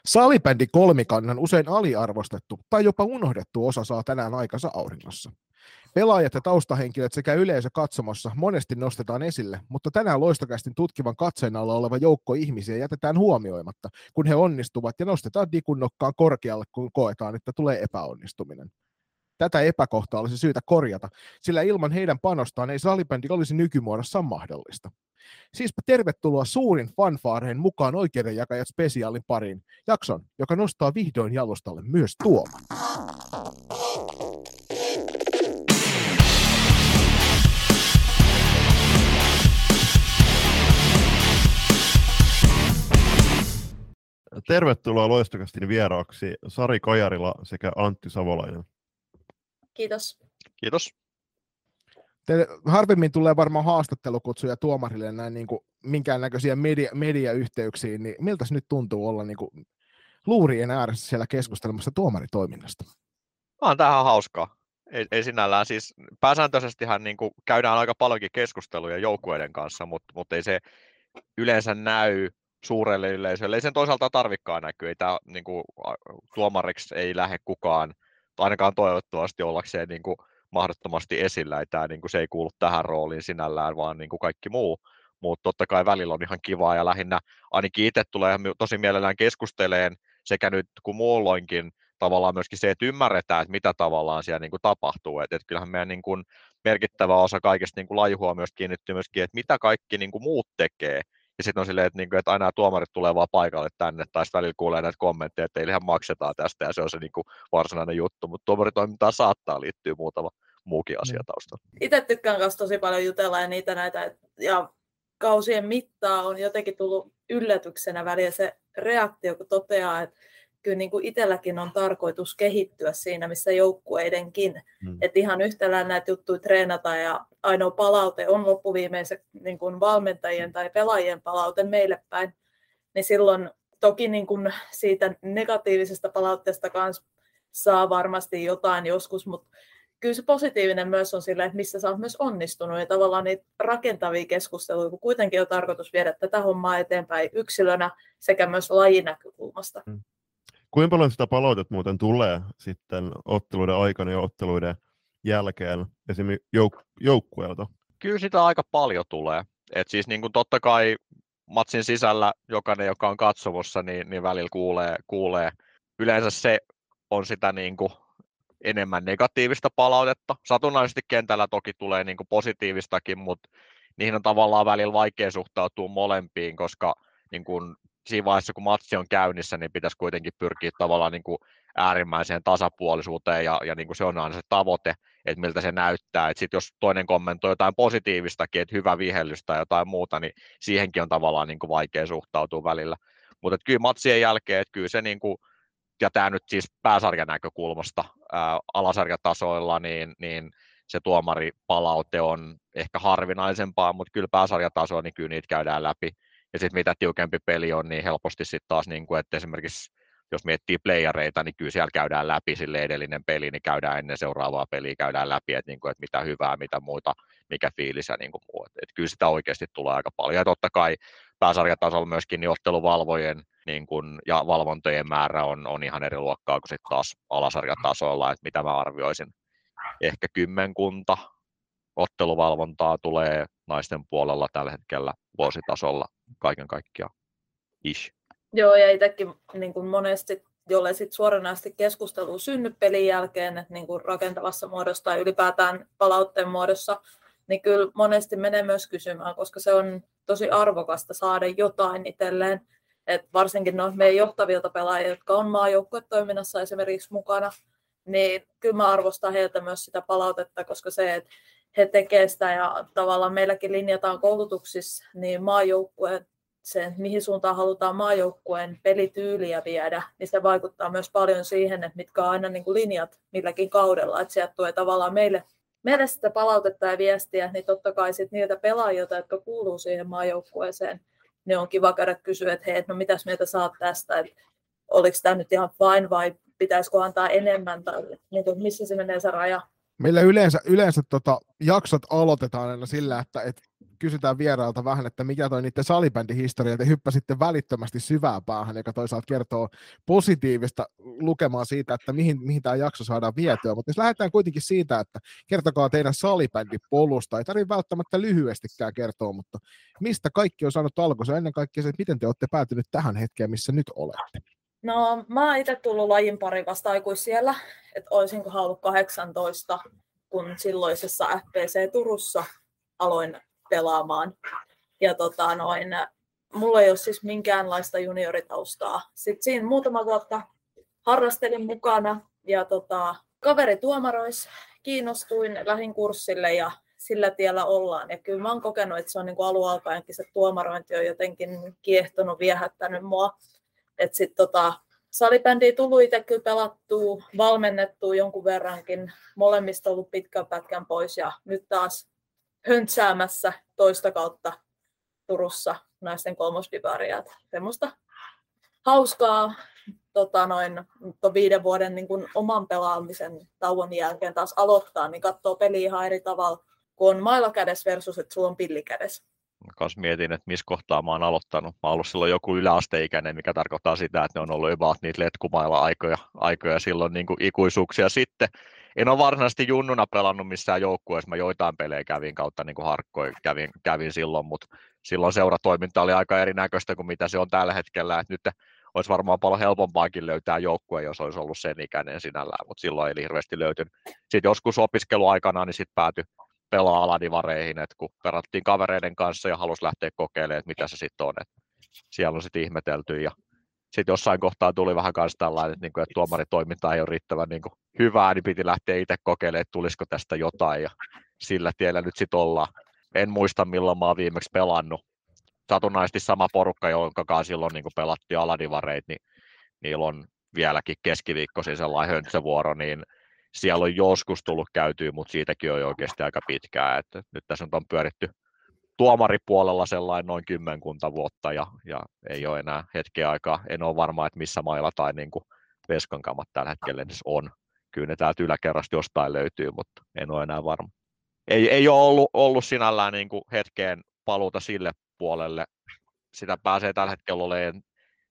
Salibändi kolmikannan usein aliarvostettu tai jopa unohdettu osa saa tänään aikansa auringossa. Pelaajat ja taustahenkilöt sekä yleisö katsomossa monesti nostetaan esille, mutta tänään Loistokästin tutkivan katseen alla oleva joukko ihmisiä jätetään huomioimatta, kun he onnistuvat ja nostetaan dikun nokkaan korkealle, kun koetaan, että tulee epäonnistuminen. Tätä epäkohtaa olisi syytä korjata, sillä ilman heidän panostaan ei salibändi olisi nykymuodossaan mahdollista. Siispä tervetuloa suurin fanfaareen mukaan oikeudenjakajat spesiaalin pariin, jakson, joka nostaa vihdoin jalustalle myös Tuoman. Tervetuloa Loistokästin vieraaksi Sari Kajarila sekä Antti Savolainen. Kiitos. Kiitos. Harvemmin tulee varmaan haastattelukutsuja tuomarille näin niin kuin minkäännäköisiä mediayhteyksiin, niin miltä se nyt tuntuu olla niin kuin luurien ääressä siellä keskustelemassa tuomaritoiminnasta? On tähän hauskaa. Ei sinällään siis, pääsääntöisestihan niin kuin käydään aika paljonkin keskusteluja joukkueiden kanssa, mutta ei se yleensä näy suurelle yleisölle. Ei sen toisaalta tarvikaan näkyä. Ei tämä, niin kuin, tuomariksi ei lähde kukaan, ainakaan toivottavasti ollakseen niin kuin mahdottomasti esillä. Ei tämä, niin kuin, se ei kuulu tähän rooliin sinällään, vaan niin kuin kaikki muu. Mutta totta kai välillä on ihan kivaa ja lähinnä ainakin itse tulee tosi mielellään keskusteleen sekä nyt kuin muulloinkin tavallaan myöskin se, että ymmärretään, että mitä tavallaan siellä niin kuin tapahtuu. Et kyllähän meidän niin kuin merkittävä osa kaikesta niin kuin lajihuomiosta kiinnittyy myöskin, että mitä kaikki niin kuin muut tekee. Ja sitten on silleen, että aina tuomarit tulee vaan paikalle tänne, tai sitten välillä kuulee näitä kommentteja, että teillähän maksetaan tästä, ja se on se niin kuin varsinainen juttu, mutta tuomaritoimintaan saattaa liittyä muutama muukin asia taustalla. Itse tykkään kanssa tosi paljon jutella ja niitä näitä, ja kausien mittaa on jotenkin tullut yllätyksenä välillä se reaktio, kun toteaa, että kyllä niin kuin itselläkin on tarkoitus kehittyä siinä, missä joukkueidenkin. Että ihan yhtälään näitä juttuja treenata ja ainoa palaute on loppuviimeisen niin kuin valmentajien tai pelaajien palaute meille päin. Niin silloin toki niin kuin siitä negatiivisesta palautteesta kanssa saa varmasti jotain joskus, mutta kyllä se positiivinen myös on sillä, että missä sä oot myös onnistunut ja tavallaan niitä rakentavia keskusteluja, kun kuitenkin on tarkoitus viedä tätä hommaa eteenpäin yksilönä sekä myös lajin näkökulmasta. Kuinka paljon sitä palautetta muuten tulee sitten otteluiden aikana ja otteluiden jälkeen esimerkiksi joukkueelta? Kyllä sitä aika paljon tulee. Et siis niin kuin totta kai matsin sisällä jokainen, joka on katsomossa, niin välillä kuulee. Yleensä se on sitä niin kuin enemmän negatiivista palautetta. Satunnaisesti kentällä toki tulee niin kuin positiivistakin, mutta niihin on tavallaan välillä vaikea suhtautua molempiin, koska niin kuin siinä vaiheessa, kun matsi on käynnissä, niin pitäisi kuitenkin pyrkiä tavallaan niin kuin äärimmäiseen tasapuolisuuteen, ja niin kuin se on aina se tavoite, että miltä se näyttää. Että sit jos toinen kommentoi jotain positiivistakin, että hyvä vihellys tai jotain muuta, niin siihenkin on tavallaan niin kuin vaikea suhtautua välillä. Mutta kyllä matsien jälkeen, että kyllä se, niin kuin, ja tämä nyt siis pääsarjan näkökulmasta alasarjatasoilla, niin se tuomaripalaute on ehkä harvinaisempaa, mutta kyllä pääsarjatasoilla, niin kyllä niitä käydään läpi. Ja sitten mitä tiukempi peli on, niin helposti sitten taas, niin kuin, että esimerkiksi jos miettii playereita, niin kyllä siellä käydään läpi sille edellinen peli, niin käydään ennen seuraavaa peliä, käydään läpi, että, niin kuin, että mitä hyvää, mitä muuta, mikä fiilis ja niin kuin muu. Että kyllä sitä oikeasti tulee aika paljon. Ja totta kai pääsarjatasolla myöskin niin otteluvalvojen niin kuin, ja valvontojen määrä on ihan eri luokkaa kuin sitten taas alasarjatasolla, että mitä mä arvioisin. Ehkä 10 otteluvalvontaa tulee naisten puolella tällä hetkellä vuositasolla kaiken kaikkiaan. Joo, ja itsekin niin kuin monesti, jollei sit suoranaisesti keskustelua synny pelin jälkeen, että niin kuin rakentavassa muodossa tai ylipäätään palautteen muodossa, niin kyllä monesti menee myös kysymään, koska se on tosi arvokasta saada jotain itselleen. Et varsinkin meidän johtavilta pelaajia, jotka on maajoukkuetoiminnassa esimerkiksi mukana, niin kyllä mä arvostan heiltä myös sitä palautetta, koska se, että he tekevät sitä ja tavallaan meilläkin linjataan koulutuksissa, niin maajoukkueen se, mihin suuntaan halutaan maajoukkueen pelityyliä viedä, niin se vaikuttaa myös paljon siihen, että mitkä on aina niin kuin linjat milläkin kaudella, että sieltä tulee tavallaan meille sitä palautetta ja viestiä, niin totta kai sit niiltä pelaajilta, jotka kuuluu siihen maajoukkueeseen, niin on kiva käydä kysyä, että hei, no mitäs mieltä saat tästä, että oliko tämä nyt ihan fine vai pitäisikö antaa enemmän, tai niin kuin, missä se menee se raja. Meillä yleensä jaksot aloitetaan aina sillä, että kysytään vierailta vähän, että mikä toi niiden salibändihistoria, te hyppäsitte välittömästi syvään päähän, joka toisaalta kertoo positiivista lukemaa siitä, että mihin tämä jakso saadaan vietyä, mutta jos lähdetään kuitenkin siitä, että kertokaa teidän salibändipolusta, ei tarvitse välttämättä lyhyestikään kertoa, mutta mistä kaikki on saanut alkunsa, ennen kaikkea se, että miten te olette päätynyt tähän hetkeen, missä nyt olette? No, mä oon itse tullut lajin pariin vasta aikuisiellä, että olisinkohan ollut 18, kun silloisessa FPC Turussa aloin pelaamaan. Ja mulla ei ole siis minkäänlaista junioritaustaa. Sitten siinä muutama vuotta harrastelin mukana ja kaveri tuomarois, kiinnostuin, lähdin kurssille ja sillä tiellä ollaan. Ja kyllä mä oon kokenut, että se on niin kuin alun alkaenkin se tuomarointi on jotenkin kiehtonut, viehättänyt mua. Että sitten salibändiä tullut itse kyllä pelattua, valmennettua jonkun verrankin, molemmista ollut pitkän pätkän pois ja nyt taas höntsäämässä toista kautta Turussa naisten kolmosdivaria. Semmoista hauskaa 5 vuoden niin kuin oman pelaamisen tauon jälkeen taas aloittaa, niin katsoo peliä ihan eri tavalla, kun on mailla kädessä versus, että sulla on pilli kädessä. Kans mietin, että missä kohtaa mä oon aloittanut. Mä oon ollut silloin joku yläasteikäinen, mikä tarkoittaa sitä, että ne on ollut about niitä letkumailla aikoja silloin niin kuin ikuisuuksia sitten. En ole varsinaisesti junnuna pelannut missään joukkueessa. Mä joitain pelejä kävin kautta niin kuin harkkoja kävin silloin, mutta silloin seuratoiminta oli aika erinäköistä kuin mitä se on tällä hetkellä. Et nyt olisi varmaan paljon helpompaakin löytää joukkue, jos olisi ollut sen ikäinen sinällään, mutta silloin ei hirveästi löytynyt. Sitten joskus opiskeluaikana niin sitten päätyi pelaa aladivareihin, että kun perattiin kavereiden kanssa ja halusi lähteä kokeilemaan, että mitä se sitten on. Että siellä on sitten ihmetelty ja sitten jossain kohtaa tuli vähän kanssa tällainen, että tuomaritoiminta ei ole riittävän hyvää, niin piti lähteä itse kokeilemaan, että tulisiko tästä jotain ja sillä tiellä nyt sitten ollaan. En muista milloin mä oon viimeksi pelannut. Satunnaisesti sama porukka, jonka kanssa silloin pelattiin aladivareit, niin niillä on vieläkin keskiviikkoisin sellainen höntsävuoro, niin siellä on joskus tullut käytyä, mutta siitäkin on jo oikeasti aika pitkää. Että nyt tässä on pyöritty tuomaripuolella sellainen noin 10 vuotta ja ei ole enää hetken aikaa. En ole varma, että missä mailla tai veskankamat tällä hetkellä edes on. Kyllä ne täältä yläkerrasta jostain löytyy, mutta en ole enää varma. Ei ole ollut sinällään hetkeen paluuta sille puolelle. Sitä pääsee tällä hetkellä olemaan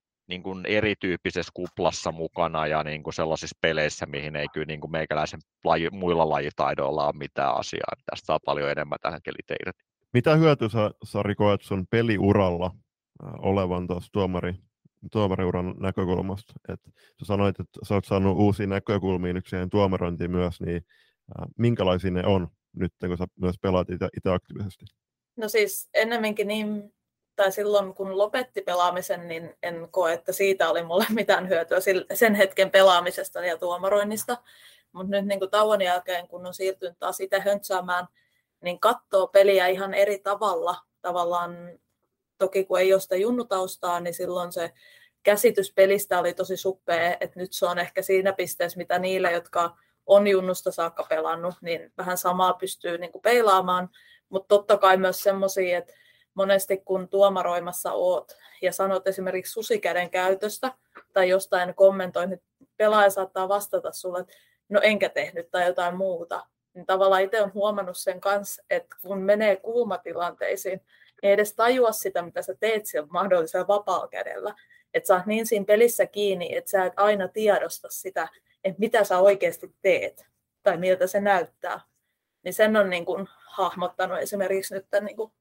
erityyppisessä kuplassa mukana ja sellaisissa peleissä, mihin ei kyllä meikäläisen muilla lajitaidoilla ole mitään asiaa. Tästä saa paljon enemmän tällä hetkellä itse irti. Mitä hyötyä Sari koet sun peliuralla olevan tuossa tuomariuran näkökulmasta? Sä sanoit, että sä oot saanut uusia näkökulmia nyt siihen tuomarointiin myös, niin minkälaisia ne on nyt, kun sä myös pelaat itse aktiivisesti? No siis ennemminkin niin, tai silloin kun lopetti pelaamisen, niin en koe, että siitä oli mulle mitään hyötyä sen hetken pelaamisesta ja tuomaroinnista. Mutta nyt tauon jälkeen, kun on siirtynyt taas itse höntsäämään, niin katsoo peliä ihan eri tavalla. Tavallaan toki kun ei ole sitä junnutaustaa, niin silloin se käsitys pelistä oli tosi suppea, että nyt se on ehkä siinä pisteessä, mitä niillä, jotka on junnusta saakka pelannut, niin vähän samaa pystyy peilaamaan. Mutta totta kai myös semmoisia, että monesti kun tuomaroimassa oot ja sanot esimerkiksi susikäden käytöstä tai jostain kommentoin, niin pelaaja saattaa vastata sulle, että no enkä tehnyt tai jotain muuta. Niin tavallaan itse olen huomannut sen kanssa, että kun menee kuumatilanteisiin, ei edes tajua sitä, mitä sä teet sillä mahdollisella vapaalla kädellä. Että sä oot niin siinä pelissä kiinni, että sä et aina tiedosta sitä, että mitä sä oikeasti teet tai miltä se näyttää. Niin sen on hahmottanut esimerkiksi nyt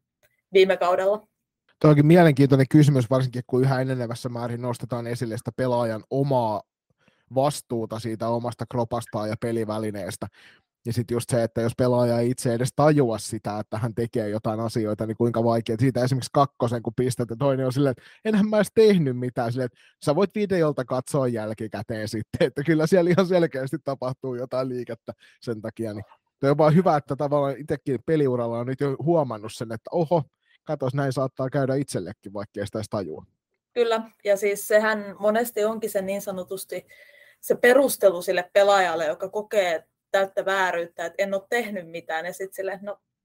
viime kaudella. Tuo onkin mielenkiintoinen kysymys, varsinkin kun yhä enenevässä määrin nostetaan esille sitä pelaajan omaa vastuuta siitä omasta kropastaan ja pelivälineestä. Ja sitten just se, että jos pelaaja ei itse edes tajua sitä, että hän tekee jotain asioita, niin kuinka vaikea. Siitä esimerkiksi 2, kun pistät, ja toinen on silleen, että enhän mä edes tehnyt mitään. Silleen, että sä voit videolta katsoa jälkikäteen sitten, että kyllä siellä ihan selkeästi tapahtuu jotain liikettä sen takia. Niin on vaan hyvä, että tavallaan itsekin peliuralla on nyt jo huomannut sen, että oho, katos, näin saattaa käydä itsellekin, vaikka ei sitä edes tajua. Kyllä, ja siis sehän monesti onkin se niin sanotusti se perustelu sille pelaajalle, joka kokee täyttä vääryyttä, että en ole tehnyt mitään, ja sitten silleen,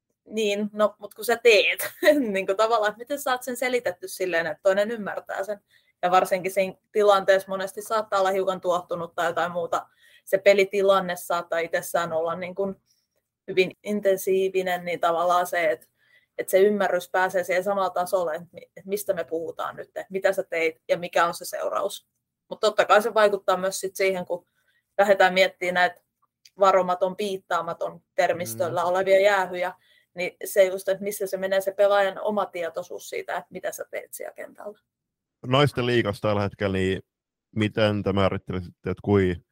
mutta kun sä teet, niin kuin tavallaan, että miten saat sen selitetty silleen, että toinen ymmärtää sen, ja varsinkin siinä tilanteessa monesti saattaa olla hiukan tuohtunut tai jotain muuta, se pelitilanne saattaa itsessään olla hyvin intensiivinen, niin tavallaan se, että että se ymmärrys pääsee siihen samalla tasolle, että mistä me puhutaan nyt, että mitä sä teit ja mikä on se seuraus. Mutta totta kai se vaikuttaa myös sit siihen, kun lähdetään miettimään näitä varomaton, piittaamaton termistöllä olevia jäähyjä, niin se just, että missä se menee se pelaajan oma tietoisuus siitä, että mitä sä teet siellä kentällä. Naisten liigassa tällä hetkellä, niin miten te määrittelisitte, että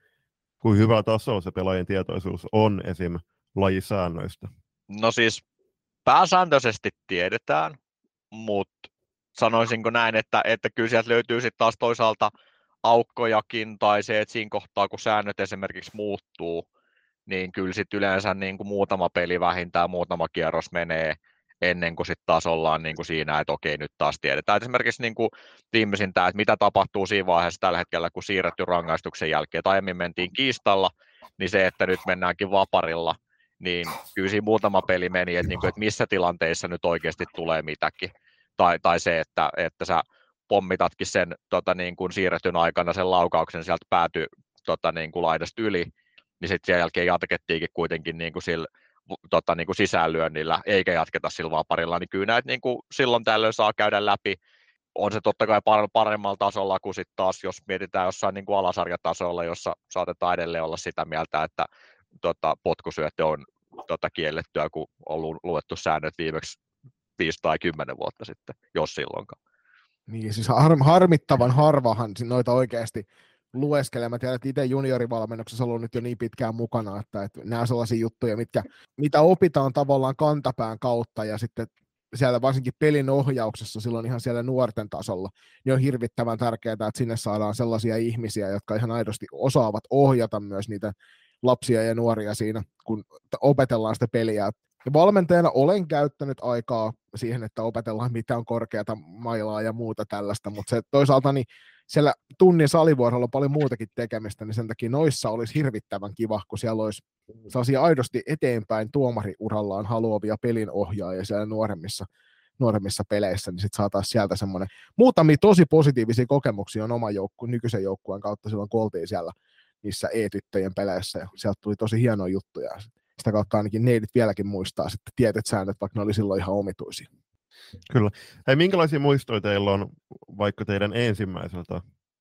kuin hyvä taso se pelaajien tietoisuus on esim. Lajisäännöistä? No siis pääsääntöisesti tiedetään, mutta sanoisinko näin, että kyllä sieltä löytyy sitten taas toisaalta aukkojakin, tai se, että siinä kohtaa, kun säännöt esimerkiksi muuttuu, niin kyllä sitten yleensä niin kuin muutama peli vähintään, muutama kierros menee ennen kuin sitten taas ollaan niin kuin siinä, että okei, nyt taas tiedetään. Esimerkiksi niin kuin viimeisin tämä, että mitä tapahtuu siinä vaiheessa tällä hetkellä, kun siirretty rangaistuksen jälkeen, tai aiemmin mentiin kiistalla, niin se, että nyt mennäänkin vaparilla, niin kyllä siinä muutama peli meni, että, niin kuin, että missä tilanteissa nyt oikeasti tulee mitäkin. Tai se, että sä pommitatkin sen niin kuin siirretyn aikana sen laukauksen sieltä pääty niin kuin laidasta yli, niin sitten sen jälkeen jatkettiinkin kuitenkin niin kuin sillä niin kuin sisäänlyönnillä, eikä jatketa sillä vaparilla, niin kyllä näitä niin kuin silloin tällöin saa käydä läpi. On se totta kai paremmalla tasolla kuin sitten taas, jos mietitään jossain niin kuin alasarjatasolla, jossa saatetaan edelleen olla sitä mieltä, että potkusyöttö on kiellettyä, kun on luettu säännöt viimeksi 5 tai 10 vuotta sitten, jos silloinkaan. Niin, siis harmittavan harvahan noita oikeasti lueskelee. Mä tiedän, että itse juniorivalmennuksessa on ollut nyt jo niin pitkään mukana, että nämä on sellaisia juttuja, mitä opitaan tavallaan kantapään kautta, ja sitten siellä varsinkin pelin ohjauksessa silloin ihan siellä nuorten tasolla, niin on hirvittävän tärkeää, että sinne saadaan sellaisia ihmisiä, jotka ihan aidosti osaavat ohjata myös niitä lapsia ja nuoria siinä, kun opetellaan sitä peliä. Ja valmentajana olen käyttänyt aikaa siihen, että opetellaan mitä on korkeata mailaa ja muuta tällaista, mutta se toisaalta niin siellä tunnin salivuorolla on paljon muutakin tekemistä, niin sen takia noissa olisi hirvittävän kiva, kun siellä olisi sellaisia aidosti eteenpäin tuomariurallaan haluavia pelinohjaajia siellä nuoremmissa peleissä, niin sitten saataisiin sieltä semmoinen. Muutamia tosi positiivisia kokemuksia on oman nykyisen joukkueen kautta silloin, kun oltiin siellä niissä E-tyttöjen peleissä, ja sieltä tuli tosi hienoja juttuja. Sitä kautta ainakin neidit vieläkin muistaa sitten tietyt säännöt, vaikka ne oli silloin ihan omituisia. Kyllä. Hei, minkälaisia muistoja teillä on vaikka teidän ensimmäiseltä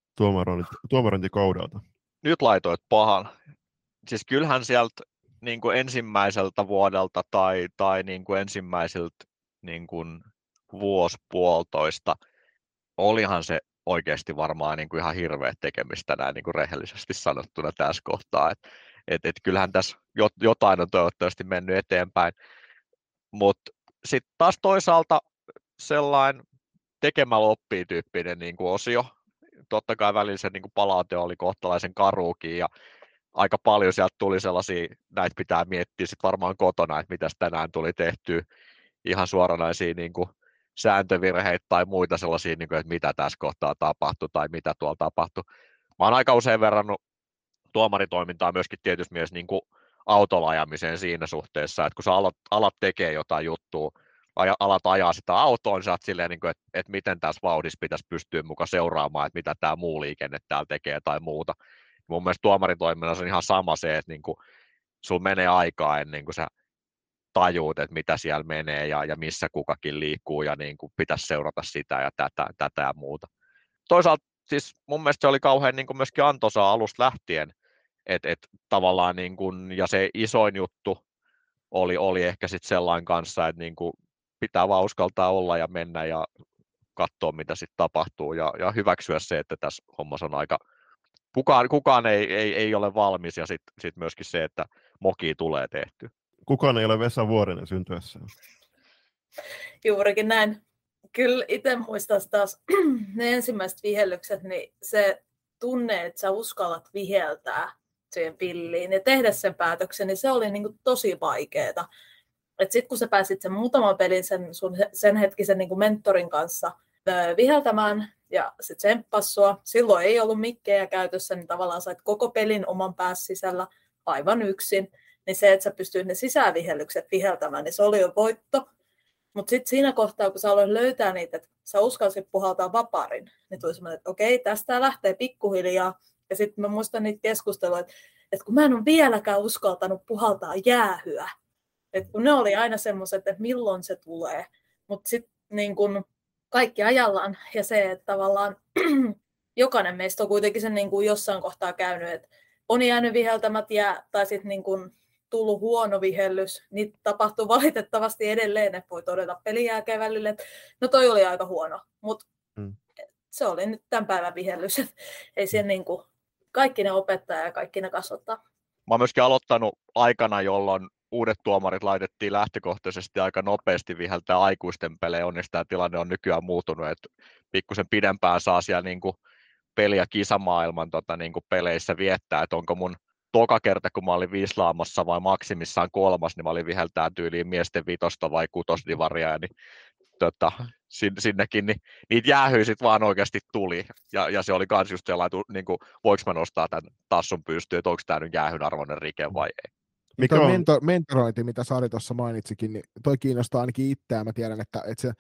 tuomarointikaudelta? Nyt laitoit pahan. Siis kyllähän sieltä niin kuin ensimmäiseltä vuodelta tai niin kuin ensimmäiseltä niin kuin vuosi-puolitoista, olihan se oikeasti varmaan niin kuin ihan hirveä tekemistä näin niin kuin rehellisesti sanottuna tässä kohtaa. Et kyllähän tässä jotain on toivottavasti mennyt eteenpäin, mutta sitten taas toisaalta sellainen tekemällä oppii tyyppinen niin kuin osio. Totta kai välillä se niin kuin palaute oli kohtalaisen karuukin, ja aika paljon sieltä tuli sellaisia, näitä pitää miettiä sitten varmaan kotona, että mitäs tänään tuli tehtyä, ihan suoranaisia niin kuin sääntövirheitä tai muita sellaisia, niin kuin, että mitä tässä kohtaa tapahtui tai mitä tuolla tapahtui. Mä oon aika usein verrannut tuomaritoimintaa myöskin tietysti myös niin kuin autolla ajamiseen siinä suhteessa, että kun sä alat tekee jotain juttua, alat ajaa sitä autoa, niin sä oot silleen, että miten tässä vauhdissa pitäisi pystyä mukaan seuraamaan, että mitä tämä muu liikenne täällä tekee tai muuta. Mun mielestä tuomaritoiminnassa on ihan sama se, että niin kuin sulla menee aikaa ennen kuin sä tajuut, että mitä siellä menee ja missä kukakin liikkuu, ja niin kuin pitäisi seurata sitä ja tätä ja muuta. Toisaalta siis mun mielestä se oli kauhean niin kuin myöskin antoisaa alusta lähtien, että tavallaan niin kuin, ja se isoin juttu oli ehkä sitten sellainen kanssa, että niin kuin pitää vaan uskaltaa olla ja mennä ja katsoa, mitä sitten tapahtuu, ja hyväksyä se, että tässä hommassa on aika, kukaan ei ole valmis, ja sitten myöskin se, että mokia tulee tehty. Kukaan ei ole Vesa Vuorinen syntyessään. Juurikin näin. Kyllä itse muistan taas ne ensimmäiset vihellykset, niin se tunne, että sä uskallat viheltää siihen pilliin ja tehdä sen päätöksen, niin se oli niin kuin tosi vaikeaa. Sitten kun sä pääsit sen muutaman pelin sen hetkisen niin kuin mentorin kanssa viheltämään ja sitten tsemppas sua, silloin ei ollut mikkejä käytössä, niin tavallaan sait koko pelin oman päässä sisällä aivan yksin. Niin se, että sä pystyit ne sisävihellykset viheltämään, niin se oli jo voitto. Mutta sitten siinä kohtaa, kun sä aloit löytää niitä, että sä uskalsit puhaltaa vaparin, niin tuli semmoinen, että okei, tästä lähtee pikkuhiljaa. Ja sitten mä muistan niitä keskusteluja, että kun mä en ole vieläkään uskaltanut puhaltaa jäähyä, Et kun ne oli aina semmoiset, että milloin se tulee. Mutta sitten niin kun kaikki ajallaan ja se, että tavallaan jokainen meistä on kuitenkin sen niin kun jossain kohtaa käynyt, että on jäänyt viheltämät tai sitten niin kun tullut huono vihellys. Niitä tapahtuu valitettavasti edelleen, että voi todeta pelin jälkeen välillä, että no toi oli aika huono, mutta se oli nyt tämän päivän vihellys. Ei siihen niin kuin, kaikki ne opettaa ja kaikki ne kasvattaa. Mä oon myöskin aloittanut aikana, jolloin uudet tuomarit laitettiin lähtökohtaisesti aika nopeasti viheltää aikuisten pelejä. Onneksi tämä tilanne on nykyään muuttunut, että pikkusen pidempään saa siellä niin kuin peli- ja kisamaailman niin kuin peleissä viettää, että onko mun toka kerta, kun mä olin viislaamassa vai maksimissaan 3, niin mä olin viheltää tyyliin miesten 5 vai 6 divaria, niin sinnekin, niin niitä jäähyjä sitten vaan oikeasti tuli. Ja se oli kans just sellainen, niin kuin, voiko mä nostaa tämän tassun pystyyn, että onko tämä nyt jäähyn arvoinen rike vai ei. Mikä on mentorointi, mitä Sari tuossa mainitsikin, niin toi kiinnostaa ainakin itseään. Mä tiedän, että se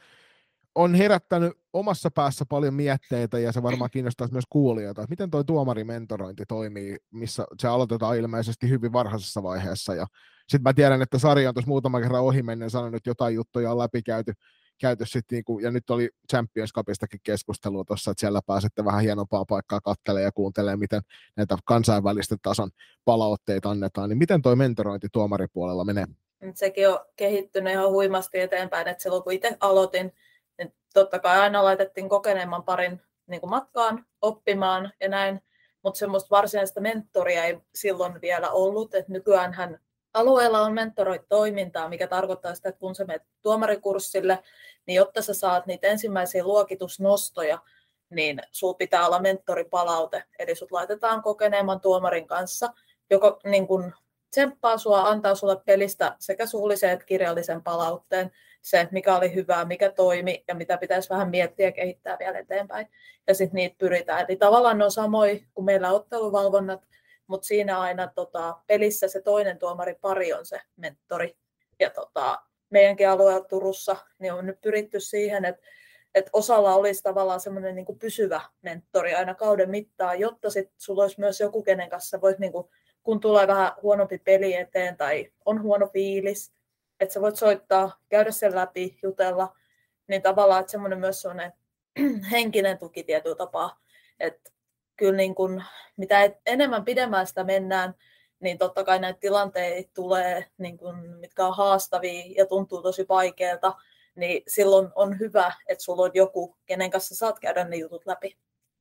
on herättänyt omassa päässä paljon mietteitä ja se varmaan kiinnostaa myös kuulijoita. Miten toi tuomarimentorointi toimii, missä se aloitetaan ilmeisesti hyvin varhaisessa vaiheessa. Ja sitten mä tiedän, että Sari on tuossa muutaman kerran ohimennen sanonut, että jotain juttuja on läpikäyty niinku, ja nyt oli Champions Cupistakin keskustelua tuossa, että siellä pääsette vähän hienompaa paikkaa katselemaan ja kuuntelemaan, miten näitä kansainvälisten tason palautteita annetaan. Niin miten toi mentorointi tuomaripuolella menee? Sekin on kehittynyt ihan huimasti eteenpäin, että silloin kun itse aloitin, niin totta kai aina laitettiin kokeneemman parin niin kuin matkaan oppimaan ja näin, mutta semmoista varsinaista mentoria ei silloin vielä ollut, että nykyäänhän alueella on mentoroit-toimintaa, mikä tarkoittaa sitä, että kun sä menet tuomarikurssille, niin jotta sä saat niitä ensimmäisiä luokitusnostoja, niin sulla pitää olla mentoripalaute. Eli sut laitetaan kokeneemman tuomarin kanssa, joka niin kun tsemppaa sua, antaa sulle pelistä sekä suullisen että kirjallisen palautteen, se mikä oli hyvää, mikä toimi ja mitä pitäisi vähän miettiä ja kehittää vielä eteenpäin. Ja sitten niitä pyritään. Eli tavallaan ne on samoja kuin meillä otteluvalvonnat, mutta siinä aina pelissä se toinen tuomaripari on se mentori. Ja meidänkin alueella Turussa niin on nyt pyritty siihen, että osalla olisi tavallaan semmoinen niin kuin pysyvä mentori aina kauden mittaan, jotta sitten sulla olisi myös joku, kenen kanssa voit, niin kuin, kun tulee vähän huonompi peli eteen tai on huono fiilis, että sä voit soittaa, käydä sen läpi, jutella, niin tavallaan että semmoinen myös semmoinen henkinen tuki tietyllä tapaa, että kyllä niin kuin, mitä enemmän pidemmään sitä mennään, niin totta kai näitä tilanteita tulee, niin kuin, mitkä on haastavia ja tuntuu tosi vaikealta, niin silloin on hyvä, että sulla on joku, kenen kanssa saat käydä ne jutut läpi.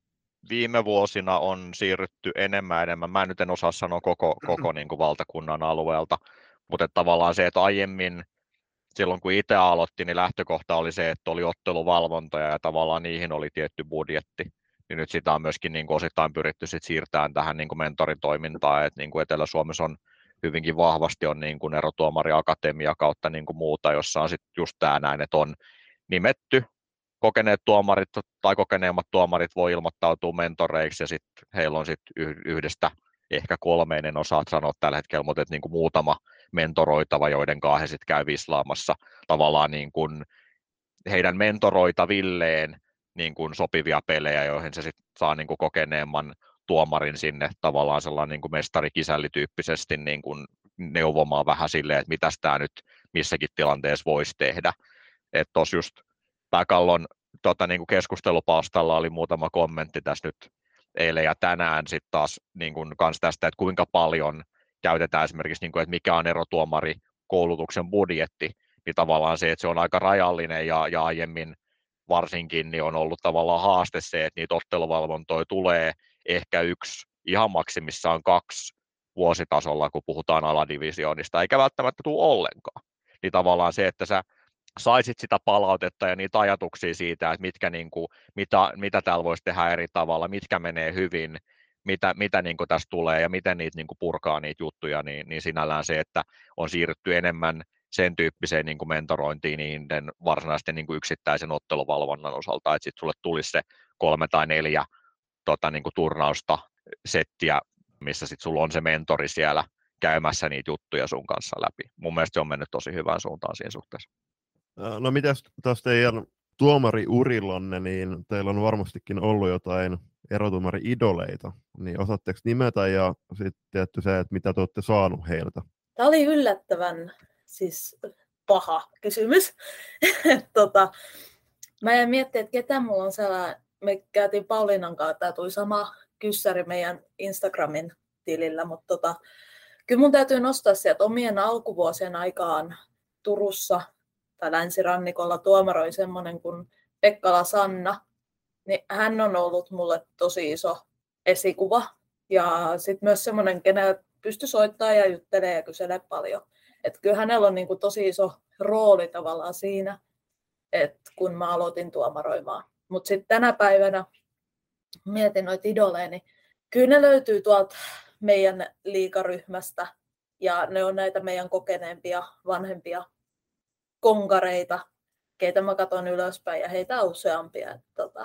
Viime vuosina on siirrytty enemmän. Mä nyt en osaa sanoa koko niin kuin valtakunnan alueelta, mutta tavallaan se, että aiemmin, silloin kun itse aloitti, niin lähtökohta oli se, että oli otteluvalvontoja ja tavallaan niihin oli tietty budjetti. Niin nyt sitä on myöskin niin kuin osittain pyritty sit siirtämään tähän niin kuin mentoritoimintaan, että niin kuin Etelä-Suomessa on hyvinkin vahvasti on niin kuin erotuomariakatemia kautta niin kuin muuta, jossa on sitten just tämä näin, että on nimetty kokeneet tuomarit tai kokeneemmat tuomarit voi ilmoittautua mentoreiksi ja sitten heillä on sitten yhdestä ehkä 3, en osaa sanoa tällä hetkellä, mutta että niin kuin muutama mentoroitava, joiden kanssa he sitten käy vislaamassa tavallaan niin kuin heidän mentoroitavilleen niin kuin sopivia pelejä, joihin se sitten saa niin kuin kokeneemman tuomarin sinne tavallaan sellainen niin kuin mestarikisälli-tyyppisesti niin kuin neuvomaan vähän silleen, että mitäs tämä nyt missäkin tilanteessa voisi tehdä. Että tuossa just Pääkallon niin kuin keskustelupalstalla oli muutama kommentti tässä nyt eilen ja tänään sitten taas niin kuin kans tästä, että kuinka paljon käytetään esimerkiksi, niin kuin, että mikä on erotuomarikoulutuksen budjetti, niin tavallaan se, että se on aika rajallinen ja aiemmin varsinkin niin on ollut tavallaan haaste se, että niitä otteluvalvontoja tulee ehkä 1, ihan maksimissaan 2 vuositasolla, kun puhutaan aladivisioonista, eikä välttämättä tule ollenkaan. Niin tavallaan se, että sä saisit sitä palautetta ja niitä ajatuksia siitä, että mitä täällä voisi tehdä eri tavalla, mitkä menee hyvin, mitä niin kuin tässä tulee ja miten niitä niin kuin purkaa niitä juttuja, niin sinällään se, että on siirrytty enemmän sen tyyppiseen niin kuin mentorointiin niiden varsinaisten niin kuin yksittäisen otteluvalvonnan osalta, että sitten sulle tulisi se 3 tai 4 niin kuin turnausta, settiä, missä sitten sulla on se mentori siellä käymässä niitä juttuja sun kanssa läpi. Mun mielestä se on mennyt tosi hyvään suuntaan siinä suhteessa. No mitäs taas teidän tuomariurillanne, niin teillä on varmastikin ollut jotain erotuomari-idoleita, niin osaatteko nimetä ja sitten tietty se, että mitä te olette saanut heiltä? Tämä oli yllättävän siis paha kysymys. Mä en miettiä, että ketä mulla on sellainen. Me käytiin Pauliinan kanssa, tämä tuli sama kyssäri meidän Instagramin tilillä, mutta kyllä mun täytyy nostaa sieltä omien alkuvuosien aikaan Turussa tai länsirannikolla tuomaroi semmoinen kuin Pekkala Sanna. Niin hän on ollut mulle tosi iso esikuva. Ja sitten myös semmoinen, kenellä pystyi soittamaan ja juttelemaan ja kyselee paljon. Että kyllä hänellä on niinku tosi iso rooli tavallaan siinä, että kun mä aloitin tuomaroimaan. Mutta sitten tänä päivänä mietin noita idoleja, niin kyllä ne löytyy tuolta meidän liigaryhmästä. Ja ne on näitä meidän kokeneempia, vanhempia konkareita, keitä mä katson ylöspäin ja heitä on useampia.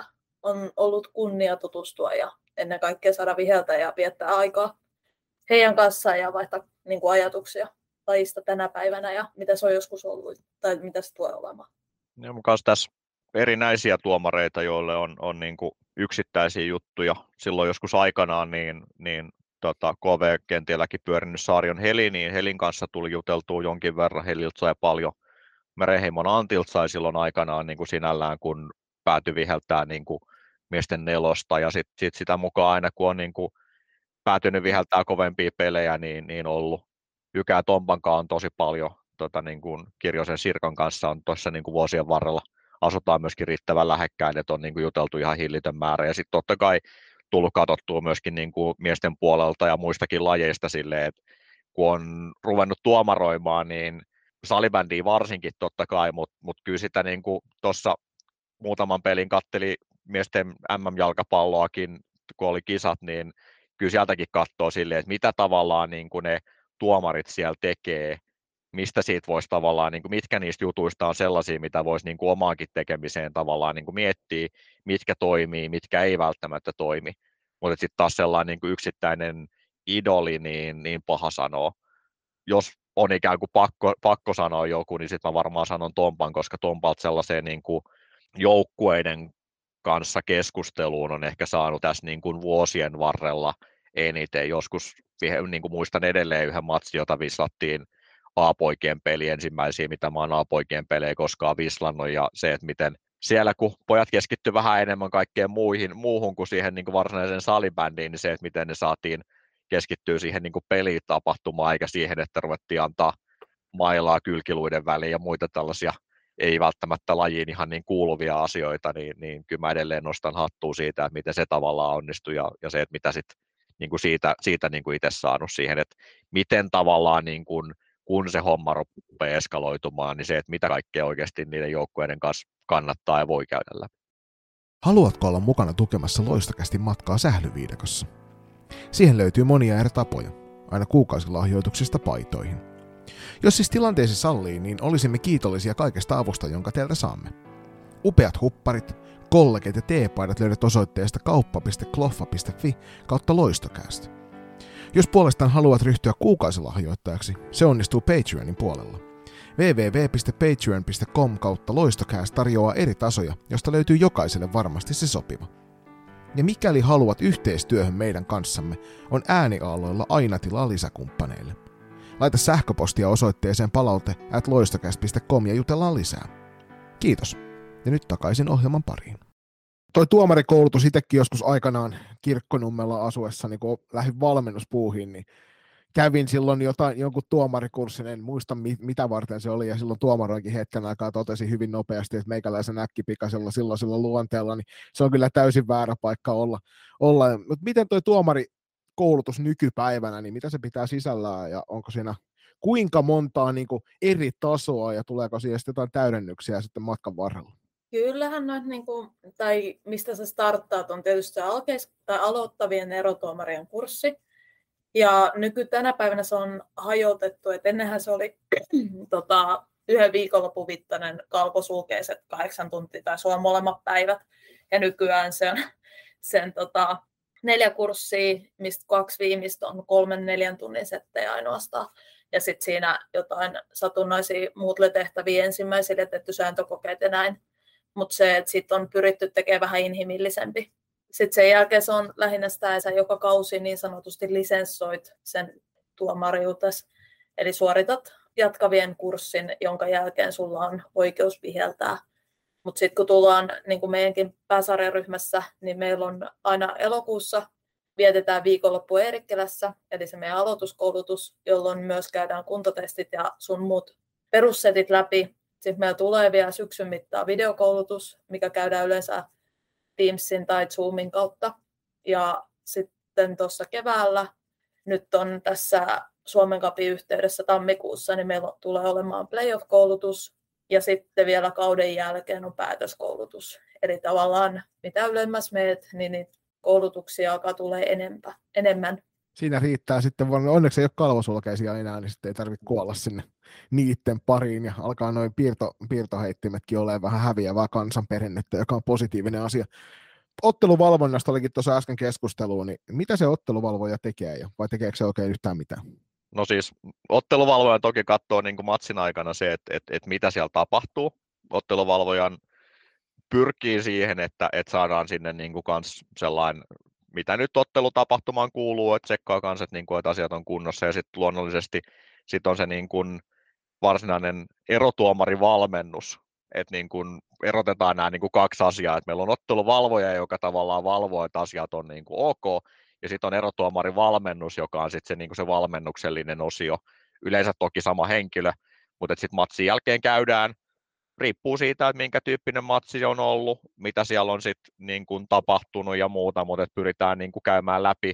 On ollut kunnia tutustua ja ennen kaikkea saada viheltä ja viettää aikaa heidän kanssaan ja vaihtaa niin kuin ajatuksia lajista tänä päivänä ja mitä se on joskus ollut tai mitä se tulee olemaan. Ja mun kanssa tässä erinäisiä tuomareita, joille on niin kuin yksittäisiä juttuja. Silloin joskus aikanaan niin KV-kentilläkin pyörinyt Saarion Heli, niin Helin kanssa tuli juteltua jonkin verran. Heliltä sai paljon. Merenheimon Antilta sai silloin aikanaan niin kuin sinällään, kun päätyi viheltää niin kuin miesten nelosta. Ja sit sitä mukaan aina, kun on niin kuin päätynyt viheltää kovempia pelejä, niin ollut. Jykää Tompankaan on tosi paljon. Niin kuin Kirjosen Sirkan kanssa on tuossa niin kuin vuosien varrella asutaan myöskin riittävän lähekkäin, että on niin kuin juteltu ihan hillitön määrä. Ja sitten totta kai tullut katsottua myöskin niin kuin miesten puolelta ja muistakin lajeista silleen, että kun on ruvennut tuomaroimaan, niin salibändiä varsinkin totta kai, mutta kyllä sitä niin kuin tuossa muutaman pelin katteli miesten MM-jalkapalloakin, kun oli kisat, niin kyllä sieltäkin katsoo silleen, että mitä tavallaan niin kuin ne tuomarit siellä tekee, mistä siitä voisi tavallaan, niin kuin mitkä niistä jutuista on sellaisia, mitä voisi niin kuin omaankin tekemiseen tavallaan niin kuin miettiä, mitkä toimii, mitkä ei välttämättä toimi. Mutta sitten taas sellainen niin kuin yksittäinen idoli, niin paha sanoa. Jos on ikään kuin pakko sanoa joku, niin sitten mä varmaan sanon Tompan, koska Tompalta sellaiseen niin kuin joukkueiden kanssa keskusteluun on ehkä saanut tässä niin kuin vuosien varrella eniten. Joskus niin kuin muistan edelleen yhden matsin, jota vislattiin A-poikien peli ensimmäisiä, mitä mä oon A-poikien pelejä koskaan vislannut, ja se, että miten siellä, kun pojat keskittyivät vähän enemmän kaikkeen muuhun kuin siihen niin kuin varsinaiseen salibändiin, niin se, että miten ne saatiin keskittyä siihen niin kuin pelitapahtumaan, eikä siihen, että ruvettiin antaa mailaa kylkiluiden väliin ja muita tällaisia ei välttämättä lajiin ihan niin kuuluvia asioita, niin kyllä mä edelleen nostan hattua siitä, että miten se tavallaan onnistui, ja se, että mitä sitten niin kuin siitä niin kuin itse saanut siihen, että miten tavallaan niin kuin, kun se homma rupeaa eskaloitumaan, niin se, että mitä kaikkea oikeasti niiden joukkueiden kanssa kannattaa ja voi käydä läpi. Haluatko olla mukana tukemassa Loistokästin matkaa sählyviidakossa? Siihen löytyy monia eri tapoja, aina kuukausilahjoituksista paitoihin. Jos siis tilanteesi sallii, niin olisimme kiitollisia kaikesta avusta, jonka teiltä saamme. Upeat hupparit, kollegit ja teepaidat löydät osoitteesta kauppa.kloffa.fi/loistocast. Jos puolestaan haluat ryhtyä kuukausilahjoittajaksi, se onnistuu Patreonin puolella. www.patreon.com/loistocast tarjoaa eri tasoja, josta löytyy jokaiselle varmasti se sopiva. Ja mikäli haluat yhteistyöhön meidän kanssamme, on ääniaaloilla aina tilaa lisäkumppaneille. Laita sähköpostia osoitteeseen palaute@loistocast.com ja jutellaan lisää. Kiitos. Ja nyt takaisin ohjelman pariin. Toi tuomarikoulutus itsekin joskus aikanaan Kirkkonummella asuessa, kun lähdin valmennuspuuhiin, niin kävin silloin jonkun tuomarikurssin, en muista mitä varten se oli, ja silloin tuomaroinkin hetken aikaa totesi hyvin nopeasti, että meikäläisen äkkipikaisella silloisella luonteella, niin se on kyllä täysin väärä paikka olla. Mutta miten toi tuomarikoulutus nykypäivänä, niin mitä se pitää sisällään, ja onko siinä kuinka montaa niin kuin eri tasoa, ja tuleeko siihen sitten jotain täydennyksiä sitten matkan varrella? Kyllähän noit, tai mistä sä starttaat, on tietysti se aloittavien erotuomarien kurssi. Ja tänä päivänä se on hajotettu, että ennenhän se oli yhden viikonlopun mittainen kalposulkeiset 8 tuntia, tai se on molemmat päivät. Ja nykyään se on sen 4 kurssia, mistä 2 viimeistä on 3-4 tunnin settejä ainoastaan. Ja sitten siinä jotain satunnaisia Moodle-tehtäviä ensimmäisille, tehty sääntökokeet ja näin. Mutta se, että sitten on pyritty tekemään vähän inhimillisempi. Sitten sen jälkeen se on lähinnä sitä, että joka kausi niin sanotusti lisenssoit sen tuomariutesi. Eli suoritat jatkavien kurssin, jonka jälkeen sulla on oikeus viheltää. Mutta sitten kun tullaan niin kuin meidänkin pääsarjaryhmässä, niin meillä on aina elokuussa vietetään viikonloppu Eerikkelässä, eli se meidän aloituskoulutus, jolloin myös käydään kuntotestit ja sun muut perussetit läpi. Sitten meillä tulee vielä syksyn mittaan videokoulutus, mikä käydään yleensä Teamsin tai Zoomin kautta. Ja sitten tuossa keväällä, nyt on tässä Suomen Cupin yhteydessä tammikuussa, niin meillä tulee olemaan playoff-koulutus ja sitten vielä kauden jälkeen on päätöskoulutus. Eli tavallaan mitä ylemmäs meet, niin niitä koulutuksia alkaa tulee enemmän. Siinä riittää sitten, onneksi ei ole kalvosulkeisia enää, niin sitten ei tarvitse kuolla sinne niitten pariin ja alkaa noin piirtoheittimetkin olemaan vähän häviävää kansanperinnettä, joka on positiivinen asia. Otteluvalvonnasta olikin tuossa äsken keskusteluun, niin mitä se otteluvalvoja tekee vai tekeekö se oikein yhtään mitään? No siis otteluvalvoja toki katsoo niin kuin matsin aikana se, että mitä siellä tapahtuu. Otteluvalvojan pyrkii siihen, että saadaan sinne niin kuin kans sellainen, mitä nyt ottelutapahtumaan kuuluu, että tsekkaa kans, että, niin kuin, että asiat on kunnossa ja sitten luonnollisesti sit on se niin kuin varsinainen erotuomarivalmennus, että niin kuin erotetaan nämä niin kuin kaksi asiaa, että meillä on otteluvalvoja, joka tavallaan valvoo, että asiat on niin kuin ok, ja sitten on erotuomarivalmennus, joka on sitten se, niin kuin se valmennuksellinen osio, yleensä toki sama henkilö, mutta sitten matsin jälkeen käydään, riippuu siitä, että minkä tyyppinen matsi on ollut, mitä siellä on sitten niin kuin tapahtunut ja muuta, mutta pyritään niin kuin käymään läpi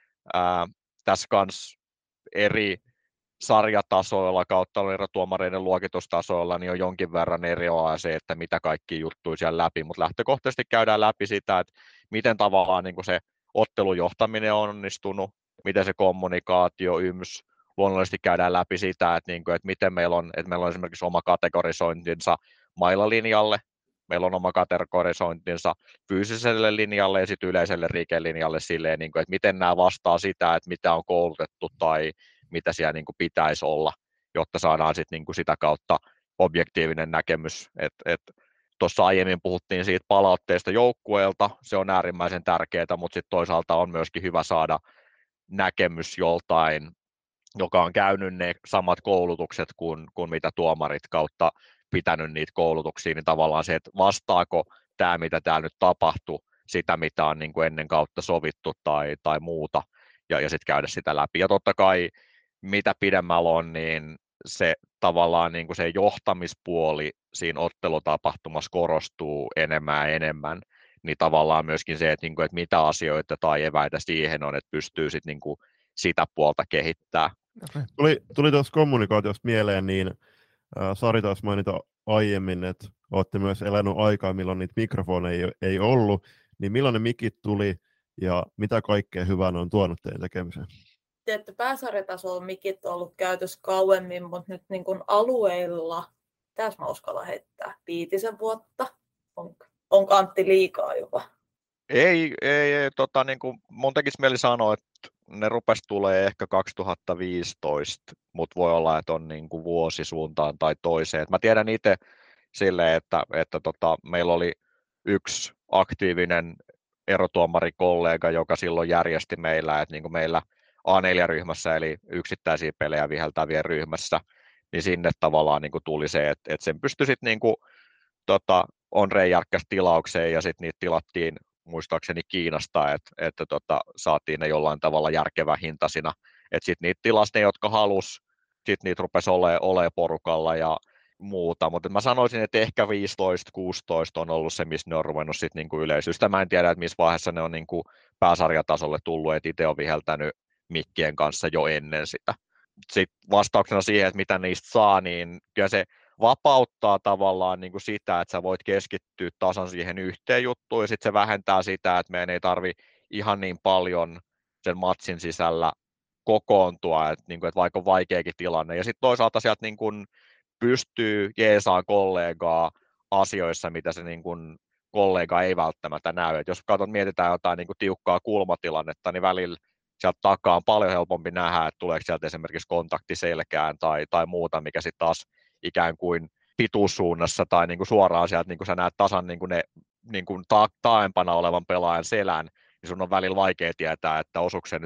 tässä kanssa eri sarjatasoilla kautta erotuomareiden luokitustasoilla, niin on jonkin verran eroa se, että mitä kaikki juttuja siellä läpi, mutta lähtökohtaisesti käydään läpi sitä, että miten tavallaan niin kuin se ottelujohtaminen on onnistunut, miten se kommunikaatio, luonnollisesti käydään läpi sitä, että miten meillä on esimerkiksi oma kategorisointinsa mailalinjalle, meillä on oma kategorisointinsa fyysiselle linjalle ja sitten yleiselle riikelinjalle silleen, että miten nämä vastaa sitä, että mitä on koulutettu tai mitä siellä pitäisi olla, jotta saadaan sitten sitä kautta objektiivinen näkemys. Tuossa aiemmin puhuttiin siitä palautteesta joukkueelta, se on äärimmäisen tärkeää, mutta sitten toisaalta on myöskin hyvä saada näkemys joltain, joka on käynyt ne samat koulutukset kuin mitä tuomarit kautta pitänyt niitä koulutuksia, niin tavallaan se, että vastaako tämä, mitä täällä nyt tapahtui, sitä, mitä on ennen kautta sovittu tai muuta, ja sitten käydä sitä läpi. Ja totta kai, mitä pidemmällä on, niin se tavallaan se johtamispuoli siinä ottelutapahtumassa korostuu enemmän, niin tavallaan myöskin se, että mitä asioita tai eväitä siihen on, että pystyy sitten sitä puolta kehittämään. Okay. Tuli tuossa kommunikaatiosta mieleen, niin Sari taisi mainita aiemmin, että olette myös elänyt aikaa, milloin niitä mikrofoneja ei ollut, niin milloin ne mikit tuli ja mitä kaikkea hyvää ne on tuonut teidän tekemiseen? Tietty pääsarjatasolla mikit on ollut käytössä kauemmin, mutta nyt niin kuin alueilla, tässä mä uskallan heittää 5 vuotta. Onko Antti liikaa jopa? Ei niin kuin mun tekisi mieli sanoa, että ne rupesi tulee ehkä 2015, mutta voi olla, että on niin kuin vuosi suuntaan tai toiseen. Mä tiedän itse silleen, että meillä oli yksi aktiivinen erotuomarikollega, joka silloin järjesti meillä, että niin kuin meillä A4-ryhmässä, eli yksittäisiä pelejä viheltävien ryhmässä, niin sinne tavallaan niin kuin tuli se, että sen pystyi sitten niin kuin, Onre järkkäsi tilaukseen ja sitten niitä tilattiin muistaakseni Kiinasta, että saatiin ne jollain tavalla järkevän hintaisina. Että sitten niitä tilasi ne, jotka halusi, sitten niitä rupesi olemaan porukalla ja muuta. Mutta mä sanoisin, että ehkä 15-16 on ollut se, missä ne on ruvennut sitten niinku yleistystä. Mä en tiedä, että missä vaiheessa ne on niinku pääsarjatasolle tullut, että itse on viheltänyt mikkien kanssa jo ennen sitä. Sitten vastauksena siihen, että mitä niistä saa, niin kyllä se vapauttaa tavallaan niin kuin sitä, että sä voit keskittyä tasan siihen yhteen juttuun, ja sitten se vähentää sitä, että meidän ei tarvitse ihan niin paljon sen matsin sisällä kokoontua, että vaikka on vaikeakin tilanne. Ja sitten toisaalta sieltä niin kuin pystyy jeesaamaan kollegaa asioissa, mitä se niin kuin kollega ei välttämättä näy. Et jos mietitään jotain niin kuin tiukkaa kulmatilannetta, niin välillä sieltä takaa on paljon helpompi nähdä, että tuleeko sieltä esimerkiksi kontakti selkään tai muuta, mikä sitten taas ikään kuin pituussuunnassa tai niin kuin suoraan sieltä, niin kuin sä näet tasan niin kuin ne niin kuin taaempana olevan pelaajan selän, niin sun on välillä vaikea tietää, että osuuko se nyt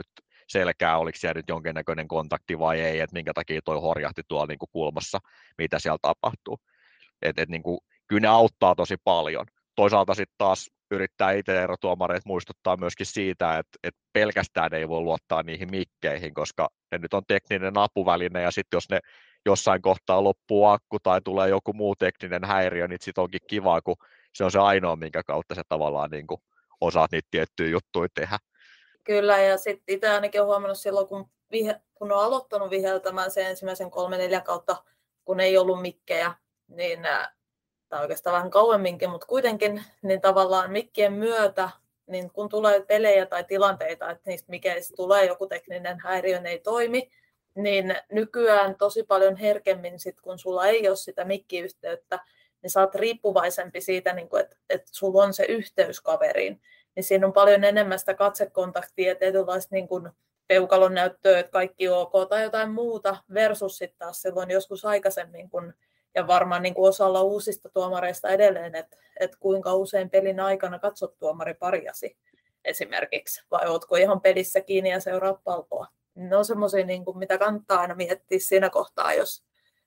selkää, oliko siellä nyt jonkinnäköinen kontakti vai ei, että minkä takia toi horjahti tuolla niin kuin kulmassa, mitä siellä tapahtuu. Niin kuin, kyllä ne auttaa tosi paljon. Toisaalta sitten taas yrittää itse erotuomareet muistuttaa myöskin siitä, että pelkästään ei voi luottaa niihin mikkeihin, koska ne nyt on tekninen apuväline, ja sitten jos ne jossain kohtaa loppuu akku tai tulee joku muu tekninen häiriö, niin sitten onkin kiva, kun se on se ainoa, minkä kautta se tavallaan niin kuin osaat niitä tiettyjä juttuja tehdä. Kyllä, ja sitten itse ainakin olen huomannut silloin, kun on aloittanut viheltämään se ensimmäisen 3-4 kautta, kun ei ollut mikkejä, niin tai oikeastaan vähän kauemminkin, mutta kuitenkin, niin tavallaan mikkien myötä, niin kun tulee pelejä tai tilanteita, että niistä mikeistä tulee joku tekninen häiriö, ne ei toimi, niin nykyään tosi paljon herkemmin, sit, kun sulla ei ole sitä mikkiyhteyttä, niin sä oot riippuvaisempi siitä, että sulla on se yhteys kaveriin. Niin siinä on paljon enemmän sitä katsekontaktia, tietynlaista niin kuin peukalon näyttöä, että kaikki ok tai jotain muuta, versus sitten taas silloin joskus aikaisemmin, ja varmaan niin kuin osalla uusista tuomareista edelleen, että kuinka usein pelin aikana katsot tuomaripariasi esimerkiksi, vai ootko ihan pelissä kiinni ja seuraat palloa. Ne on semmoisia, niin kuin, mitä kannattaa aina miettiä siinä kohtaa, jos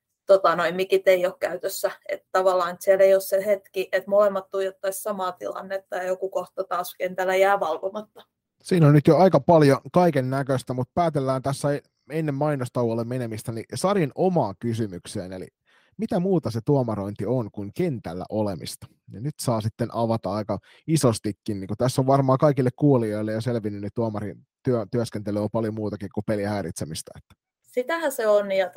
mikit ei ole käytössä. Että tavallaan että siellä ei ole se hetki, että molemmat tuijottaisiin samaa tilannetta ja joku kohta taas kentällä jää valvomatta. Siinä on nyt jo aika paljon kaiken näköistä, mutta päätellään tässä ennen mainostauolle menemistä niin Sarin omaan kysymykseen, eli mitä muuta se tuomarointi on kuin kentällä olemista? Ja nyt saa sitten avata aika isostikin, niin kun tässä on varmaan kaikille kuulijoille jo selvinnyt, niin tuomarin työskentely on paljon muutakin kuin pelin häiritsemistä. Sitähän se on, ja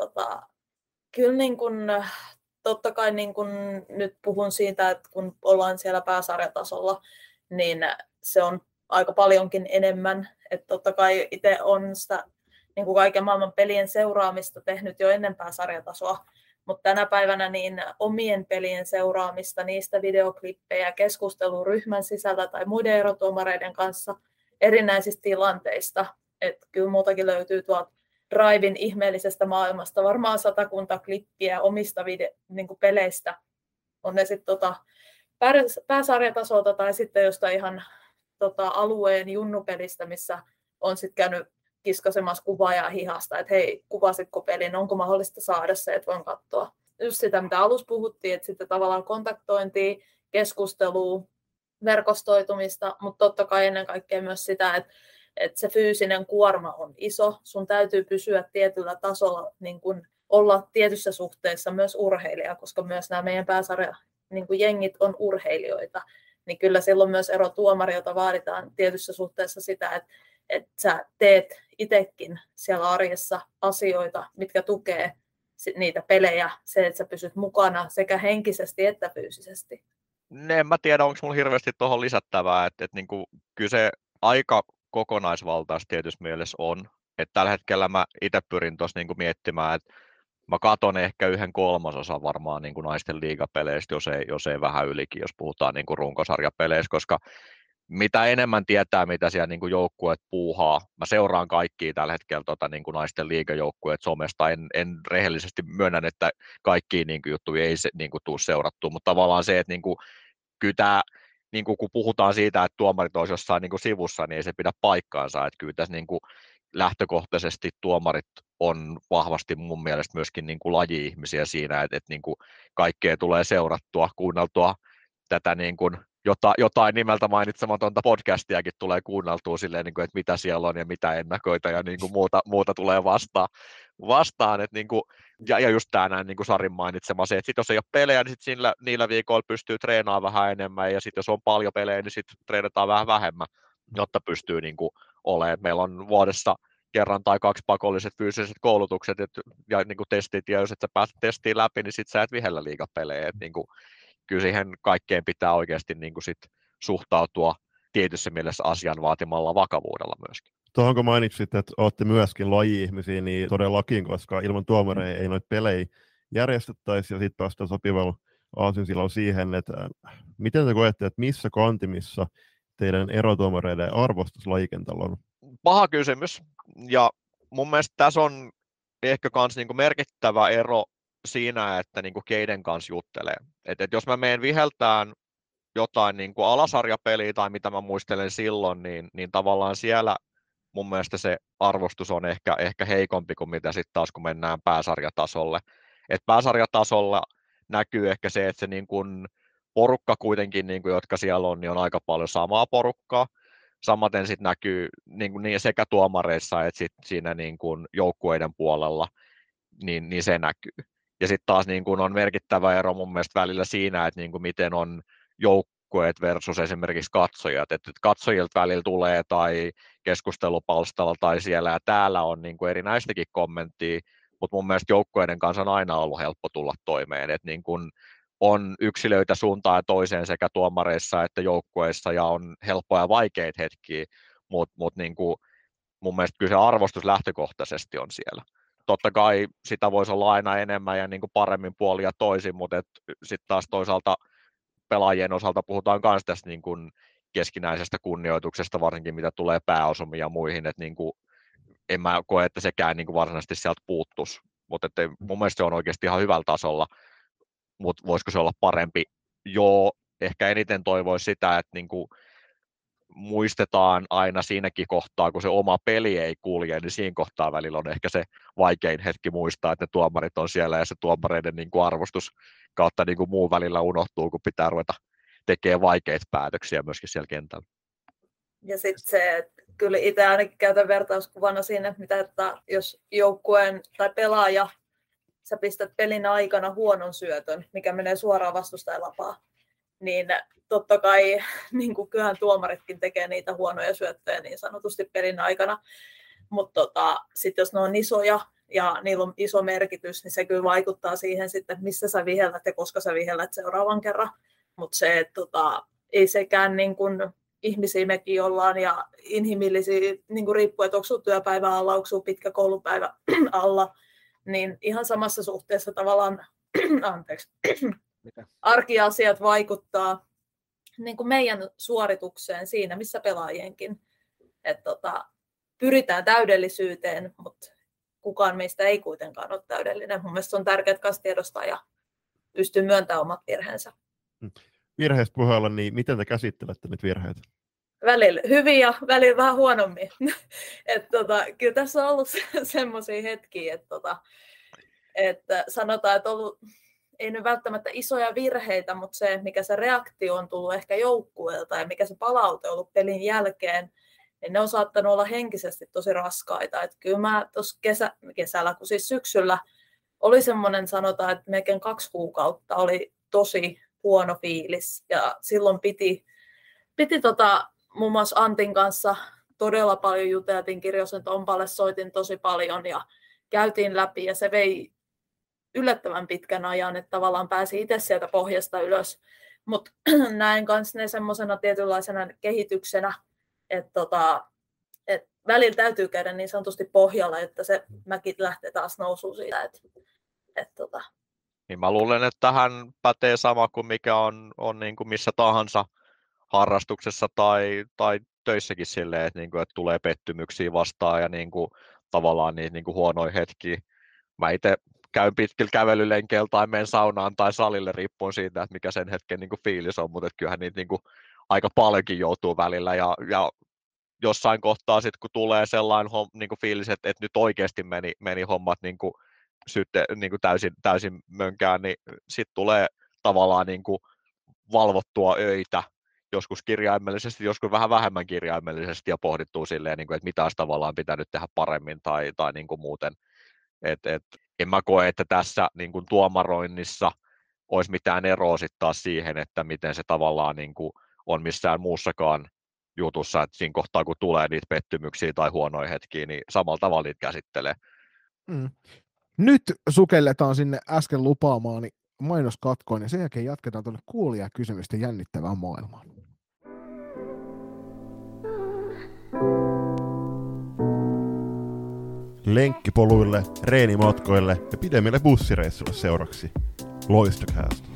kyllä niin kun, totta kai niin kun nyt puhun siitä, että kun ollaan siellä pääsarjatasolla, niin se on aika paljonkin enemmän. Että totta kai itse on sitä niin kuin kaiken maailman pelien seuraamista tehnyt jo ennen pääsarjatasoa, mutta tänä päivänä niin omien pelien seuraamista, niistä videoklippejä, keskustelua ryhmän sisällä tai muiden erotuomareiden kanssa erinäisistä tilanteista. Että kyllä muutakin löytyy tuolta Driven ihmeellisestä maailmasta varmaan 100 klippiä omista niin kuin peleistä. On ne sitten pääsarjatasolta tai sitten jostain ihan alueen junnupelistä, missä on sitten käynyt kiskasemassa kuvaajaa hihasta, että hei, kuvasitko pelin, onko mahdollista saada se, että voin katsoa. Just sitä, mitä alussa puhuttiin, että sitten tavallaan kontaktointia, keskustelua, verkostoitumista, mutta totta kai ennen kaikkea myös sitä, että se fyysinen kuorma on iso. Sun täytyy pysyä tietyllä tasolla, niin kun olla tietyssä suhteessa myös urheilija, koska myös nämä meidän pääsarja niin kun jengit on urheilijoita. Niin kyllä silloin myös erotuomarilta vaaditaan tietyssä suhteessa sitä, että sä teet itsekin siellä arjessa asioita, mitkä tukee niitä pelejä, se, että sä pysyt mukana sekä henkisesti että fyysisesti. En mä tiedä, onko mulla hirveästi tuohon lisättävää, että niinku, kyllä se aika kokonaisvaltaista tietysti mielessä on. Että tällä hetkellä mä itse pyrin tuossa niinku miettimään, että mä katon ehkä 1/3 varmaan niin kuin naisten liigapeleistä, jos ei vähän ylikin, jos puhutaan niin kuin runkosarjapeleistä, koska mitä enemmän tietää, mitä siellä niin kuin joukkueet puuhaa, mä seuraan kaikkia tällä hetkellä niin kuin naisten liigajoukkueet somesta, en rehellisesti myönnän, että kaikkia niin kuin juttuja ei niin kuin tule seurattua, mutta tavallaan se, että niin kuin, kyllä tämä, niin kuin kun puhutaan siitä, että tuomarit olisi jossain niin kuin sivussa, niin ei se pidä paikkaansa, että kyllä tässä niin kuin lähtökohtaisesti tuomarit on vahvasti mun mielestä myöskin niin kuin laji-ihmisiä siinä, että niin kuin kaikkea tulee seurattua, kuunneltua tätä niin kuin jotain nimeltä mainitsematonta podcastiakin tulee kuunneltua silleen, niin kuin, että mitä siellä on ja mitä ennakoita ja niin kuin muuta tulee vastaan että niin kuin, ja just tämä näin niin kuin Sarin mainitsema se, että sit jos ei ole pelejä, niin sit niillä viikoilla pystyy treenaamaan vähän enemmän ja sitten jos on paljon pelejä, niin sitten treenataan vähän vähemmän, jotta pystyy niin kuin olemaan. Meillä on vuodessa kerran tai 2 pakolliset fyysiset koulutukset ja niin kuin testit, ja jos et sä pääset testiin läpi, niin sit sä et vihellä liigapelejä. Niin kuin, kyllä siihen kaikkeen pitää oikeasti niin kuin sit suhtautua tietyssä mielessä asian vaatimalla vakavuudella myöskin. Tuohon kun mainitsit, että olette myöskin laji-ihmisiä, niin todellakin, koska ilman tuomareja ei noita pelejä järjestettäisi, ja sitten päästään sopivalla aasinsilalla siihen, että miten te koette, että missä kantimissa teidän erotuomareiden arvostus lajikentällä on? Paha kysymys, ja mun mielestä tässä on ehkä myös niinku merkittävä ero siinä, että niinku keiden kanssa juttelee. Et jos mä menen viheltään jotain niinku alasarjapeliä tai mitä mä muistelen silloin, niin tavallaan siellä mun mielestä se arvostus on ehkä heikompi kuin mitä sitten taas kun mennään pääsarjatasolle. Et pääsarjatasolla näkyy ehkä se, että se niin kun porukka kuitenkin, niin kun, jotka siellä on, niin on aika paljon samaa porukkaa. Samaten sitten näkyy niin sekä tuomareissa että sit siinä niin kun joukkueiden puolella, niin se näkyy. Ja sitten taas niin kun on merkittävä ero mun mielestä välillä siinä, että niin kun miten on joukkueet versus esimerkiksi katsojat. Että katsojilta välillä tulee tai keskustelupalstalla tai siellä ja täällä on niin kun erinäistäkin kommenttia, mutta mun mielestä joukkueiden kanssa on aina ollut helppo tulla toimeen. Että niin kun on yksilöitä suuntaan ja toiseen sekä tuomareissa että joukkueissa ja on helppoja ja vaikeita hetkiä, mutta niin kuin mun mielestä kyllä se arvostus lähtökohtaisesti on siellä. Totta kai sitä voisi olla aina enemmän ja niin kuin paremmin puolin ja toisin, mutta sitten taas toisaalta pelaajien osalta puhutaan myös tästä niin kuin keskinäisestä kunnioituksesta, varsinkin mitä tulee pääosumiin ja muihin, että niin kuin en mä koe, että sekään niin kuin varsinaisesti sieltä puuttuisi, mutta mun mielestä se on oikeasti ihan hyvällä tasolla. Mutta voisiko se olla parempi? Joo, ehkä eniten toivoisi sitä, että niinku muistetaan aina siinäkin kohtaa, kun se oma peli ei kulje, niin siinä kohtaa välillä on ehkä se vaikein hetki muistaa, että ne tuomarit on siellä ja se tuomareiden niinku arvostus kautta niinku muun välillä unohtuu, kun pitää ruveta tekemään vaikeita päätöksiä myöskin siellä kentällä. Ja sitten se, että kyllä itse ainakin käytän vertauskuvana siinä, että jos joukkueen tai pelaaja sä pistät pelin aikana huonon syötön, mikä menee suoraan vastustajan lapaan, niin totta kai niin kuin kyllähän tuomaritkin tekee niitä huonoja syöttöjä niin sanotusti pelin aikana. Mutta sitten jos ne on isoja ja niillä on iso merkitys, niin se kyllä vaikuttaa siihen sitten, missä sä vihellät ja koska sä vihellät seuraavan kerran. Mutta se, että ei sekään niin kuin ihmisiä mekin ollaan ja inhimillisiä, niin kuin riippuu, että onko sun työpäivä alla, onko sun pitkä koulupäivä alla, niin ihan samassa suhteessa tavallaan arkiasiat vaikuttaa niin kuin meidän suoritukseen siinä, missä pelaajienkin. Pyritään täydellisyyteen, mutta kukaan meistä ei kuitenkaan ole täydellinen. Mun mielestä se on tärkeää myös tiedostaa ja pystyy myöntämään omat virheensä. Virheistä puheella, niin miten te käsittelette nyt virheitä? Välillä hyvin ja välillä vähän huonommin. Kyllä tässä on ollut semmoisia hetkiä, että sanotaan, että on ollut, ei nyt välttämättä isoja virheitä, mutta se, mikä se reaktio on tullut ehkä joukkueelta ja mikä se palaute on ollut pelin jälkeen, niin ne on saattanut olla henkisesti tosi raskaita. Että kyllä mä tuossa kesällä, kun siis syksyllä oli semmoinen, sanotaan, että melkein 2 kuukautta oli tosi huono fiilis. Ja silloin piti muun muassa Antin kanssa todella paljon juteltiin, Kirjosen Tompalle soitin tosi paljon ja käytiin läpi ja se vei yllättävän pitkän ajan, että tavallaan pääsi itse sieltä pohjasta ylös. Mutta näen myös ne semmoisena tietynlaisena kehityksenä, että välillä täytyy käydä niin sanotusti pohjalla, että se mäki lähtee taas nousuun siitä. Niin mä luulen, että tähän pätee sama kuin mikä on niin kuin missä tahansa harrastuksessa tai töissäkin silleen, että, niin kuin, että tulee pettymyksiä vastaan ja niin kuin, tavallaan niitä niin kuin huonoja hetkiä. Mä itse käyn pitkillä kävelylenkeillä tai menen saunaan tai salille riippuen siitä, että mikä sen hetken niin kuin fiilis on, mutta kyllähän niitä niin kuin aika paljonkin joutuu välillä ja jossain kohtaa sitten kun tulee sellainen niin kuin fiilis, että nyt oikeasti meni hommat niin kuin täysin mönkään, niin sitten tulee tavallaan niin kuin valvottua öitä, joskus kirjaimellisesti, joskus vähän vähemmän kirjaimellisesti ja pohdittua silleen, niin kuin, että mitä olisi tavallaan pitänyt tehdä paremmin tai niin kuin muuten. En mä koe, että tässä niin kuin tuomaroinnissa olisi mitään eroa sitten taas siihen, että miten se tavallaan niin kuin on missään muussakaan jutussa, että siinä kohtaa kun tulee niitä pettymyksiä tai huonoja hetkiä, niin samalla tavalla niitä käsittelee. Nyt sukelletaan sinne äsken lupaamaani mainoskatkoon ja sen jälkeen jatketaan tuonne kuulijakysymysten jännittävään maailmaan. Lenkkipoluille, reenimatkoille ja pidemmille bussireissuille seuraksi Loistocast.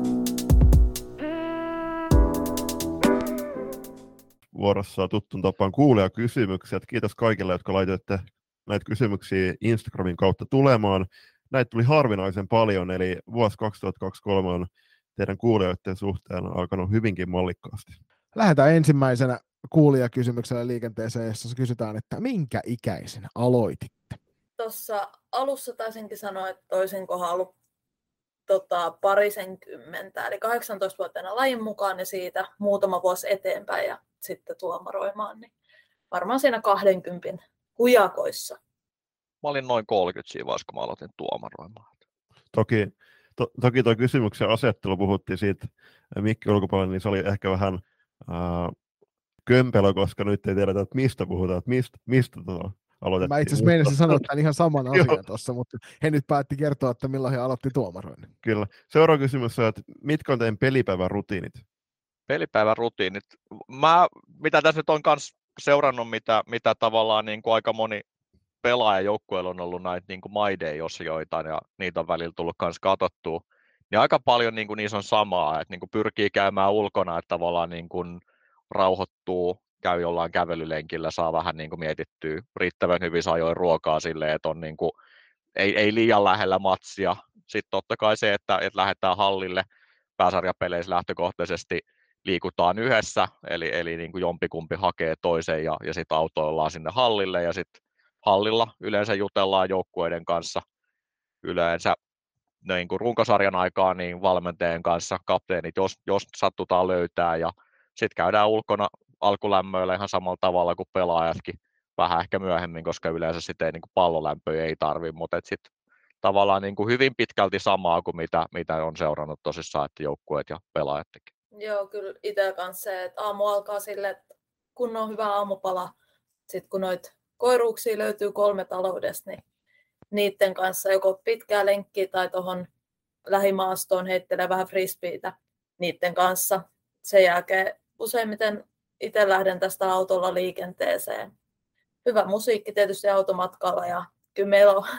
Vuorossa tuttuun tapaan kuulijakysymyksiä. Kiitos kaikille, jotka laitoitte näitä kysymyksiä Instagramin kautta tulemaan. Näitä tuli harvinaisen paljon, eli vuosi 2023 on teidän kuulijoiden suhteen alkanut hyvinkin mallikkaasti. Lähdetään ensimmäisenä kuulijakysymyksellä liikenteeseen, jossa kysytään, että minkä ikäisenä aloititte? Tuossa alussa taisinkin sanoa, että olisinkohan ollut parisenkymmentä, eli 18-vuotiaana lajin mukaan ja siitä muutama vuosi eteenpäin ja sitten tuomaroimaan, niin varmaan siinä 20 hujakoissa. Mä olin noin 30 siinä vaiheessa, kun mä aloitin tuomaroimaan. Toki tuo kysymyksen asettelu, puhuttiin siitä mikki ulkopuolella, niin se oli ehkä vähän kömpelö, koska nyt ei tiedetä, että mistä puhutaan, että mistä aloitettiin. Mä itse asiassa meinasin sanoa tämän ihan saman asian tuossa, mutta he nyt päätti kertoa, että milloin he aloitti tuomaroinnin. Kyllä. Seuraava kysymys on, että mitkä on teidän pelipäivän rutiinit? Pelipäivän rutiinit. Mitä tässä nyt on myös seurannut, mitä tavallaan niin kuin aika moni pelaajajoukkueella on ollut näitä niin kuin my day-osioita, ja niitä on välillä tullut myös katsottua, niin aika paljon niin kuin niissä on samaa, että niin kuin pyrkii käymään ulkona, että tavallaan niin kuin rauhoittuu, käy jollain kävelylenkillä, saa vähän niin kuin mietittyä, riittävän hyvin saa ajoin ruokaa silleen, että on niin kuin, ei liian lähellä matsia. Sitten totta kai se, että lähdetään hallille, pääsarjapeleissä lähtökohtaisesti liikutaan yhdessä, eli niin kuin jompikumpi hakee toisen ja sitten autoillaan sinne hallille ja sitten hallilla yleensä jutellaan joukkueiden kanssa yleensä niin kuin runkosarjan aikaan niin valmentajien kanssa, kapteenit, jos sattutaan löytää ja sitten käydään ulkona alkulämmöillä ihan samalla tavalla kuin pelaajatkin vähän ehkä myöhemmin, koska yleensä sitten ei niin kuin pallolämpöä ei tarvitse, mutta sitten tavallaan niin kuin hyvin pitkälti samaa kuin mitä on seurannut tosissaan, että joukkueet ja pelaajat tekee. Joo, kyllä itsellä kanssa se, että aamu alkaa silleen, että kun on hyvä aamupala, sitten kun noita koiruuksia löytyy 3 taloudesta, niin niiden kanssa joko pitkää lenkkiä tai tuohon lähimaastoon heittelee vähän frisbeitä niiden kanssa. Sen jälkeen useimmiten itse lähden tästä autolla liikenteeseen. Hyvä musiikki tietysti automatkalla ja kyllä meillä on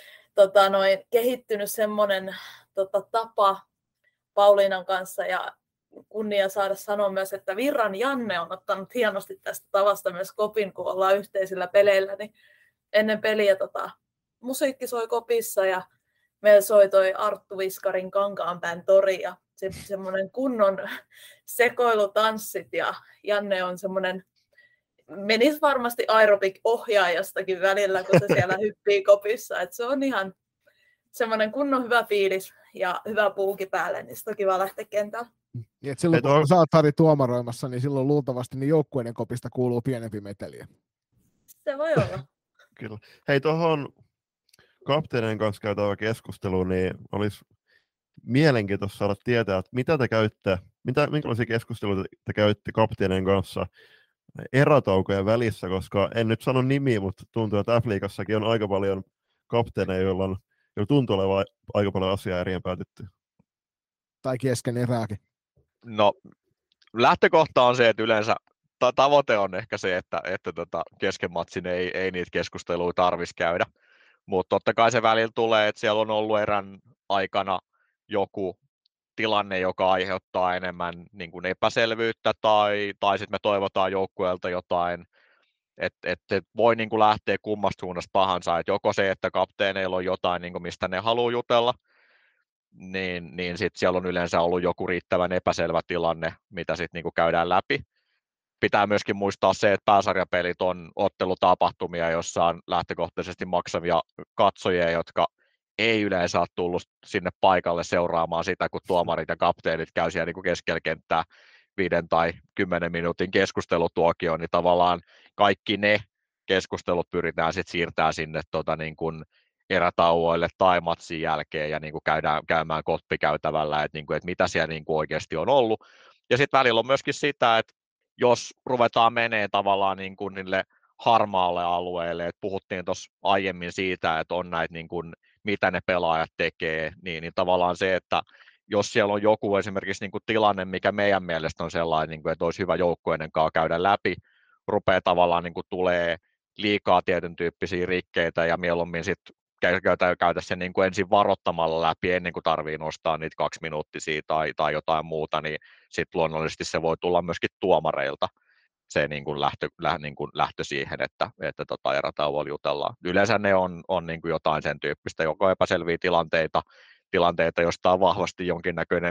kehittynyt semmoinen tapa Pauliinan kanssa ja kunnia saada sanoa myös, että Virran Janne on ottanut hienosti tästä tavasta myös kopin, kun ollaan yhteisillä peleillä, niin ennen peliä musiikki soi kopissa ja meillä soi toi Arttu Viskarin Kankaanpään tori ja semmoinen kunnon sekoilutanssit ja Janne on semmoinen, menisi varmasti aerobik-ohjaajastakin välillä, kun se siellä hyppii kopissa, että se on ihan semmoinen kunnon hyvä fiilis ja hyvä puuki päälle, niin sitä on kiva lähteä kentällä. Niin, silloin kun sä oot Harri tuomaroimassa, niin silloin luultavasti niin joukkueiden kopista kuuluu pienempi meteliä. Se voi olla. Kyllä. Hei, tuohon kapteenien kanssa käytävä keskustelu, niin olisi mielenkiintoista saada tietää, että mitä te käytte, minkälaisia keskusteluita te käytte kapteenien kanssa erätaukojen välissä, koska en nyt sano nimiä, mutta tuntuu, että F-liigassakin on aika paljon kapteeneja, joilla tuntuu olevan aika paljon asiaa erien päätetty. Tai kesken erääkin. No, lähtökohta on se, että yleensä tavoite on ehkä se, että kesken matsin ei niitä keskusteluja tarvitsisi käydä, mutta totta kai se välillä tulee, että siellä on ollut erän aikana joku tilanne, joka aiheuttaa enemmän niin kuin epäselvyyttä tai sitten me toivotaan joukkueelta jotain, että voi niin kuin lähteä kummasta suunnasta tahansa, että joko se, että kapteeneilla on jotain, niin kuin mistä ne haluaa jutella, niin sitten siellä on yleensä ollut joku riittävän epäselvä tilanne, mitä sitten niin kuin käydään läpi. Pitää myöskin muistaa se, että pääsarjapelit on ottelutapahtumia, jossa on lähtökohtaisesti maksavia katsojia, jotka ei yleensä ole tullut sinne paikalle seuraamaan sitä, kun tuomarit ja kapteenit käy siellä niin kuin keskellä kenttää 5 tai 10 minuutin keskustelutuokioon, niin tavallaan kaikki ne keskustelut pyritään sitten siirtämään sinne niin kuin erätauoille tai matsin jälkeen ja niin kuin käymään koppikäytävällä, että mitä siellä niin kuin oikeasti on ollut. Ja sitten välillä on myöskin sitä, että jos ruvetaan menee tavallaan niin kuin niille harmaalle alueelle, että puhuttiin tuossa aiemmin siitä, että on näitä niin kuin, mitä ne pelaajat tekee, niin tavallaan se, että jos siellä on joku esimerkiksi niin kuin tilanne, mikä meidän mielestä on sellainen, niin kuin, että olisi hyvä joukkueiden kanssa käydä läpi, rupeaa tavallaan niin kuin tulee liikaa tietyn tyyppisiä rikkeitä ja mieluummin sitten käytä sen niin kuin ensin varoittamalla läpi ennen kuin tarvii nostaa niitä 2 minuuttisia tai jotain muuta, niin sitten luonnollisesti se voi tulla myöskin tuomareilta se niin kuin lähtö siihen, että erätauolla jutellaan. Yleensä ne on niin kuin jotain sen tyyppistä, joko epäselviä tilanteita, josta on vahvasti jonkinnäköinen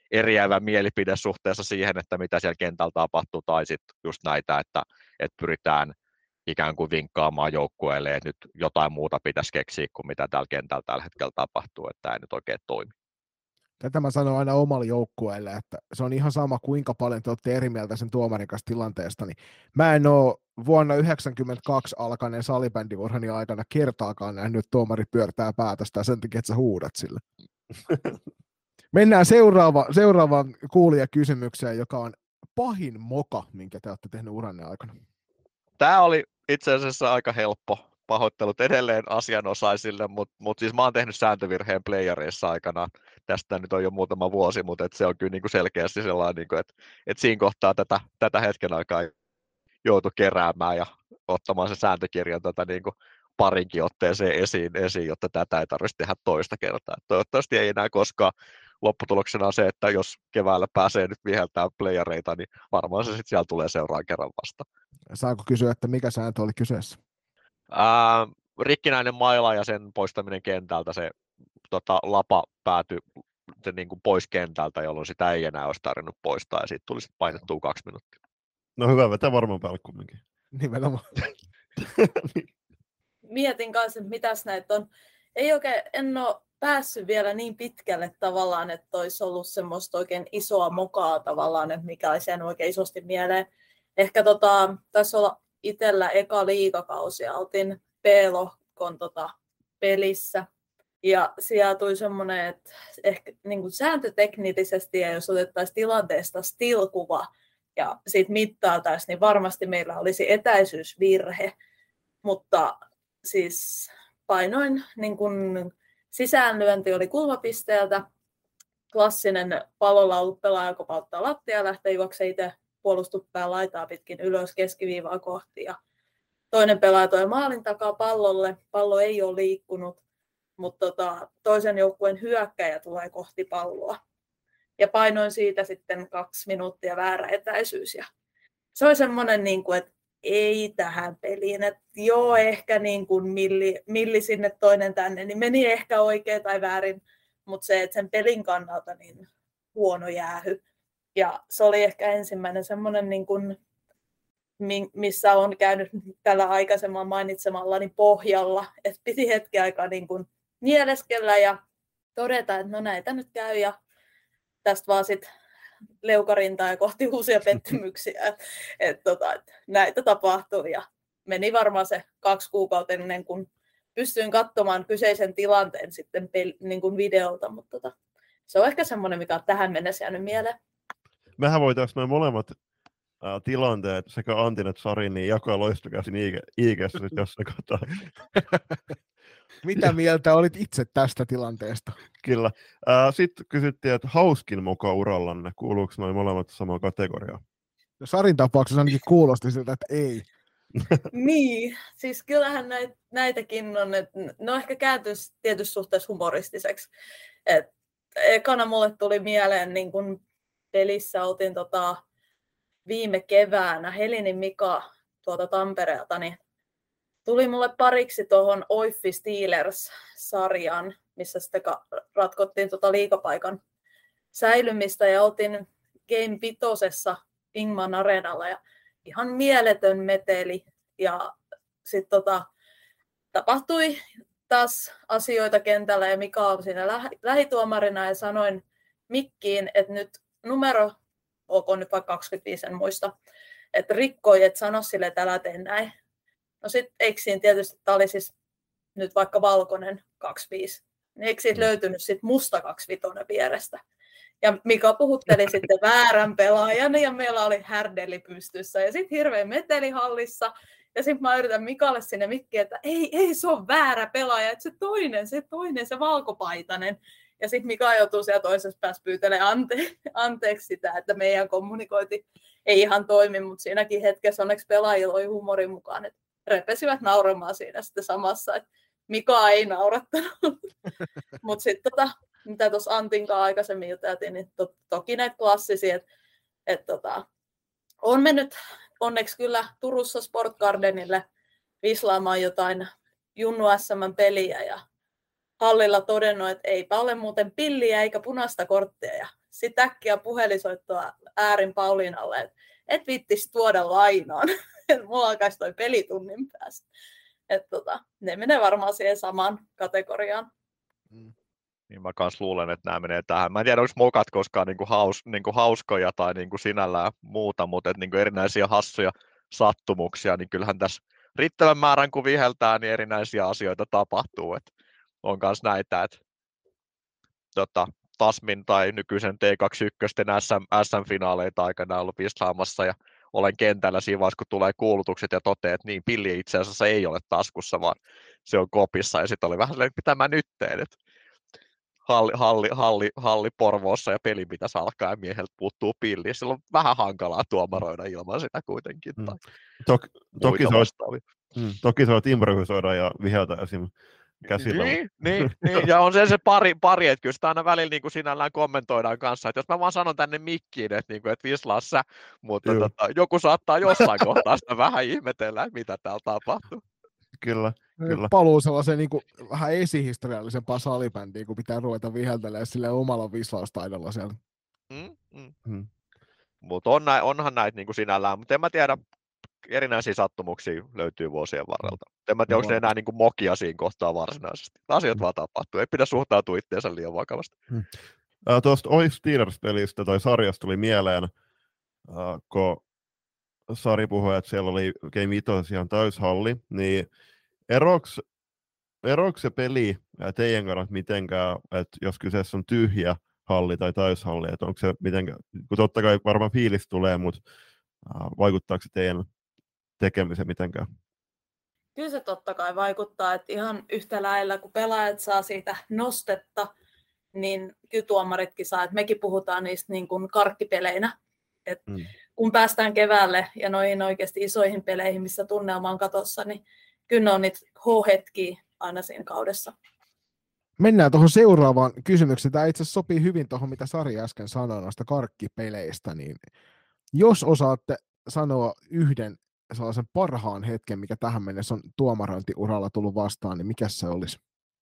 eriävä mielipide suhteessa siihen, että mitä siellä kentällä tapahtuu, tai sitten just näitä, että pyritään ikään kuin vinkkaamaan joukkueelle, että nyt jotain muuta pitäisi keksiä kuin mitä täällä kentällä tällä hetkellä tapahtuu, että tämä ei nyt oikein toimi. Tätä mä sanon aina omalle joukkueelle, että se on ihan sama, kuinka paljon te olette eri mieltä sen tuomarin kanssa tilanteesta. Niin mä en ole vuonna 1992 alkaneen salibändiurhani aikana kertaakaan nähnyt tuomari pyörtää päätöstä sen takia, että sä huudat sille. Mennään seuraavaan kuulijakysymykseen, joka on pahin moka, minkä te olette tehnyt uranne aikana. Tämä oli itse asiassa aika helppo. Pahoittelut edelleen asianosaisille, mutta siis mä oon tehnyt sääntövirheen playereissa aikana. Tästä nyt on jo muutama vuosi, mutta se on kyllä niinku selkeästi sellainen, niinku, että siinä kohtaa tätä hetken aikaa joutui keräämään ja ottamaan sen sääntökirjan niinku parinkin otteeseen esiin, jotta tätä ei tarvitsisi tehdä toista kertaa. Toivottavasti ei enää koskaan. Lopputuloksena on se, että jos keväällä pääsee nyt viheltämään playereita, niin varmaan se sitten siellä tulee seuraavan kerran vasta. Saanko kysyä, että mikä sääntö oli kyseessä? Rikkinäinen maila ja sen poistaminen kentältä, se lapa päätyi niin kuin pois kentältä, jolloin sitä ei enää olisi tarvinnut poistaa, ja siitä tuli sitten painettua 2 minuuttia. No hyvä, vetää varmaan päälle kumminkin. Nimenomaan. Mietin kanssa, että mitäs näitä on. En ole päässyt vielä niin pitkälle tavallaan, että olisi ollut semmoista oikein isoa mokaa tavallaan, että mikä olisi jäänyt oikein isosti mieleen. Ehkä taisi olla itsellä eka liigakausi ja oltiin B-lohkon pelissä. Ja siellä tuli semmoinen, että ehkä niin kuin sääntöteknisesti, ja jos otettaisiin tilanteesta still-kuva ja siitä mittailtaisiin, niin varmasti meillä olisi etäisyysvirhe. Mutta siis painoin, niin kuin sisäänlyönti oli kulmapisteeltä, klassinen pallolla ollut pelaaja kopauttaa lattia ja lähtee juoksemaan itse puolustuspään laitaa pitkin ylös keskiviivaa kohti. Ja toinen pelaaja toi maalin takaa pallolle, pallo ei ole liikkunut, mutta toisen joukkueen hyökkäjä tulee kohti palloa. Ja painoin siitä sitten 2 minuuttia väärä etäisyys. Ja se oli semmoinen, että ei tähän peliin, että joo, ehkä niin kuin milli sinne toinen tänne, niin meni ehkä oikein tai väärin, mutta se, että sen pelin kannalta niin huono jäähy. Ja se oli ehkä ensimmäinen semmoinen, niin kuin, missä on käynyt tällä aikaisemmalla mainitsemallani pohjalla, että piti hetken aikaa niin kuin nieleskellä ja todeta, että no näitä nyt käy ja tästä vaan sitten leukarintaa ja kohti uusia pettymyksiä, että näitä tapahtui ja meni varmaan se 2 kuukautta ennen kuin pystyin katsomaan kyseisen tilanteen sitten niin kuin videolta, mutta se on ehkä semmoinen, mikä on tähän mennessä jäänyt mieleen. Mehän voitaisiin noin molemmat tilanteet sekä Antin että Sarin niin jakaa loistokäsin IG:ssä nyt jossain kohtaa. Mitä mieltä olit itse tästä tilanteesta? Kyllä. Sitten kysyttiin, että hauskin moka urallanne. Kuuluuko noin molemmat samaan kategoriaan? Sarin tapauksessa ainakin kuulosti siltä, että ei. Niin, siis kyllähän näitäkin on, että ne on ehkä kääntynyt tietyssä suhteessa humoristiseksi. Ekana mulle tuli mieleen, niin kun pelissä oltiin viime keväänä, Helinin Mika tuolta Tampereelta, niin tuli mulle pariksi tuohon Oiffi Steelers-sarjan, missä sitten ratkottiin liigapaikan säilymistä ja oltiin Game 5 Ingman Areenalla ja ihan mieletön meteli ja sitten tapahtui taas asioita kentällä ja Mika on siinä lähituomarina ja sanoin mikkiin, että nyt numero, olkoon nyt vaikka 25, en muista, että rikkoi, että sano sille, että älä tee näin. No sitten eikö siinä tietysti, tämä oli siis nyt vaikka valkoinen 25, niin eikö siitä löytynyt sitten musta 25 vierestä. Ja Mika puhutteli sitten väärän pelaajan ja meillä oli härdeli pystyssä ja sitten hirveä meteli hallissa. Ja sitten mä yritän Mikalle sinne mikkiin, että ei se on väärä pelaaja, että se toinen, se valkopaitainen. Ja sitten Mika joutuu siellä toisessa päässä pyytelemään anteeksi sitä, että meidän kommunikointi ei ihan toimi, mutta siinäkin hetkessä onneksi pelaajilla oli humorin mukaan, että repesivät nauramaan siinä sitten samassa, että Mika ei naurattanut. Mutta sitten mitä tuossa Antin kanssa aikaisemmin juteltiin, niin toki näitä klassisia, että on mennyt onneksi kyllä Turussa Sport Gardenille vislaamaan jotain Junnu SM-peliä ja hallilla todennut, että eipä ole muuten pilliä eikä punaista korttia ja Sitten äkkiä puhelinsoittoa äärin Pauliinalle, että et vittis tuoda lainaan, että mulla alkaisi toi pelitunnin päästä. Ne menee varmaan siihen samaan kategoriaan. Niin mä kans luulen, että nämä menee tähän. Mä en tiedä, onko mokat koskaan niinku hauskoja tai niinku sinällään muuta, mutta niinku erinäisiä hassuja sattumuksia, niin kyllähän tässä riittävän määrän kun viheltää, niin erinäisiä asioita tapahtuu. Et on kans näitä, että Tasmin tai nykyisen T21 SM-finaaleita aikana ollut vislaamassa ja olen kentällä siinä vaiheessa, kun tulee kuulutukset ja toteaa, että niin, pilli itse asiassa ei ole taskussa, vaan se on kopissa. Ja sitten oli vähän silleen, mitä mä nyt teen, että halli Porvoossa ja peli pitäisi alkaa ja mieheltä puuttuu pilli. Sillä on vähän hankalaa tuomaroida ilman sitä kuitenkin. Tai toki sä voit improvisoida ja viheltä esim. Käsillä. Niin, ja on se pari, että kyllä sitä aina välillä niin kuin sinällään kommentoidaan kanssa, että jos mä vaan sanon tänne mikkiin, että, niin kuin, että vislaa sä, mutta joku saattaa jossain kohtaa sitä vähän ihmetellä, että mitä täällä tapahtuu. Kyllä. Paluu sellaiseen niin kuin, vähän esihistoriallisempaan salibändiin, kun pitää ruveta viheltelemään silleen omalla vislaustaidolla siellä. Mutta onhan näitä niin kuin sinällään, mutta en mä tiedä, erinäisiä sattumuksia löytyy vuosien varrelta. En mä tiedä, onko ne enää niin kuin mokia siinä kohtaa varsinaisesti. Asiat vaan tapahtuu, ei pidä suhtautua itseensä liian vakavasti. Tuosta Ois Steelers-pelistä tai sarjasta tuli mieleen, kun Sari puhui, että siellä oli Game 5 ihan täyshalli, niin eroiko se peli teidän kannalta mitenkään, että jos kyseessä on tyhjä halli tai täyshalli, että onko se mitenkään, kun totta kai varmaan fiilis tulee, mutta vaikuttaako se teidän tekemiseen mitenkään? Kyllä se totta kai vaikuttaa, että ihan yhtä lailla kun pelaajat saa siitä nostetta, niin kyllä tuomaritkin saa, että mekin puhutaan niistä niin kuin karkkipeleinä. Kun päästään keväälle ja noihin oikeasti isoihin peleihin, missä tunnelma on katossa, niin kyllä ne on niitä H-hetkiä aina siinä kaudessa. Mennään tuohon seuraavaan kysymykseen. Tämä itse asiassa sopii hyvin tuohon, mitä Sari äsken sanoi noista karkkipeleistä. Niin jos osaatte sanoa yhden sellaisen parhaan hetken, mikä tähän mennessä on tuomarointiuralla tullut vastaan, niin mikä se olisi?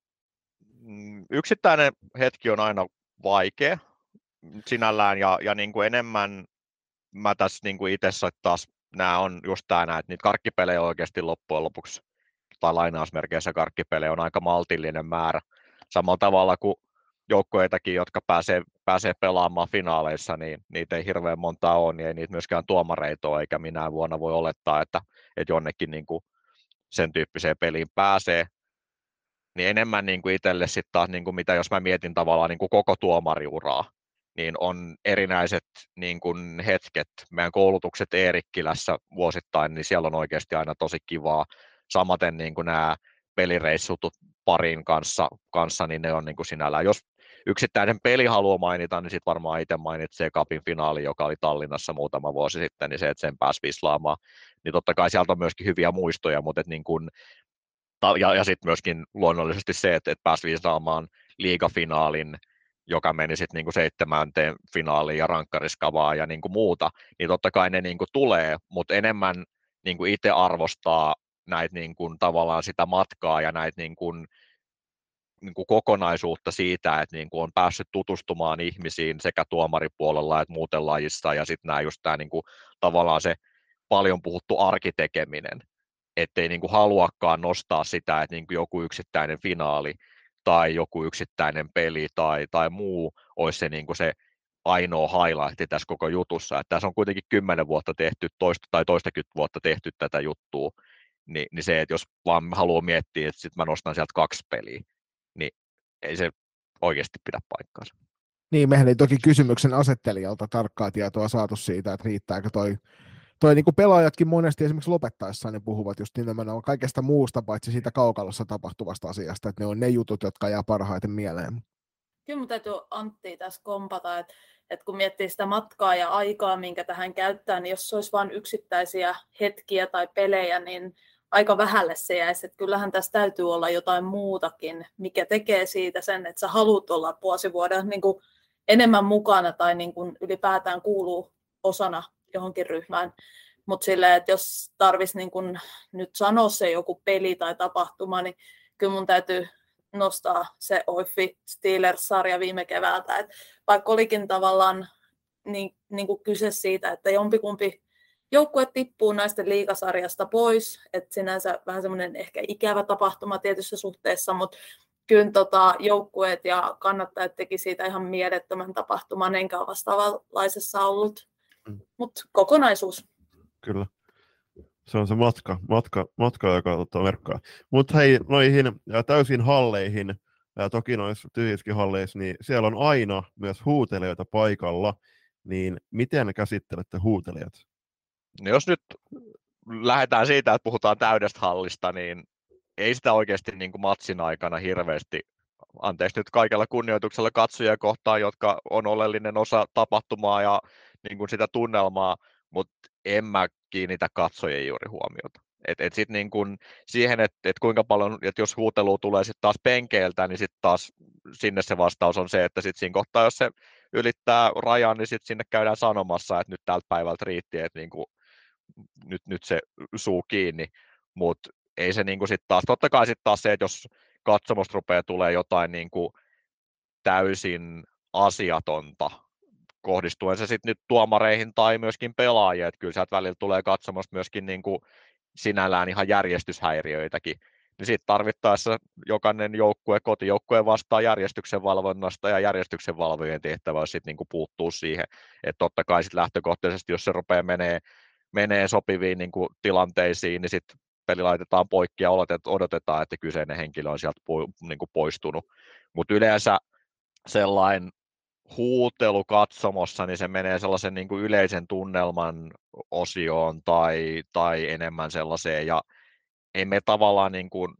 Yksittäinen hetki on aina vaikea sinällään ja niin kuin enemmän mä tässä niin kuin itse taas nämä on just tämä, että niitä karkkipelejä oikeasti loppujen lopuksi tai lainausmerkeissä karkkipelejä on aika maltillinen määrä. Samalla tavalla kuin joukkueitakin, jotka pääsee pelaamaan finaaleissa, niin niitä ei hirveän montaa ole, niin ei niitä myöskään tuomareita ole, eikä minä vuonna voi olettaa, että jonnekin niin kuin sen tyyppiseen peliin pääsee. Niin enemmän niin kuin itselle sitten taas, niin kuin mitä jos mä mietin tavallaan niin kuin koko tuomariuraa, niin on erinäiset niin kuin hetket. Meidän koulutukset Eerikkilässä vuosittain, niin siellä on oikeasti aina tosi kivaa. Samaten niin kuin nämä pelireissut parin kanssa, niin ne on niin kuin sinällään. Jos yksittäinen peli haluaa mainita, niin sitten varmaan itse mainitsee Cupin finaali, joka oli Tallinnassa muutama vuosi sitten, niin se, että sen pääsi vislaamaan. Niin totta kai sieltä on myöskin hyviä muistoja, mutta niin kuin, ja sitten myöskin luonnollisesti se, että pääsi vislaamaan liigafinaalin, joka meni sitten niinku 7. finaaliin ja rankkariskavaa ja niinku muuta, niin totta kai ne niinku tulee, mutta enemmän niinku itse arvostaa näitä niinku tavallaan sitä matkaa ja näitä niinku kokonaisuutta siitä, että niinku on päässyt tutustumaan ihmisiin sekä tuomaripuolella että muuten lajissa ja sitten nämä just tämä niinku, tavallaan se paljon puhuttu arkitekeminen, ettei niinku haluakaan nostaa sitä, että niinku joku yksittäinen finaali tai joku yksittäinen peli tai muu olisi se, niin kuin se ainoa highlight tässä koko jutussa. Että tässä on kuitenkin 10 vuotta tehty, toistakymmentä vuotta tehty tätä juttua, niin se, että jos vaan haluaa miettiä, että sitten mä nostan sieltä 2 peliä, niin ei se oikeasti pidä paikkaansa. Niin, mehän ei toki kysymyksen asettelijalta tarkkaa tietoa saatu siitä, että riittääkö toi niin kuin pelaajatkin monesti esimerkiksi lopettaessaan ne puhuvat just nimenomaan kaikesta muusta, paitsi siitä kaukalossa tapahtuvasta asiasta, että ne on ne jutut, jotka jää parhaiten mieleen. Kyllä mun täytyy Antti tässä kompata, että kun miettii sitä matkaa ja aikaa, minkä tähän käyttää, niin jos se olisi vain yksittäisiä hetkiä tai pelejä, niin aika vähälle se jäisi. Että kyllähän tässä täytyy olla jotain muutakin, mikä tekee siitä sen, että sä haluat olla vuosivuoden niin kuin enemmän mukana tai niin kuin ylipäätään kuuluu osana johonkin ryhmään. Mutta silleen, että jos tarvitsisi niin kun nyt sanoa se joku peli tai tapahtuma, niin kyllä mun täytyy nostaa se Oiffi Steelers-sarja viime keväältä. Et vaikka olikin tavallaan niin kuin kyse siitä, että jompikumpi joukkue tippuu naisten liigasarjasta pois, että sinänsä vähän semmoinen ehkä ikävä tapahtuma tietyssä suhteessa, mutta kyllä joukkueet ja kannattajat teki siitä ihan mielettömän tapahtuman, enkä ole vastaavanlaisessa ollut, mutta kokonaisuus. Kyllä. Se on se matka joka merkkaa. Mutta hei, noihin täysin halleihin, toki noissa tyhjissäkin halleissa, niin siellä on aina myös huutelijoita paikalla, niin miten käsittelette huutelijat? No jos nyt lähdetään siitä, että puhutaan täydestä hallista, niin ei sitä oikeasti niin kuin matsin aikana hirveästi, anteeksi nyt kaikella kunnioituksella katsojia kohtaan, jotka on oleellinen osa tapahtumaa ja niin kuin sitä tunnelmaa, mutta en mä kiinnitä katsojien juuri huomiota. Et sit niin kun siihen, että kuinka paljon, että jos huutelu tulee sitten taas penkeiltä, niin sitten taas sinne se vastaus on se, että sitten siinä kohtaa, jos se ylittää rajan, niin sitten sinne käydään sanomassa, että nyt tältä päivältä riitti, että niin nyt se suu kiinni, mutta ei se niin sitten taas, totta kai sitten taas se, että jos katsomusta rupeaa tulee jotain niin täysin asiatonta, kohdistuen se sitten nyt tuomareihin tai myöskin pelaajia, että kyllä sieltä välillä tulee katsomasta myöskin niin kuin sinällään ihan järjestyshäiriöitäkin, niin sitten tarvittaessa jokainen joukkue, kotijoukkue vastaa järjestyksen valvonnasta ja järjestyksen valvojien tehtävä olisi sitten niin kuin puuttua siihen, että totta kai sitten lähtökohtaisesti, jos se rupeaa menee sopiviin niin kuin tilanteisiin, niin sitten peli laitetaan poikki ja odotetaan, että kyseinen henkilö on sieltä niin kuin poistunut, mutta yleensä sellainen huutelu katsomossa, niin se menee sellaisen niin kuin yleisen tunnelman osioon tai enemmän sellaiseen, ja ei me tavallaan niin kuin,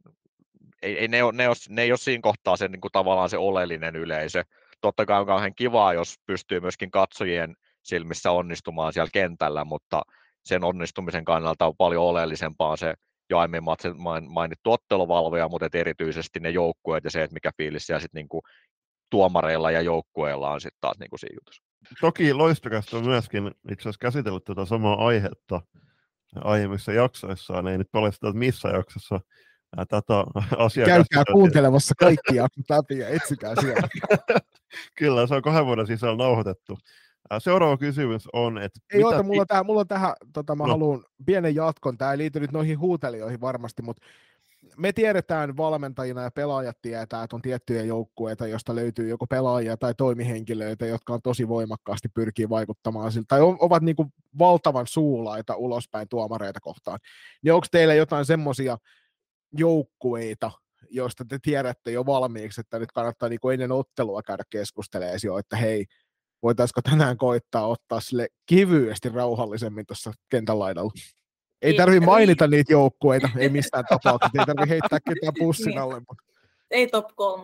ne ei ole siinä kohtaa se niin kuin tavallaan se oleellinen yleisö. Totta kai on kauhean kivaa, jos pystyy myöskin katsojien silmissä onnistumaan siellä kentällä, mutta sen onnistumisen kannalta on paljon oleellisempaa se jo aiemmin mainittu otteluvalvoja, mutta erityisesti ne joukkueet ja se, että mikä fiilis siellä sitten niin kuin tuomareilla ja joukkueilla on sitten taas niin kuin siinä jutussa. Toki Loistokästä on myöskin itse asiassa käsitellyt tätä samaa aihetta aiemmissa jaksoissaan, ei nyt paljasta, että missä jaksossa tätä asiaa käykää kuuntelemassa kaikki jaksot läpi ja etsikää siellä. Kyllä, se on 2 vuoden sisällä nauhoitettu. Seuraava kysymys on, että... Ei oota, mulla on tähän, mä haluan pienen jatkon, tämä ei liity nyt noihin huutelijoihin varmasti, mutta me tiedetään valmentajina ja pelaajat tietää, että on tiettyjä joukkueita, joista löytyy joko pelaajia tai toimihenkilöitä, jotka on tosi voimakkaasti pyrkii vaikuttamaan siltä, tai ovat niin kuin valtavan suulaita ulospäin tuomareita kohtaan. Niin onko teillä jotain semmoisia joukkueita, joista te tiedätte jo valmiiksi, että nyt kannattaa niin kuin ennen ottelua käydä keskustelemaan jo, että hei, voitaisiko tänään koittaa ottaa sille kivyesti rauhallisemmin tuossa kentän laidalla? Ei tarvitse mainita niitä joukkueita, ei missään tapauksessa, ei tarvitse heittää ketään pussin alle. Ei top 3.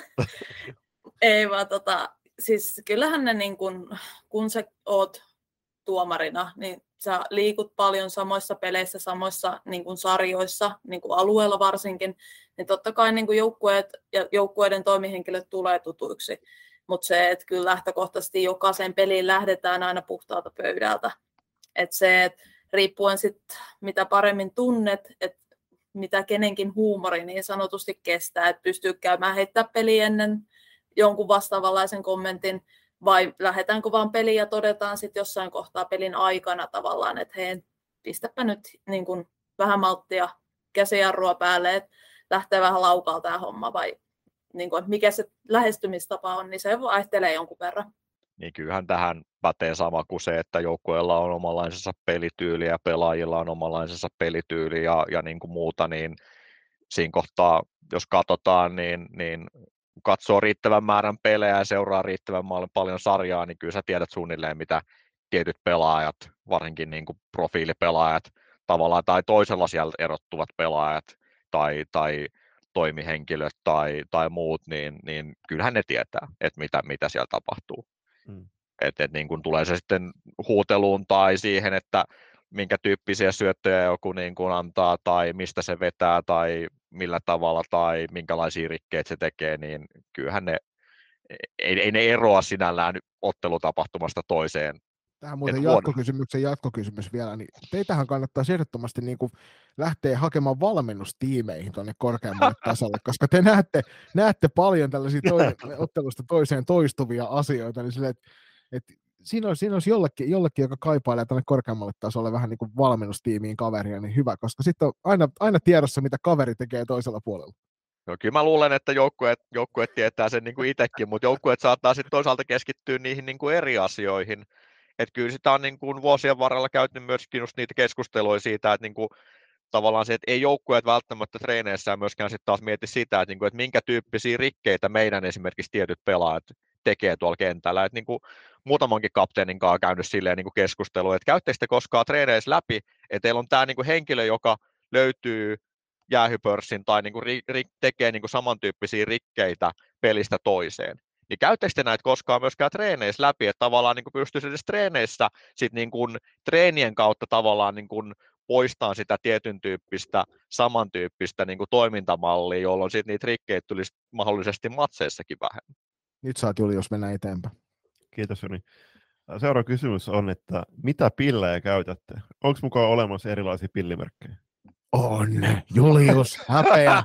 Ei vaan siis kyllähän ne niin kun sä oot tuomarina, niin sä liikut paljon samoissa peleissä, samoissa niin kuin sarjoissa, niin kuin alueella varsinkin, niin totta kai niin kuin joukkueet ja joukkueiden toimihenkilöt tulee tutuiksi. Mutta se, että kyllä lähtökohtaisesti jokaiseen peliin lähdetään aina puhtaalta pöydältä. Että se, että riippuen sitten mitä paremmin tunnet, että mitä kenenkin huumori niin sanotusti kestää, että pystyy käymään heittää peliä ennen jonkun vastaavanlaisen kommentin, vai lähdetäänkö vaan peliin ja todetaan sitten jossain kohtaa pelin aikana tavallaan, että hei, pistäpä nyt niin kun vähän malttia käsijarrua päälle, että lähtee vähän laukaa tämä homma, vai niin kun, mikä se lähestymistapa on, niin se vaihtelee jonkun verran. Niin kyllähän tähän pätee sama kuin se, että joukkueella on omanlaisensa pelityyli ja pelaajilla on omanlaisensa pelityyli ja niin kuin muuta, niin siinä kohtaa, jos katsotaan, niin katsoo riittävän määrän pelejä ja seuraa riittävän paljon sarjaa, niin kyllä sä tiedät suunnilleen, mitä tietyt pelaajat, varsinkin niin kuin profiilipelaajat tavallaan tai toisella siellä erottuvat pelaajat tai toimihenkilöt tai muut, niin kyllähän ne tietää, että mitä siellä tapahtuu. Että niin kun tulee se sitten huuteluun tai siihen, että minkä tyyppisiä syöttöjä joku niin kun antaa tai mistä se vetää tai millä tavalla tai minkälaisia rikkeitä se tekee, niin kyllähän ei ne eroa sinällään ottelutapahtumasta toiseen Tähän muuten jatkokysymys vielä, niin teitähän kannattaisi ehdottomasti niin kuin lähteä hakemaan valmennustiimeihin tuonne korkeammalle tasolle, koska te näette paljon tällaisia ottelusta toiseen toistuvia asioita, niin silleen, että siinä olisi jollekin, joka kaipailee tänne korkeammalle tasolle vähän niin kuin valmennustiimiin kaveria, niin hyvä, koska sitten on aina tiedossa, mitä kaveri tekee toisella puolella. No, kyllä mä luulen, että joukkueet tietää sen niin kuin itsekin, mutta joukkueet saattaa sitten toisaalta keskittyä niihin niin kuin eri asioihin. Että kyllä sitä on niin kuin vuosien varrella käyty myöskin just niitä keskusteluja siitä, että niin kuin tavallaan se, että ei joukkueet välttämättä treeneissään myöskään sitten taas mieti sitä, että, niin kuin, että minkä tyyppisiä rikkeitä meidän esimerkiksi tietyt pelaajat tekee tuolla kentällä. Että niin kuin muutamankin kapteenin kanssa käynyt silleen niin kuin keskustelua, että käyttekö te koskaan treeneissä läpi, että teillä on tämä niin kuin henkilö, joka löytyy jäähypörssin tai niin kuin tekee niin kuin samantyyppisiä rikkeitä pelistä toiseen. Niin käyttekö te näitä koskaan myöskään treeneissä läpi, että tavallaan niin pystyisi edes treeneissä sit niin kuin treenien kautta tavallaan niin kuin poistamaan sitä tietyn tyyppistä, samantyyppistä niin kuin toimintamallia, jolloin sitten niitä rikkeitä tulisi mahdollisesti matseissakin vähemmän. Nyt saat Juli, jos mennään eteenpäin. Kiitos Joni. Seuraava kysymys on, että mitä pillejä käytätte? Onko mukaan olemassa erilaisia pillimerkkejä? On, Julius, häpeä.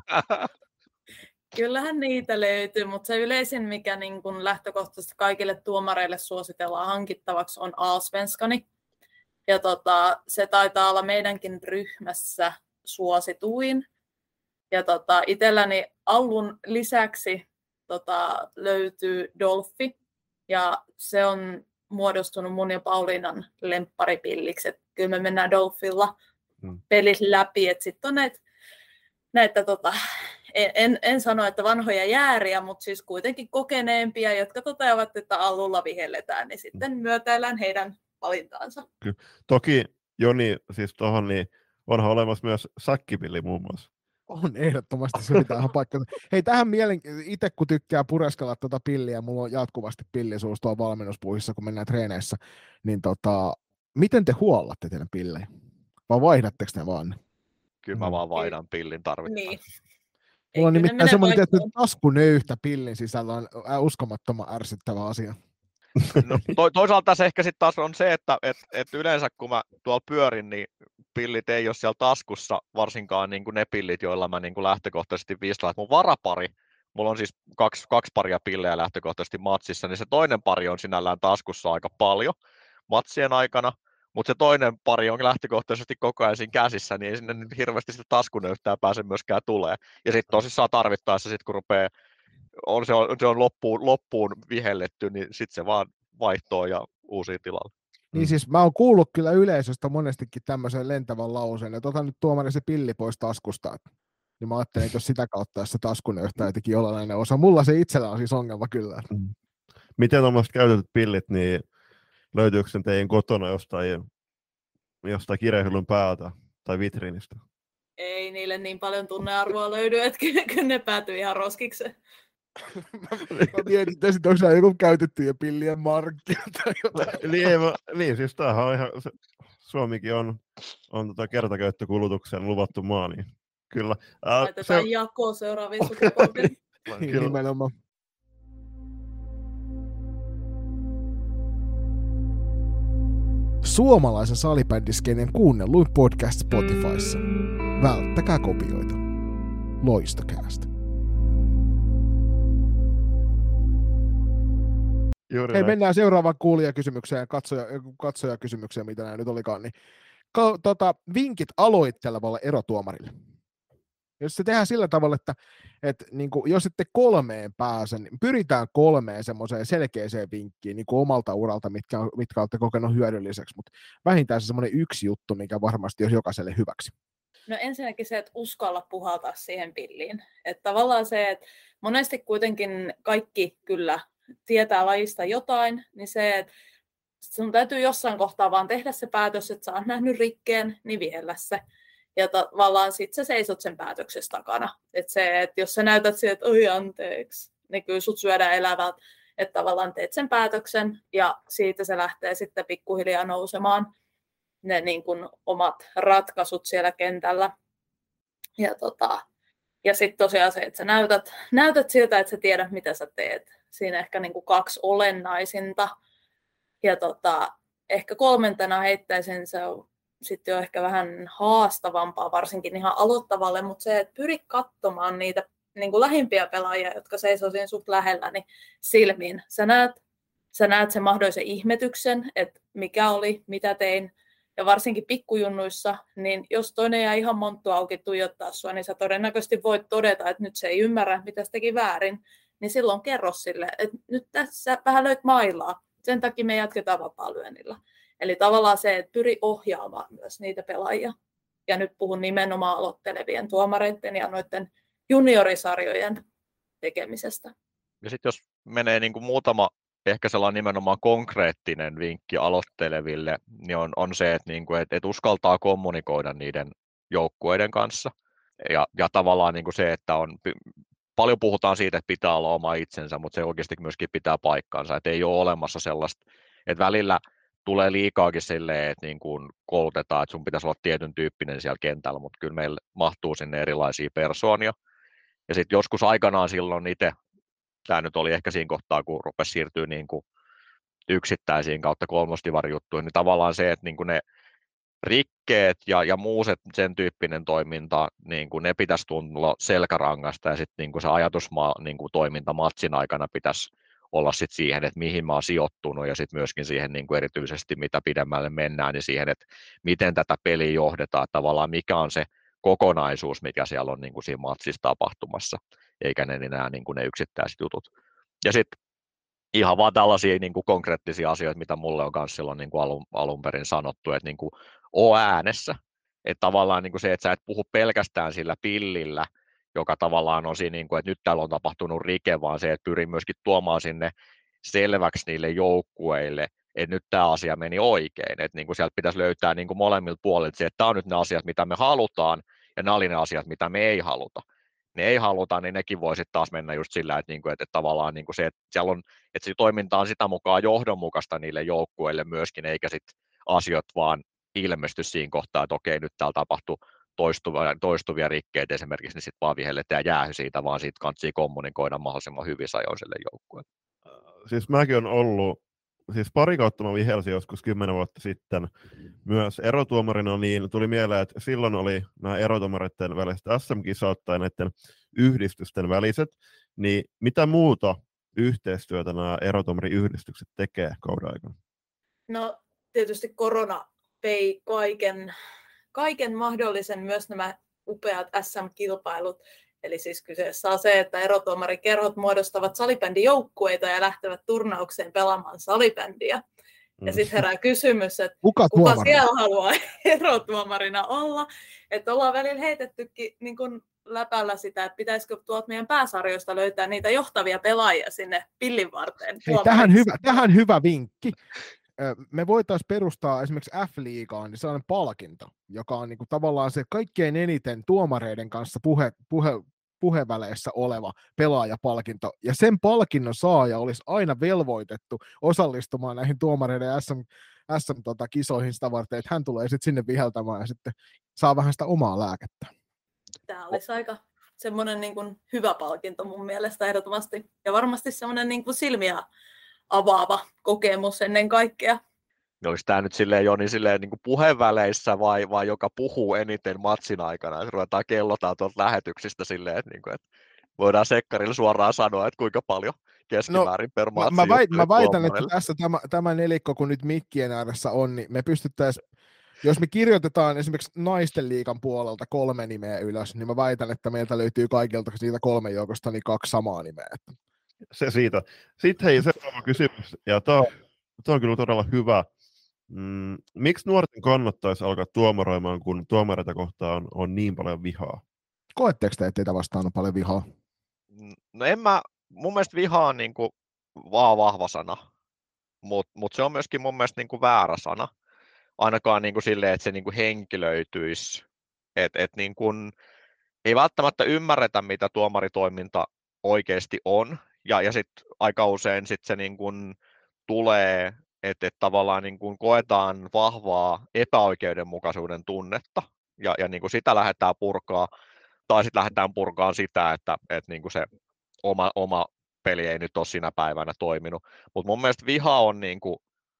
Kyllähän niitä löytyy, mutta se yleisin, mikä niin kun lähtökohtaisesti kaikille tuomareille suositellaan hankittavaksi, on Allsvenskani. Ja se taitaa olla meidänkin ryhmässä suosituin. Ja itselläni Allun lisäksi löytyy Dolphi. Ja se on muodostunut mun ja Pauliinan lempparipilliksi. Et kyllä me mennään Dolphilla pelit läpi. Sitten on näitä en sano, että vanhoja jääriä, mutta siis kuitenkin kokeneempia, jotka toteavat, että Allulla vihelletään, niin sitten myötäillään heidän valintaansa. Kyllä. Toki Joni, siis tuohon, niin onhan olemassa myös säkkipilli muun muassa. On ehdottomasti, se pitää ihan paikkansa. Hei, tähän itse kun tykkää pureskella tuota pilliä, mulla on jatkuvasti pillisuus tuolla valmennuspuissa, kun mennään treeneissä, niin miten te huollatte teidän pillejä? Vai vaihdatteko ne vaan? Kyllä mä vaan vaihdan pillin tarvittaessa. Niin. Mulla on nimittäin semmoinen tietty taskunöyhtä pillin sisällä on uskomattoman ärsyttävä asia. No, toisaalta se ehkä sitten taas on se, että yleensä kun mä tuolla pyörin, niin pillit ei ole siellä taskussa, varsinkaan niin kuin ne pillit, joilla mä niin kuin lähtökohtaisesti viislaan. Mun varapari, mulla on siis kaksi paria pillejä lähtökohtaisesti matsissa, niin se toinen pari on sinällään taskussa aika paljon matsien aikana, mutta se toinen pari on lähtökohtaisesti koko ajan siinä käsissä, niin ei sinne nyt hirveästi sitä taskunöyhtää pääse myöskään tulee. Ja sitten tosissaan tarvittaessa, sit kun rupeaa, se on loppuun vihelletty, niin sitten se vaan vaihtoo ja uusia tilalle. Niin siis mä oon kuullut kyllä yleisöstä monestikin tämmöisen lentävän lauseen, että ota nyt tuomari se pilli pois taskusta. Niin mä ajattelin, että jos sitä kautta, jos se taskunöyhtää jotenkin jollainen osa. Mulla se itsellä on siis ongelma kyllä. Miten tuommoiset käytetyt pillit, niin löytyykö sen teidän kotona jostain kirjahyllyn päältä tai vitriinistä? Ei niille niin paljon tunnearvoa löydy, että kyllä ne päätyy ihan roskikseen. Mä mietin, että onko nämä joku käytettyjä pillien markkia tai jotain. Niin, siis tämähän on ihan, Suomikin on kertakäyttökulutuksen luvattu maa, niin kyllä. Laitetaan jakoon seuraaviin sukupolviin. Nimenomaan. Suomalaisen salibändiskeinen kuunnelluin podcast Spotifyssa. Välttäkää kopioita. Loistokäästä. Hei, mennään seuraavaan kuulijakysymykseen, katsojakysymykseen, mitä nämä nyt olikaan. Niin, vinkit aloittelevalle erotuomarille. Jos se tehdään sillä tavalla, että niin kuin, jos ette 3 pääse, niin pyritään 3 semmoiseen selkeäseen vinkkiin niin kuin omalta uralta, mitkä olette kokenut hyödylliseksi, mutta vähintään se semmoinen yksi juttu, mikä varmasti olisi jokaiselle hyväksi. No ensinnäkin se, että uskalla puhaltaa siihen pilliin. Että tavallaan se, että monesti kuitenkin kaikki kyllä tietää lajista jotain, niin se, että sun täytyy jossain kohtaa vaan tehdä se päätös, että sä oot nähnyt rikkeen, niin vihellä se. Ja tavallaan sit sä seisot sen päätöksessä takana. Että se, että jos sä näytät siihen, että oi anteeksi, niin kyllä sut syödään elävältä. Että tavallaan teet sen päätöksen ja siitä se lähtee sitten pikkuhiljaa nousemaan ne niin kuin omat ratkaisut siellä kentällä. Ja sitten tosiaan se, että sä näytät siltä, että sä tiedät, mitä sä teet. Siinä ehkä niin kuin 2 olennaisinta. Ja ehkä kolmantena heittäisin, se on sitten jo ehkä vähän haastavampaa, varsinkin ihan aloittavalle, mutta se, että pyri katsomaan niitä niin kuin lähimpiä pelaajia, jotka seisoo siinä suht lähellä, niin silmiin. Sä näet sen mahdollisen ihmetyksen, että mikä oli, mitä tein, ja varsinkin pikkujunnuissa, niin jos toinen jää ihan monttu auki tuijottaa sua, niin sä todennäköisesti voit todeta, että nyt se ei ymmärrä, mitä se teki väärin, niin silloin kerro sille, että nyt tässä vähän löit mailaa, sen takia me jatketaan vapaa-lyönnillä. Eli tavallaan se, että pyri ohjaamaan myös niitä pelaajia. Ja nyt puhun nimenomaan aloittelevien tuomareiden ja noiden juniorisarjojen tekemisestä. Ja sitten jos menee niin kuin muutama ehkä sellainen nimenomaan konkreettinen vinkki aloitteleville, niin on se, että, niin kuin, että uskaltaa kommunikoida niiden joukkueiden kanssa. Ja tavallaan niin kuin se, että paljon puhutaan siitä, että pitää olla oma itsensä, mutta se oikeasti myöskin pitää paikkansa. Että ei ole olemassa sellaista, että välillä tulee liikaakin silleen, että niin kuin koulutetaan, että sun pitäisi olla tietyn tyyppinen siellä kentällä, mutta kyllä meillä mahtuu sinne erilaisia persoonia. Ja sitten joskus aikanaan silloin itse, tämä nyt oli ehkä siinä kohtaa, kun rupesi siirtyä niin kuin yksittäisiin kautta kolmostivarijuttuihin, niin tavallaan se, että niin kuin ne rikkeet ja muu sen tyyppinen toiminta, niin kuin ne pitäisi tulla selkärangasta ja sitten niin se niin toiminta matsin aikana pitäisi olla sit siihen, että mihin mä oon sijoittunut ja sitten myöskin siihen niin kuin erityisesti mitä pidemmälle mennään, niin siihen, että miten tätä peliä johdetaan, tavallaan mikä on se kokonaisuus, mikä siellä on niin kuin siinä matsissa tapahtumassa, eikä ne enää niin kuin ne yksittäiset jutut. Ja sitten ihan vaan tällaisia niin kuin konkreettisia asioita, mitä mulle on myös silloin niin kuin alun perin sanottu, että niin kuin oo äänessä. Että tavallaan niin kuin se, että sä et puhu pelkästään sillä pillillä, joka tavallaan on siinä, niin kuin, että nyt täällä on tapahtunut rike, vaan se, että pyrin myöskin tuomaan sinne selväksi niille joukkueille, että nyt tämä asia meni oikein. Että niin kuin sieltä pitäisi löytää niin kuin molemmilta puolilta se, että tämä on nyt ne asiat, mitä me halutaan, ja nämä oli ne asiat, mitä me ei haluta. Ne ei haluta, niin nekin voi sitten taas mennä just sillä, että tavallaan niin kuin se, että siellä on, että se toiminta on sitä mukaan johdonmukaista niille joukkueille myöskin, eikä sitten asiat vaan ilmesty siinä kohtaa, että okei, nyt täällä tapahtuu toistuvia rikkeitä esimerkiksi, niin sitten vaan vihelletään jäähy siitä, vaan siitä kannattaa kommunikoida mahdollisimman hyvissä ajoin sille joukkueelle. Siis mäkin on ollut, siis pari kautta mä vihelsin joskus 10 vuotta sitten myös erotuomarina, niin tuli mieleen, että silloin oli nämä erotuomareiden väliset SM-kisat tai näiden yhdistysten väliset, niin mitä muuta yhteistyötä nämä erotuomariyhdistykset tekee kauden aikana? No tietysti korona vei kaiken mahdollisen, myös nämä upeat SM-kilpailut. Eli siis kyseessä on se, että erotuomarikerhot muodostavat salibändijoukkueita ja lähtevät turnaukseen pelaamaan salibändiä. Ja sitten herää kysymys, että kuka siellä haluaa erotuomarina olla. Että ollaan välillä heitettykin niin kun läpällä sitä, että pitäisikö tuolta meidän pääsarjoista löytää niitä johtavia pelaajia sinne pillin varteen. Hei, tähän hyvä vinkki. Me voitaisiin perustaa esimerkiksi F-liigaan niin sellainen palkinto, joka on niinku tavallaan se kaikkein eniten tuomareiden kanssa puheväleissä oleva pelaajapalkinto, ja sen palkinnon saaja olisi aina velvoitettu osallistumaan näihin tuomareiden SM-kisoihin sitä varten, että hän tulee sitten sinne viheltämään ja sitten saa vähän sitä omaa lääkettä. Tämä olisi aika semmoinen niin kuin hyvä palkinto mun mielestä ehdottomasti, ja varmasti semmoinen niin kuin silmiä avaava kokemus ennen kaikkea. Olisi tämä nyt silleen Joni silleen niin kuin puheväleissä vai joka puhuu eniten matsin aikana, että ruvetaan kellotaan tuolta lähetyksistä silleen, että, niin kuin, että voidaan sekkarilla suoraan sanoa, että kuinka paljon keskimäärin per matsi. Mä väitän, että tässä tämä nelikko, kun nyt mikkien ääressä on, niin me pystyttäisiin, jos me kirjoitetaan esimerkiksi naisten liigan puolelta 3 nimeä ylös, niin mä väitän, että meiltä löytyy kaikilta siitä 3 joukosta niin 2 samaa nimeä. Se siitä. Sitten hei, seuraava kysymys, ja tämä on kyllä todella hyvä. Miksi nuorten kannattaisi alkaa tuomaroimaan, kun tuomareita kohtaan on niin paljon vihaa? Koetteko te, että teitä vastaan on paljon vihaa? No mun mielestä viha on niin kuin vaan vahva sana, mutta se on myöskin mun mielestä niin kuin väärä sana. Ainakaan niin kuin silleen, että se niin kuin henkilöityisi. Niin kuin, ei välttämättä ymmärretä, mitä tuomaritoiminta oikeasti on, ja sitten aika usein sit se niin kuin tulee, että tavallaan niin kuin koetaan vahvaa epäoikeudenmukaisuuden tunnetta, ja niin kuin sitä lähdetään purkaa, tai sitten lähdetään purkaan sitä, että niin kuin se oma peli ei nyt ole siinä päivänä toiminut. Mutta mun mielestä viha on niin kuin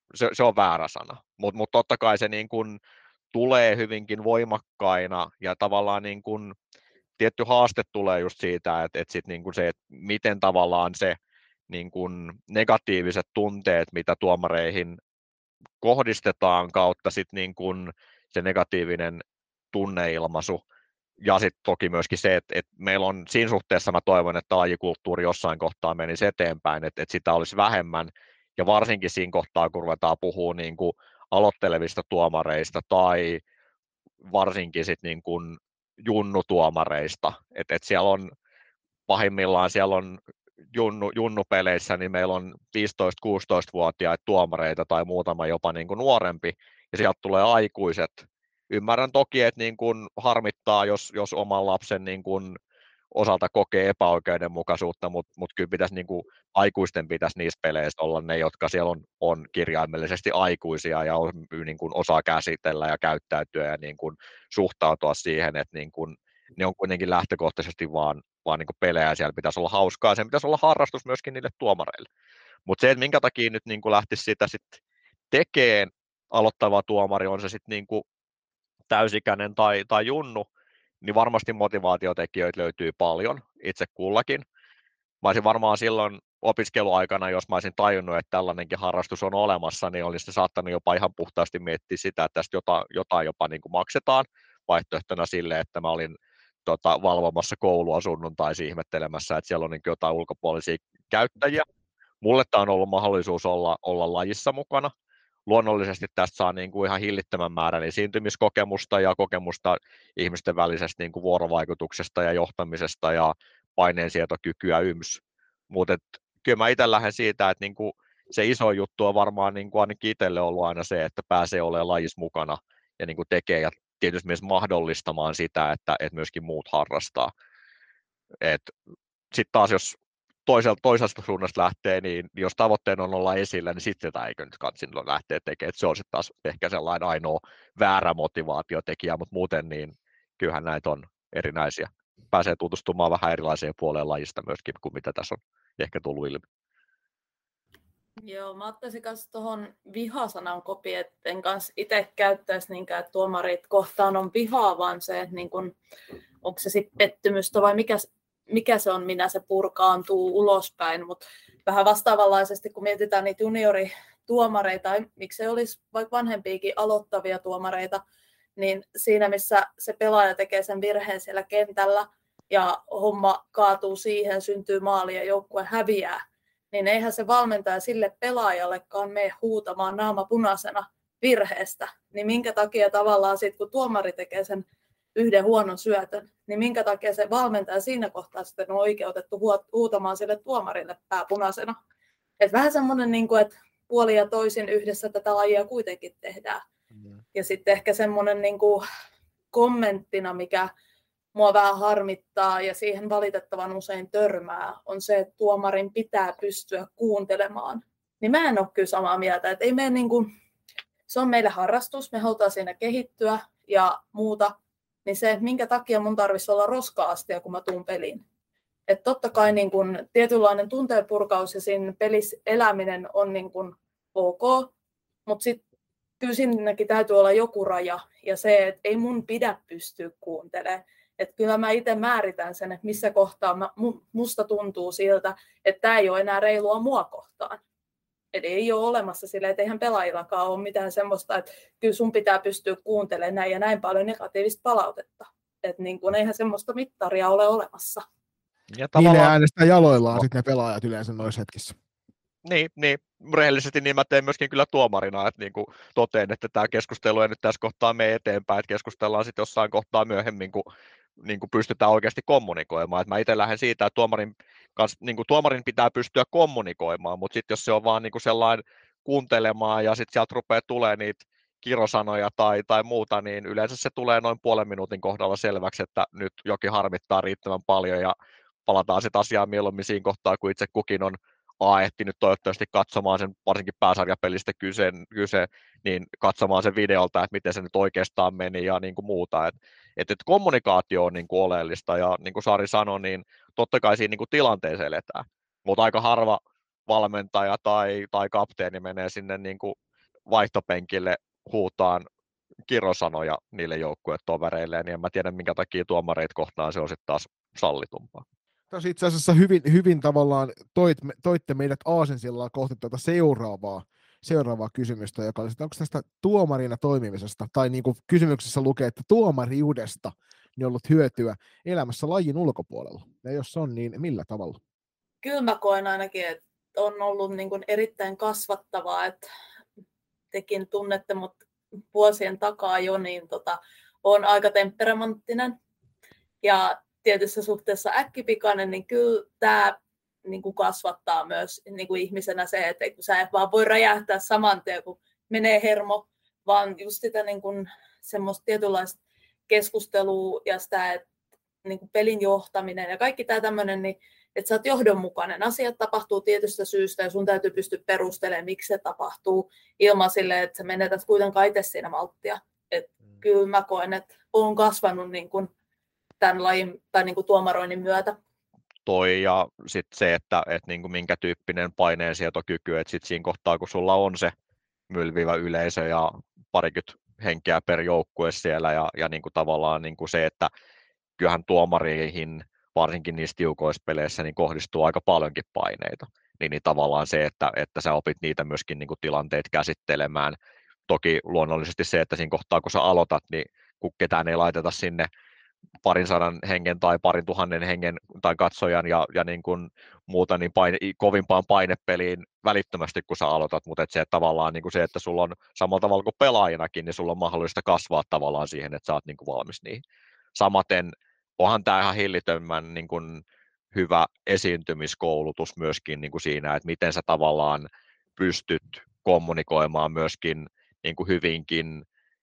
se on väärä sana, mutta totta kai se niin kuin tulee hyvinkin voimakkaina ja tavallaan niin kuin tietty haaste tulee just siitä, että sit niin kuin se, että miten tavallaan se niin kuin negatiiviset tunteet, mitä tuomareihin kohdistetaan kautta sit niin kuin se negatiivinen tunneilmaisu. Ja sitten toki myöskin se, että meillä on siinä suhteessa, mä toivon, että lajikulttuuri jossain kohtaa menisi eteenpäin, että sitä olisi vähemmän. Ja varsinkin siinä kohtaa, kun ruvetaan puhua niin kuin aloittelevista tuomareista tai varsinkin sit niin kuin junnutuomareista. Et siellä on pahimmillaan siellä on junnupeleissä, niin meillä on 15-16-vuotiaita tuomareita tai muutama jopa niin kuin nuorempi, ja sieltä tulee aikuiset. Ymmärrän toki, että niin kuin harmittaa, jos oman lapsen niin kuin osalta kokee epäoikeudenmukaisuutta, mutta kyllä pitäisi niin kuin, aikuisten pitäisi niissä peleissä olla ne, jotka siellä on kirjaimellisesti aikuisia ja niin kuin osaa käsitellä ja käyttäytyä ja niin kuin suhtautua siihen, että niin kuin, ne on kuitenkin lähtökohtaisesti vaan niin kuin pelejä, ja siellä pitäisi olla hauskaa, sen pitäisi olla harrastus myöskin niille tuomareille. Mutta se, että minkä takia nyt niin kuin lähtisi sitä sitten tekemään aloittava tuomari, on se sitten niin kuin täysikäinen tai junnu, niin varmasti motivaatiotekijöitä löytyy paljon itse kullakin. Mä olisin varmaan silloin opiskeluaikana, jos mä olisin tajunnut, että tällainenkin harrastus on olemassa, niin olisin saattanut jopa ihan puhtaasti miettiä sitä, että tästä jotain jopa niin kuin maksetaan vaihtoehtona sille, että mä olin valvomassa koulua sunnuntaisin ihmettelemässä, että siellä on niin jotain ulkopuolisia käyttäjiä. Mulle tämä on ollut mahdollisuus olla lajissa mukana. Luonnollisesti tästä saa niin kuin ihan hillittömän määrän esiintymiskokemusta ja kokemusta ihmisten välisestä niin kuin vuorovaikutuksesta ja johtamisesta ja paineensietokykyä yms. Mutta kyllä mä itse lähden siitä, että niin kuin se iso juttu on varmaan niin kuin ainakin itselle ollut aina se, että pääsee olemaan lajissa mukana ja niin kuin tekee ja tietysti myös mahdollistamaan sitä, että myöskin muut harrastaa. Sitten taas jos toisesta suunnasta lähtee, niin jos tavoitteena on olla esillä, niin sitten sitä eikö nyt kanssa lähteä tekemään. Se on sitten taas ehkä sellainen ainoa väärä motivaatiotekijä, mutta muuten niin kyllähän näitä on erinäisiä. Pääsee tutustumaan vähän erilaiseen puoleen lajista myöskin, kuin mitä tässä on ehkä tullut ilmi. Joo, mä ottaisin kanssa tuohon vihasanan kopi, että en kanssa itse käyttäisi niinkään, että tuomarit kohtaan on vihaa, vaan se, että niin kun, onko se sitten pettymystä vai mikä se on, minä se purkaantuu ulospäin, mutta vähän vastaavanlaisesti, kun mietitään niitä juniorituomareita, tai miksei olisi vaikka vanhempiakin aloittavia tuomareita, niin siinä, missä se pelaaja tekee sen virheen siellä kentällä, ja homma kaatuu siihen, syntyy maali ja joukkue häviää, niin eihän se valmentaja sille pelaajallekaan mene huutamaan naama punaisena virheestä, niin minkä takia tavallaan sitten, kun tuomari tekee sen yhden huonon syötön, niin minkä takia se valmentaja siinä kohtaa sitten on oikeutettu huutamaan sille tuomarille pääpunaisena. Et vähän semmoinen, että puoli ja toisin yhdessä tätä lajia kuitenkin tehdään. Ja sitten ehkä semmoinen kommenttina, mikä mua vähän harmittaa ja siihen valitettavan usein törmää, on se, että tuomarin pitää pystyä kuuntelemaan. Niin mä en ole kyllä samaa mieltä, että ei me se on meille harrastus, me halutaan siinä kehittyä ja muuta, niin se, minkä takia mun tarvitsisi olla roska-astia, kun mä tuun peliin. Että totta kai tietynlainen tunteenpurkaus ja siinä pelissä eläminen on ok, mutta sitten kyllä siinäkin täytyy olla joku raja. Ja se, että ei mun pidä pystyä kuuntelemaan. Että kyllä mä itse määritän sen, että missä kohtaa musta tuntuu siltä, että tämä ei ole enää reilua mua kohtaan. Eli ei ole olemassa silleen, että eihän pelaajillakaan ole mitään semmoista, että kyllä sun pitää pystyä kuuntelemaan näin ja näin paljon negatiivista palautetta. Että eihän semmoista mittaria ole olemassa. Ja Niille äänestää jaloillaan sitten ne pelaajat yleensä noissa hetkissä. Niin, rehellisesti niin mä teen myöskin kyllä tuomarina, että toteen, että tämä keskustelu ei nyt tässä kohtaa mene eteenpäin, että keskustellaan sitten jossain kohtaa myöhemmin, kun pystytään oikeasti kommunikoimaan. Et mä itse lähden siitä, että tuomarin pitää pystyä kommunikoimaan, mutta sitten jos se on vaan sellainen kuuntelemaan ja sitten sieltä rupeaa tulemaan niitä kirosanoja tai muuta, niin yleensä se tulee noin puolen minuutin kohdalla selväksi, että nyt jokin harmittaa riittävän paljon ja palataan sitten asiaan mieluummin siinä kohtaa, kun itse kukin on ehtinyt toivottavasti katsomaan sen, varsinkin pääsarjapelistä kyse, niin katsomaan sen videolta, että miten se nyt oikeastaan meni ja muuta. Että kommunikaatio on oleellista ja niin kuin Sari sanoi, niin totta kai siinä tilanteessa eletään, mutta aika harva valmentaja tai kapteeni menee sinne vaihtopenkille huutaan kirosanoja niille joukkuetovereille, niin en mä tiedä, minkä takia tuomareita kohtaan se on sitten taas sallitumpaa. Tässä itse asiassa hyvin tavallaan toitte meidät aasinsillaan kohti tuota seuraavaa kysymystä, joka oli, että onko tästä tuomarina toimimisesta, tai niin kuin kysymyksessä lukee, että tuomariudesta niin ollut hyötyä elämässä lajin ulkopuolella. Ja jos on, niin millä tavalla? Kyllä mä koen ainakin, että on ollut niin kuin erittäin kasvattavaa, että tekin tunnette mut vuosien takaa jo, niin on aika temperamenttinen ja tietyssä suhteessa äkkipikainen, niin kyllä tämä niin kuin kasvattaa myös niin kuin ihmisenä se, että kun sä et vaan voi räjähtää saman tien, kun menee hermo, vaan just sitä niin kuin semmoista tietynlaista keskustelua ja sitä, että niin kuin pelin johtaminen ja kaikki tämä tämmöinen, niin että sä oot johdonmukainen. Asiat tapahtuu tietystä syystä ja sun täytyy pystyä perustelemaan, miksi se tapahtuu ilman silleen, että sä menetät kuitenkaan itse siinä malttia. Kyllä mä koen, että olen kasvanut niin kuin tämän lajin tai niin kuin tuomaroinnin myötä. Toi ja sitten se, että niin kuin minkä tyyppinen paineensietokyky, että sitten siinä kohtaa, kun sulla on se mylvivä yleisö ja parikymmentä henkeä per joukkue siellä ja niin kuin tavallaan niin kuin se, että kyllähän tuomariin varsinkin niissä tiukoissa peleissä niin kohdistuu aika paljonkin paineita, niin tavallaan se, että sä opit niitä myöskin niin kuin tilanteet käsittelemään. Toki luonnollisesti se, että siinä kohtaa kun sä aloitat, niin kun ketään ei laiteta sinne 200 hengen tai 2,000 hengen tai katsojan ja niin kuin muuta niin kovimpaan painepeliin välittömästi, kun sä aloitat, mutta se että tavallaan niin kuin se, että sulla on samalla tavalla kuin pelaajinakin, niin sulla on mahdollista kasvaa tavallaan siihen, että sä oot niin kuin valmis niihin. Samaten onhan tämä ihan hillittömän niin kuin hyvä esiintymiskoulutus myöskin niin kuin siinä, että miten sä tavallaan pystyt kommunikoimaan myöskin niin kuin hyvinkin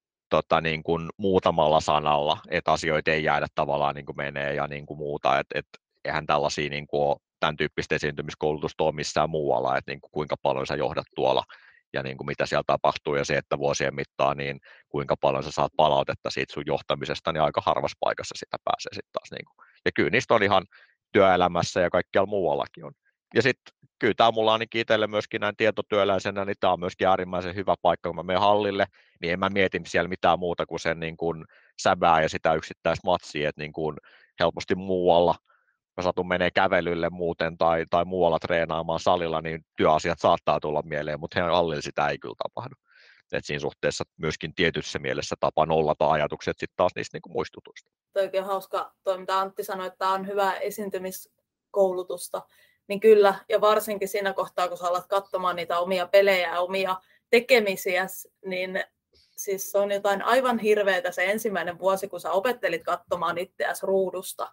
niin kuin muutamalla sanalla, että asioita ei jäädä tavallaan niin kuin menee ja niin kuin muuta, että eihän tällaisia niin kuin ole, tämän tyyppistä esiintymiskoulutusta ole missään muualla, että niin kuin kuinka paljon sä johdat tuolla ja niin kuin mitä siellä tapahtuu ja se, että vuosien mittaan niin kuinka paljon sä saat palautetta siitä sun johtamisesta, niin aika harvassa paikassa sitä pääsee sitten taas. Niin kuin. Ja kyllä niistä on ihan työelämässä ja kaikkialla muuallakin on. Ja sitten kyllä tämä mulla ainakin itselle myöskin näin tietotyöläisenä, niin tämä on myöskin äärimmäisen hyvä paikka, kun mä menen hallille, niin en mä mieti siellä mitään muuta kuin sen niin kuin säbää ja sitä yksittäistä matsia, että niin kuin helposti muualla mä satun menee kävelylle muuten tai muualla treenaamaan salilla, niin työasiat saattaa tulla mieleen, mutta heidän hallilla sitä ei kyllä tapahdu. Et siinä suhteessa myöskin tietyssä mielessä tapa nollata ajatukset sitten taas niistä niin muistutuista. Oikein hauska toi, mitä Antti sanoi, että tämä on hyvää esiintymiskoulutusta. Niin kyllä, ja varsinkin siinä kohtaa, kun sä alat katsomaan niitä omia pelejä ja omia tekemisiä, niin siis se on jotain aivan hirveätä se ensimmäinen vuosi, kun sä opettelit katsomaan itseäsi ruudusta.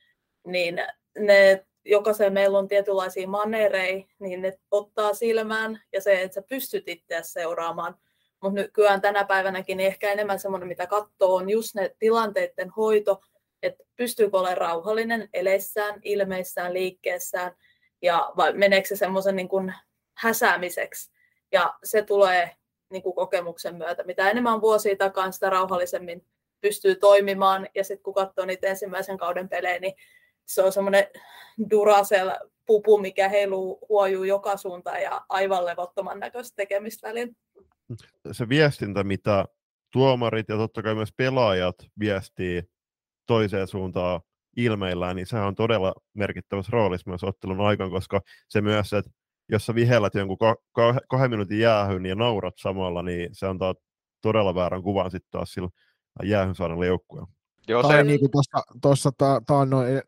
Niin jokaisen meillä on tietynlaisia manereja, niin ne ottaa silmään ja se, että sä pystyt itseäsi seuraamaan. Mutta nykyään tänä päivänäkin niin ehkä enemmän semmoinen, mitä katsoo, on just ne tilanteiden hoito, että pystyykö olemaan rauhallinen eleissään, ilmeissään, liikkeessään, ja vai meneekö se semmoisen niin kuin häsäämiseksi. Ja se tulee niin kuin kokemuksen myötä. Mitä enemmän on vuosia takaa, sitä rauhallisemmin pystyy toimimaan. Ja sitten kun katsoo niitä ensimmäisen kauden pelejä, niin se on semmoinen Duracell-pupu, mikä huojuu joka suuntaan ja aivan levottoman näköistä tekemistä välillä. Se viestintä, mitä tuomarit ja totta kai myös pelaajat viestii toiseen suuntaan ilmeillään, niin sehän on todella merkittävässä roolissa myös ottelun aikana, koska se myös, että jos sä vihellät jonkun 2 minuutin jäähyn ja naurat samalla, niin se antaa todella väärän kuvan sitten taas sillä jäähyn saadalle joukkueella. Tai niin kuin tuossa taannoin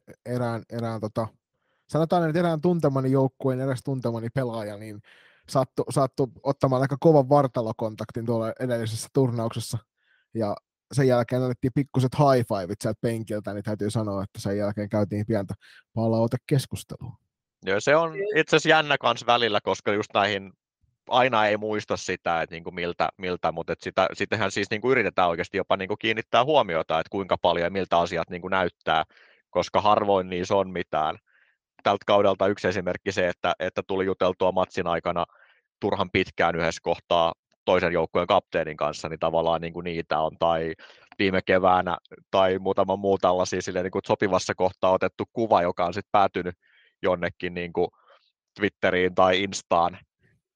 sanotaan, että erään tuntemani joukkueen eräs tuntemani pelaaja, niin sattui ottamaan aika kovan vartalokontaktin tuolla edellisessä turnauksessa, ja sen jälkeen annettiin pikkuset high fiveit sieltä penkiltä, niin täytyy sanoa, että sen jälkeen käytiin pientä palautekeskustelua. Joo, se on itse asiassa jännä kans välillä, koska just näihin aina ei muista sitä, että niinku miltä mutta sitähän siis niinku yritetään oikeasti jopa niinku kiinnittää huomiota, että kuinka paljon ja miltä asiat niinku näyttää, koska harvoin niissä on mitään. Tältä kaudelta yksi esimerkki se, että tuli juteltua matsin aikana turhan pitkään yhdessä kohtaa toisen joukkueen kapteenin kanssa, niin tavallaan niin kuin niitä on, tai viime keväänä, tai muutama muu tällaisia silleen, niin kuin sopivassa kohtaa otettu kuva, joka on sitten päätynyt jonnekin niin kuin Twitteriin tai Instaan,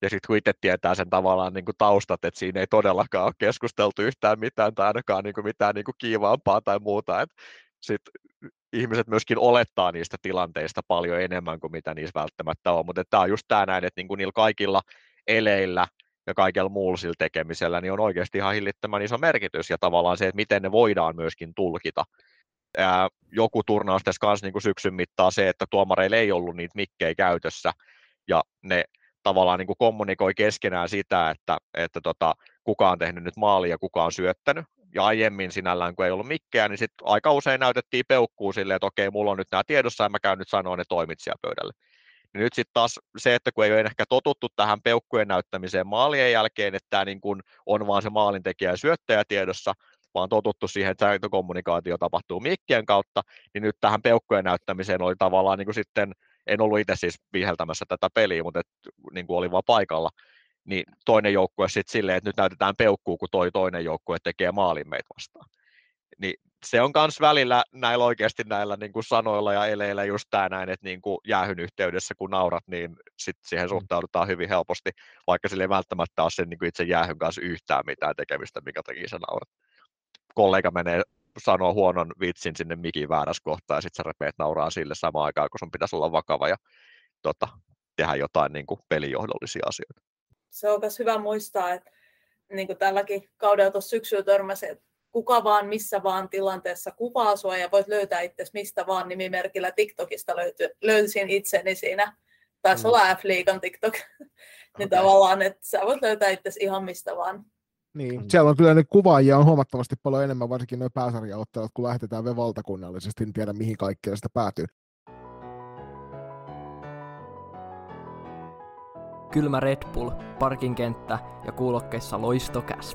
Ja sitten kun itse tietää sen tavallaan niin kuin taustat, että siinä ei todellakaan ole keskusteltu yhtään mitään tai ainakaan niin kuin mitään niin kuin kiivaampaa tai muuta. Sitten ihmiset myöskin olettaa niistä tilanteista paljon enemmän kuin mitä niissä välttämättä on. Mutta tämä on just tämä näin, että niin kuin niillä kaikilla eleillä ja kaikella muulla sillä tekemisellä niin on oikeasti ihan hillittömän iso merkitys. Ja tavallaan se, että miten ne voidaan myöskin tulkita. Joku turnaus tässä kanssa niin kuin syksyn mittaan se, että tuomareilla ei ollut niitä mikkejä käytössä. Ja ne tavallaan niin kuin kommunikoi keskenään sitä, että kuka on tehnyt nyt maali ja kuka on syöttänyt. Ja aiemmin sinällään, kun ei ollut mikkejä, niin sit aika usein näytettiin peukkuu silleen, että okei, mulla on nyt nämä tiedossa ja mä käyn nyt sanoa ne toimitsija pöydälle. Ja nyt sitten taas se, että kun ei ole ehkä totuttu tähän peukkujen näyttämiseen maalien jälkeen, että tämä niin kuin on vaan se maalintekijä ja syöttäjä tiedossa, vaan totuttu siihen, että kommunikaatio tapahtuu mikkien kautta, niin nyt tähän peukkujen näyttämiseen oli tavallaan niin kuin sitten, en ollut itse siis viheltämässä tätä peliä, mutta niin kuin oli vaan paikalla, niin toinen joukkue sitten silleen, että nyt näytetään peukkuu, kun toinen joukkue tekee maalin meitä vastaan. Niin se on myös välillä näillä oikeasti näillä niin kuin sanoilla ja eleillä just tämä näin, että niin kuin jäähyn yhteydessä kun naurat, niin sitten siihen suhtaudutaan hyvin helposti, vaikka sillä ei välttämättä ole sen niin kuin itse jäähyn kanssa yhtään mitään tekemistä, mikä takia sä naurat. Kollega menee sanoo huonon vitsin sinne mikin väärässä kohtaa ja sitten sä repeät nauraa sille samaan aikaan, kun sun pitäisi olla vakava ja tehdä jotain niin kuin pelijohdollisia asioita. Se on myös hyvä muistaa, että niin kuin tälläkin kaudella tuossa syksyllä törmäsi, että kuka vaan missä vaan tilanteessa kuvaa sua ja voit löytää itsesi mistä vaan nimimerkillä TikTokista löysin itseni siinä. Taisi olla F-liigan TikTok. Niin tavallaan, että sä voit löytää itsesi ihan mistä vaan. Niin, siellä on kyllä ne kuvaajia on huomattavasti paljon enemmän, varsinkin nuo pääsarjaottelut, kun lähetetään valtakunnallisesti, en tiedä mihin kaikkea sitä päätyy. Kylmä Red Bull, parkinkenttä ja kuulokkeissa Loistokäst.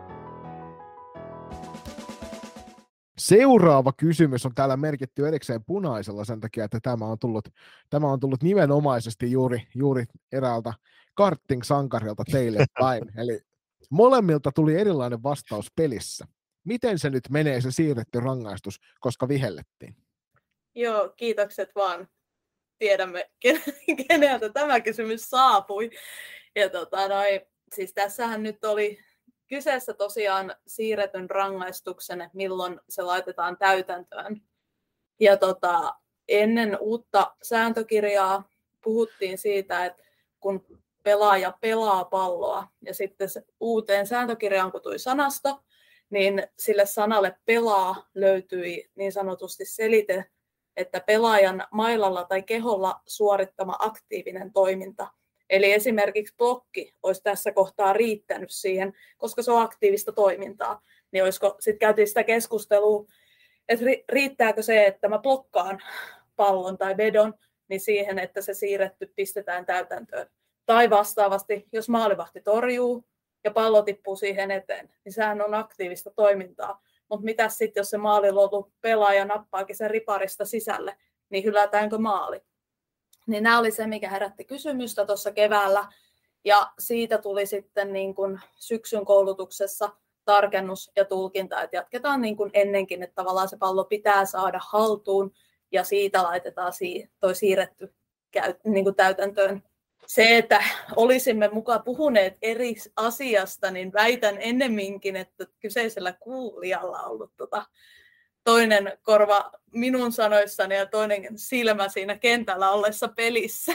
Seuraava kysymys on täällä merkitty erikseen punaisella sen takia, että tämä on tullut nimenomaisesti juuri eräältä karting-sankarilta teille päin. Eli molemmilta tuli erilainen vastaus pelissä. Miten se nyt menee se siirretty rangaistus, koska vihellettiin? Joo, kiitokset vaan. Tiedämme, keneltä tämä kysymys saapui. Ja siis tässähän nyt oli kyseessä tosiaan siirretyn rangaistuksen, että milloin se laitetaan täytäntöön. Ja ennen uutta sääntökirjaa puhuttiin siitä, että kun pelaaja pelaa palloa ja sitten uuteen sääntökirjaan kun tuli sanasto, niin sille sanalle pelaa löytyi niin sanotusti selite, että pelaajan mailalla tai keholla suorittama aktiivinen toiminta. Eli esimerkiksi blokki olisi tässä kohtaa riittänyt siihen, koska se on aktiivista toimintaa. Niin sitten käytiin sitä keskustelua, että riittääkö se, että mä blokkaan pallon tai vedon, niin siihen, että se siirretty pistetään täytäntöön. Tai vastaavasti, jos maalivahti torjuu ja pallo tippuu siihen eteen, niin sehän on aktiivista toimintaa. Mutta mitä sitten, jos se maalilla ollut pelaaja nappaakin sen riparista sisälle, niin hylätäänkö maali? Niin nämä oli se, mikä herätti kysymystä tuossa keväällä. Ja siitä tuli sitten niin kuin syksyn koulutuksessa tarkennus ja tulkinta, että jatketaan niin kuin ennenkin, että tavallaan se pallo pitää saada haltuun ja siitä laitetaan toi siirretty niin kuin täytäntöön. Se, että olisimme mukaan puhuneet eri asiasta, niin väitän ennemminkin, että kyseisellä kuulijalla on ollut toinen korva minun sanoissani ja toinen silmä siinä kentällä ollessa pelissä.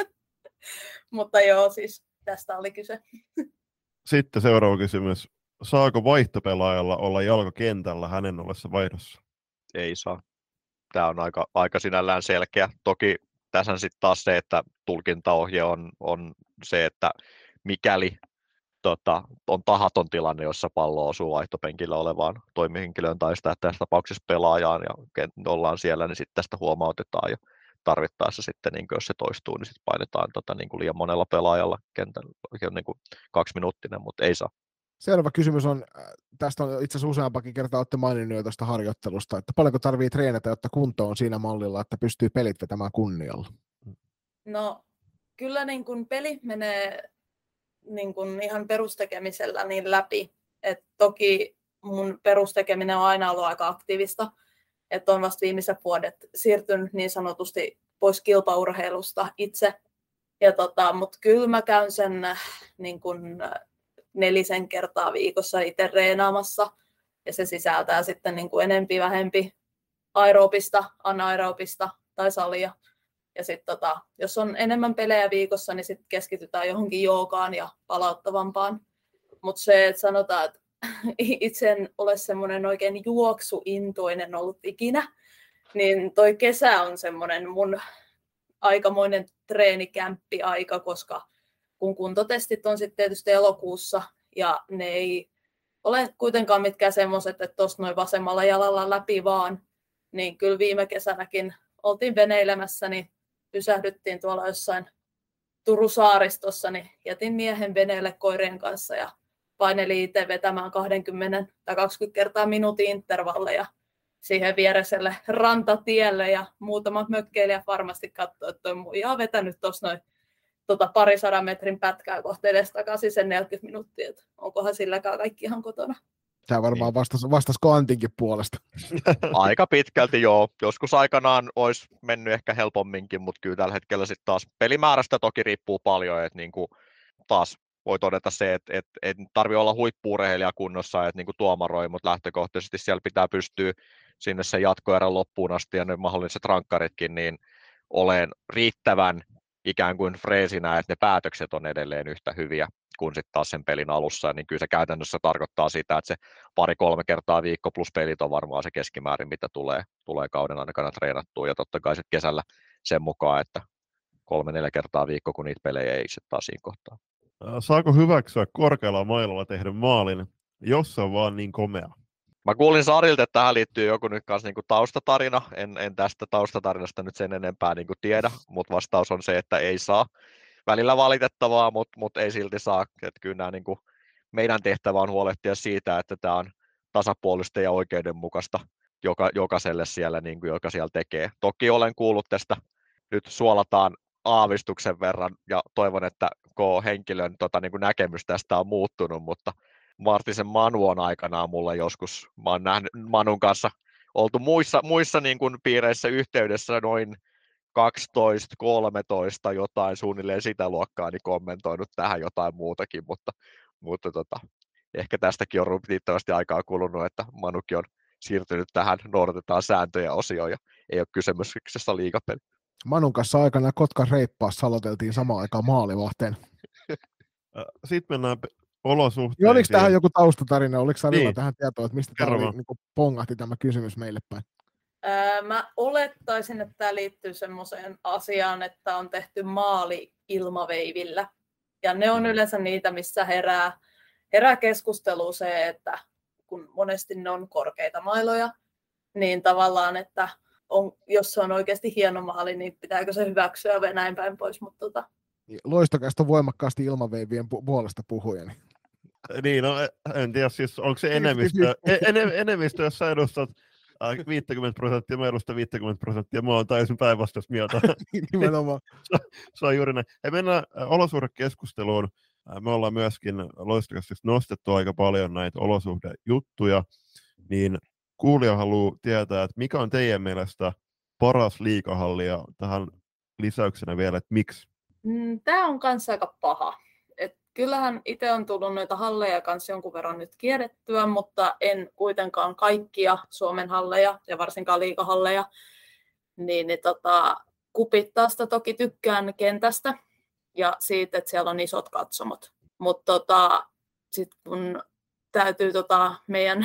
Mutta joo, siis tästä oli kyse. Sitten seuraava kysymys. Saako vaihtopelaajalla olla jalka kentällä hänen ollessa vaihdossa? Ei saa. Tämä on aika sinällään selkeä. Toki tässä on sitten taas se, että tulkintaohje on se, että mikäli on tahaton tilanne, jossa pallo osuu vaihtopenkillä olevaan toimihenkilöön tai sitä tässä tapauksessa pelaajaan ja ollaan siellä, niin sitten tästä huomautetaan ja tarvittaessa sitten, niin jos se toistuu, niin sitten painetaan niin kuin liian monella pelaajalla kentällä, niin kuin 2-minuuttinen, mutta ei saa. Seuraava kysymys on, tästä on itse asiassa useampakin kertaa olette maininnut jo tuosta harjoittelusta, että paljonko tarvitsee treenata, jotta kunto on siinä mallilla, että pystyy pelit vetämään kunnialla? No kyllä niin kun peli menee niin kun ihan perustekemisellä niin läpi, että toki mun perustekeminen on aina ollut aika aktiivista, että on vasta viimeiset vuodet siirtynyt niin sanotusti pois kilpaurheilusta itse Mutta kyllä mä käyn sen niin kun 4 kertaa viikossa itse reenaamassa, ja se sisältää sitten niin kuin enempi vähempi aerobista, anaerobista tai salia. Ja sitten jos on enemmän pelejä viikossa, niin sitten keskitytään johonkin joogaan ja palauttavampaan. Mutta se, että sanotaan, että itse en ole semmoinen oikein juoksuintoinen ollut ikinä, niin toi kesä on semmoinen mun aikamoinen treenikämppi-aika, koska kun kuntotestit on sitten tietysti elokuussa, ja ne ei ole kuitenkaan mitkään semmoiset, että tuossa noin vasemmalla jalalla läpi vaan, niin kyllä viime kesänäkin oltiin veneilemässä, niin pysähdyttiin tuolla jossain Turun saaristossa, niin jätin miehen veneelle koirien kanssa ja paineli itse vetämään 20 tai 20 kertaa minuutin intervalleja siihen viereselle rantatielle, ja muutamat mökkeilijät varmasti katsoi, että toi muija on vetänyt tuossa noin 200 metrin pätkää kohti edestakaisin sen 40 minuuttia, että onkohan silläkään kaikki ihan kotona. Tämä varmaan vastasiko Antinkin puolesta. Aika pitkälti joo. Joskus aikanaan olisi mennyt ehkä helpomminkin, mutta kyllä tällä hetkellä sitten taas pelimäärästä toki riippuu paljon, että niinku taas voi todeta se, että et tarvitse olla huippu-urheilija kunnossa, että niinku tuomaroi, mutta lähtökohtaisesti siellä pitää pystyä sinne sen jatkoerän loppuun asti ja ne mahdolliset rankkaritkin, niin olen riittävän ikään kuin freesinä, että ne päätökset on edelleen yhtä hyviä kuin sitten taas sen pelin alussa, niin kyllä se käytännössä tarkoittaa sitä, että se 2-3 kertaa viikko plus pelit on varmaan se keskimäärin, mitä tulee kauden aikana treenattua, ja totta kai sitten kesällä sen mukaan, että 3-4 kertaa viikko, kun niitä pelejä ei sitten taas siinä kohtaa. Saako hyväksyä korkealla mailalla tehdä maalin, jos se on vaan niin komea? Mä kuulin Sarilta, että tähän liittyy joku nyt kanssa niinku taustatarina. En tästä taustatarinasta nyt sen enempää niinku tiedä, mutta vastaus on se, että ei saa. Välillä valitettavaa, mutta ei silti saa. Että kyllä nämä, niinku, meidän tehtävä on huolehtia siitä, että tämä on tasapuolista ja oikeudenmukaista jokaiselle siellä, niinku, joka siellä tekee. Toki olen kuullut tästä, nyt suolataan aavistuksen verran, ja toivon, että henkilön niinku näkemys tästä on muuttunut, mutta Martisen Manu on aikanaan mulle joskus, mä oon nähnyt Manun kanssa oltu muissa niin kuin piireissä yhteydessä noin 12-13 jotain suunnilleen sitä luokkaa, niin kommentoinut tähän jotain muutakin, mutta ehkä tästäkin on riittävästi aikaa kulunut, että Manukin on siirtynyt tähän noudatetaan sääntöjä osioon ja ei ole kysymyksessä liigapeli. Manun kanssa aikana Kotkan reippaassa aloiteltiin samaan aikaan maalivahteen. Sitten mennään olosuhteisiin. Ja oliko tähän joku taustatarina? Oliko Sarilla niin. tähän tietoa, että mistä tämä oli, niin pongahti tämä kysymys meille päin? Mä olettaisin, että tämä liittyy semmoiseen asiaan, että on tehty maali ilmaveivillä. Ja ne on yleensä niitä, missä herää keskustelua se, että kun monesti ne on korkeita mailoja, niin tavallaan, että jos se on oikeasti hieno maali, niin pitääkö se hyväksyä ja näin päin pois. Mutta Loistokästä voimakkaasti ilmaveivien puolesta puhuja. Niin, no en tiedä, siis onko se enemmistö, jos sä edustat 50%, mä edustan 50%, mä oon täysin päinvastaista mieltä. Nimenomaan. Se on juuri näin. Hei, mennään olosuhdekeskusteluun. Me ollaan myöskin Loistokästä nostettu aika paljon näitä olosuhdejuttuja, niin kuulija haluaa tietää, että mikä on teidän mielestä paras liigahalli, ja tähän lisäyksenä vielä, että miksi? Tämä on kanssa aika paha. Kyllähän itse on tullut noita halleja kanssa jonkun verran nyt kierrettyä, mutta en kuitenkaan kaikkia Suomen halleja ja varsinkaan liigahalleja. Kupittaasta toki tykkään kentästä ja siitä, että siellä on isot katsomot. Mutta sitten kun täytyy meidän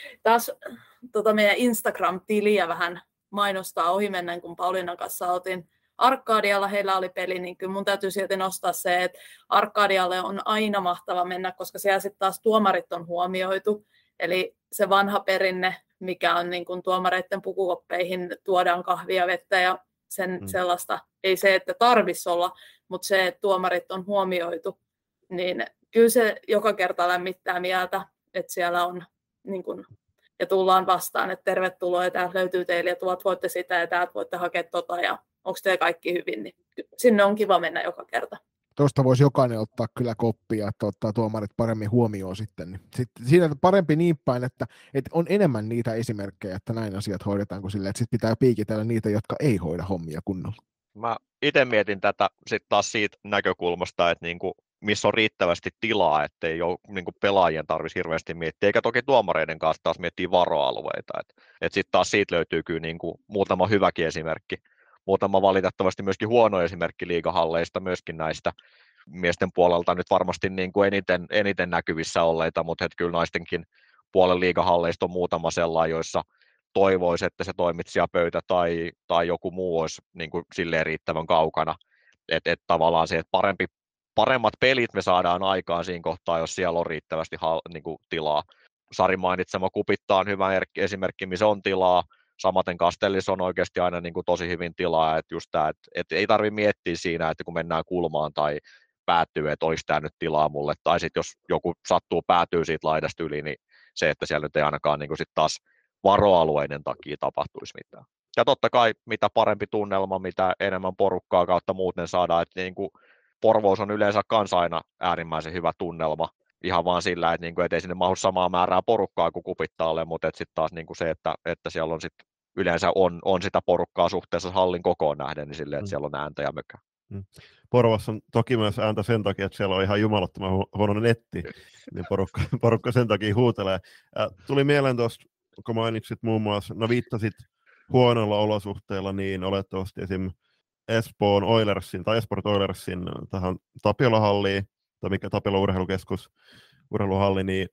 Instagram-tiliä vähän mainostaa ohimennen, kun Pauliinan kanssa oltiin Arkadialla, heillä oli peli, niin kyllä mun täytyy silti nostaa se, että Arkadialle on aina mahtava mennä, koska siellä sitten taas tuomarit on huomioitu. Eli se vanha perinne, mikä on niin kuin tuomareiden pukukoppeihin tuodaan kahvia, vettä ja sellaista, ei se, että tarvitsisi olla, mutta se, että tuomarit on huomioitu, niin kyllä se joka kerta lämmittää mieltä, että siellä on niin kuin, ja tullaan vastaan, että tervetuloa ja täältä löytyy teille ja tuolta voitte sitä ja täältä voitte hakea ja onko teillä kaikki hyvin, niin sinne on kiva mennä joka kerta. Tuosta voisi jokainen ottaa kyllä koppia, että ottaa tuomarit paremmin huomioon sitten. Siinä parempi niin päin, että on enemmän niitä esimerkkejä, että näin asiat hoidetaan kuin silleen, että sitten pitää piikitellä niitä, jotka ei hoida hommia kunnolla. Mä itse mietin tätä sitten taas siitä näkökulmasta, että niinku, missä on riittävästi tilaa, ettei ole niinku pelaajien tarvitsisi hirveästi miettiä, eikä toki tuomareiden kanssa taas miettiä varoalueita. Et sitten taas siitä löytyy kyllä niinku muutama hyväkin esimerkki, muutama valitettavasti myöskin huono esimerkki liigahalleista, myöskin näistä miesten puolelta nyt varmasti niinku eniten näkyvissä olleita, mutta kyllä naistenkin puolen liigahalleista on muutama sellainen, joissa toivoisi, että se toimitsijapöytä tai joku muu olisi niin kuin silleen riittävän kaukana. Että tavallaan se, että paremmat pelit me saadaan aikaan siinä kohtaa, jos siellä on riittävästi niin kuin tilaa. Sari mainitsema Kupittaa on hyvä esimerkki, missä on tilaa. Samaten Kastellissa on oikeasti aina niin kuin tosi hyvin tilaa. Että just tämä, että ei tarvitse miettiä siinä, että kun mennään kulmaan tai päättyy, että olisi tämä nyt tilaa mulle. Tai sitten jos joku sattuu päätyy siitä laidasta yli, niin se, että siellä nyt ei ainakaan niin kuin sit taas varoalueiden takia tapahtuisi mitään. Ja totta kai mitä parempi tunnelma, mitä enemmän porukkaa kautta muuten saadaan, että niin kuin Porvous on yleensä kanssa aina äärimmäisen hyvä tunnelma, ihan vaan sillä, että, niin kuin, et ei sinne mahdu samaa määrää porukkaa kuin Kupittaalle, mutta sitten taas niin kuin se, että siellä on sit yleensä on sitä porukkaa suhteessa hallin kokoon nähden, niin silleen, että siellä on ääntä ja mökää. Porvoossa on toki myös ääntä sen takia, että siellä on ihan jumalattoman huono netti, niin porukka sen takia huutelee. Tuli mieleen tuosta, kun mainitsit muun muassa, viittasit huonoilla olosuhteilla, niin olettavasti esim. Espoon Oilersin tai Esport Oilersin tähän Tapiola-halliin, tai mikä Tapiola urheilukeskus, urheiluhalli, niin